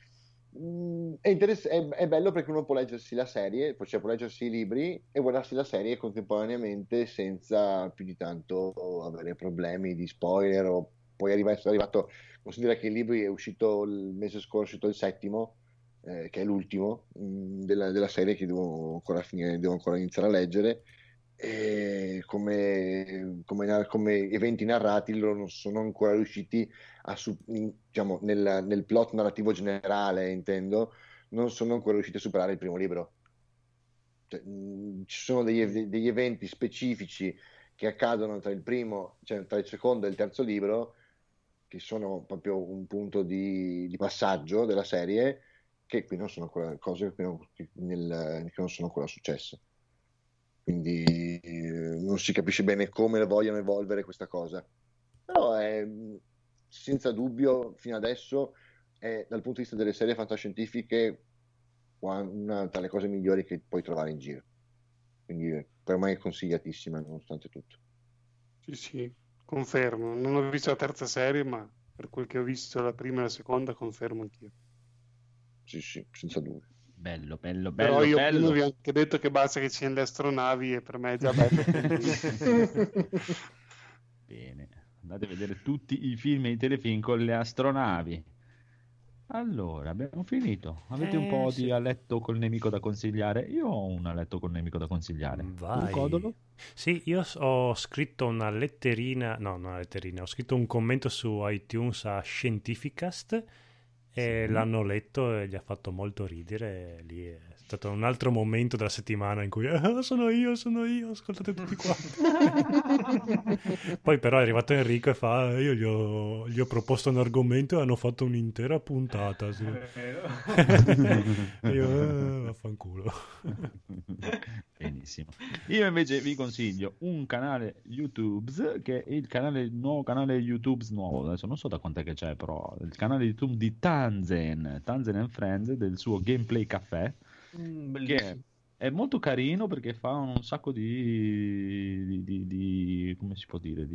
È bello perché uno può leggersi la serie, cioè può leggersi i libri e guardarsi la serie contemporaneamente senza più di tanto avere problemi di spoiler o poi è arrivato, considera che il libro è uscito il mese scorso, il 7º, che è l'ultimo della serie che devo ancora finire, devo ancora iniziare a leggere, e come eventi narrati loro non sono ancora riusciti diciamo, nel plot narrativo generale, intendo, non sono ancora riusciti a superare il primo libro. Cioè, ci sono degli eventi specifici che accadono tra il secondo e il terzo libro che sono proprio un punto di passaggio della serie, che qui non sono ancora cose che non sono ancora successe, quindi non si capisce bene come vogliono evolvere questa cosa, però è senza dubbio fino adesso è, dal punto di vista delle serie fantascientifiche, una tra le cose migliori che puoi trovare in giro, quindi per me è consigliatissima nonostante tutto. Sì, confermo, non ho visto la terza serie, ma per quel che ho visto la prima e la seconda confermo anch'io. Sì, senza dubbio. Bello. Però io prima vi ho anche detto che basta che ci siano le astronavi e per me è già bello. Bene, andate a vedere tutti i film e i telefilm con le astronavi. Allora, abbiamo finito. Avete un po' di aletto col nemico da consigliare? Io ho un aletto col nemico da consigliare. Vai. Codolo? Sì, io ho scritto una letterina, no, non una letterina, ho scritto un commento su iTunes a Scientificast e l'hanno letto e gli ha fatto molto ridere. Lì è stato un altro momento della settimana in cui sono io, ascoltate tutti qua. Poi però è arrivato Enrico e fa io gli ho proposto un argomento e hanno fatto un'intera puntata, sì. E io vaffanculo. Benissimo. Io invece vi consiglio un canale YouTube che è il nuovo canale YouTube nuovo, adesso non so da quant'è che c'è, però il canale YouTube di Tanzen and Friends, del suo Gameplay Café, che è molto carino perché fa un sacco di come si può dire,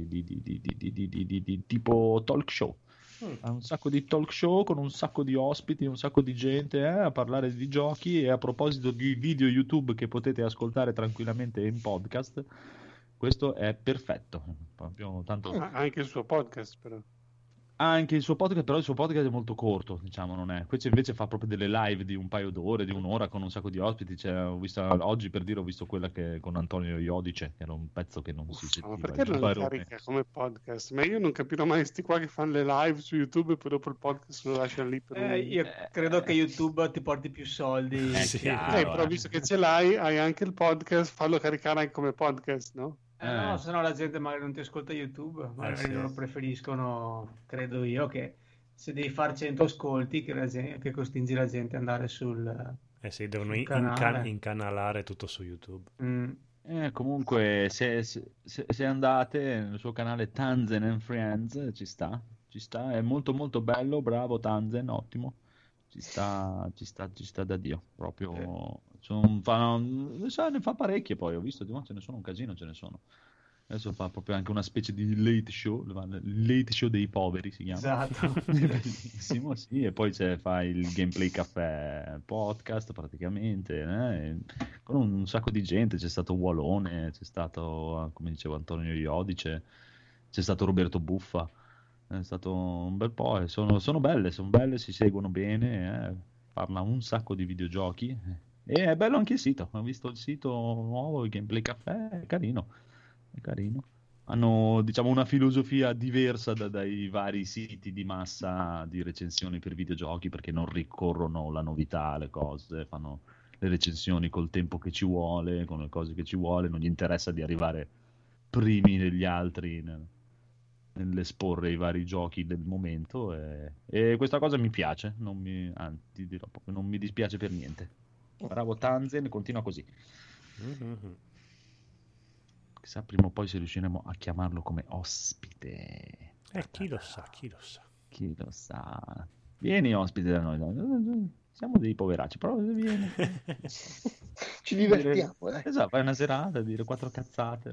di tipo talk show. Ha un sacco di talk show con un sacco di ospiti, un sacco di gente a parlare di giochi. E a proposito di video YouTube che potete ascoltare tranquillamente in podcast, questo è perfetto. Proprio tanto... Anche il suo podcast, però. Anche il suo podcast, però il suo podcast è molto corto, diciamo, non è. Questo invece fa proprio delle live di un paio d'ore, di un'ora, con un sacco di ospiti. Ho visto, oggi, per dire, ho visto quella che con Antonio Iodice, che era un pezzo che non si sentiva. Ma perché non carica come podcast? Ma io non capirò mai sti qua che fanno le live su YouTube e poi dopo il podcast lo lasciano lì per io credo che YouTube ti porti più soldi. Però visto che ce l'hai, hai anche il podcast, fallo caricare anche come podcast, no? No, se no la gente magari non ti ascolta YouTube, magari loro preferiscono, credo io, che se devi fare 100 ascolti che costringi la gente ad andare sul devono incanalare tutto su YouTube. Comunque se andate nel suo canale Tanzen and Friends ci sta, è molto molto bello, bravo Tanzen, ottimo, ci sta da Dio, proprio. Ne fa parecchie, poi ho visto, ce ne sono un casino, adesso fa proprio anche una specie di late show, il late show dei poveri si chiama. Esatto. Bellissimo, sì. E poi fa il Gameplay Café podcast praticamente, con un sacco di gente. C'è stato Walone, c'è stato, come dicevo, Antonio Iodice, c'è stato Roberto Buffa, è stato un bel po', e sono belle, si seguono bene, parla un sacco di videogiochi. E è bello anche il sito, ho visto il sito nuovo, il Gameplay Café, è carino. Hanno, diciamo, una filosofia diversa dai vari siti di massa di recensioni per videogiochi, perché non ricorrono alla novità, alle cose, fanno le recensioni col tempo che ci vuole, con le cose che ci vuole, non gli interessa di arrivare primi degli altri nell'esporre i vari giochi del momento, e questa cosa mi piace, anzi dirò proprio, non mi dispiace per niente. Bravo Tanzen, continua così. Chissà prima o poi se riusciremo a chiamarlo come ospite. Chi lo sa. Vieni ospite da noi. Siamo dei poveracci, però vieni. Ci divertiamo. Esatto, fai una serata a dire 4 cazzate.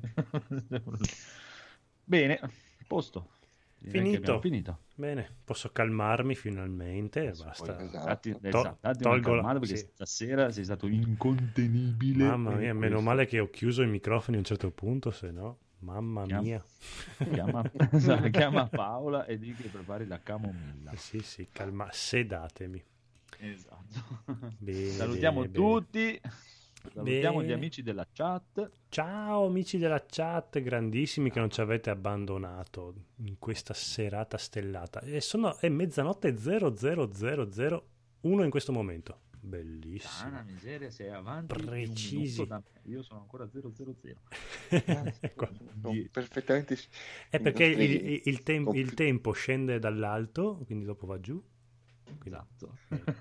Bene, posto. Finito. Bene, posso calmarmi finalmente. Basta. Tolgo perché stasera sei stato incontenibile. Mamma mia, meno male che ho chiuso i microfoni a un certo punto, se no, mamma mia. Chiama Paola e digli che prepari la camomilla. Sì, sedatemi. Esatto. Bene, salutiamo tutti. Salutiamo gli amici della chat. Ciao amici della chat, grandissimi, che non ci avete abbandonato in questa serata stellata. È mezzanotte 00:01 in questo momento. Bellissimo. Una miseria, sei avanti. Precisi. Io sono ancora 000. Ecco, perfettamente. È perché il tempo scende dall'alto, quindi dopo va giù. Esatto.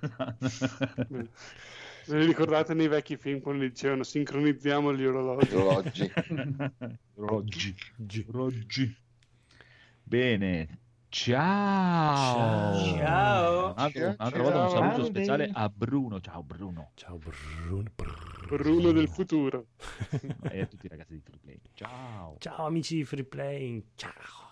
Se vi ricordate nei vecchi film quando dicevano sincronizziamo gli orologi. Orologi. Bene, ciao. Un'altra volta un saluto speciale a Bruno. Ciao Bruno. Bruno del futuro. E a tutti i ragazzi di Free Play. Ciao amici di Free Play. Ciao.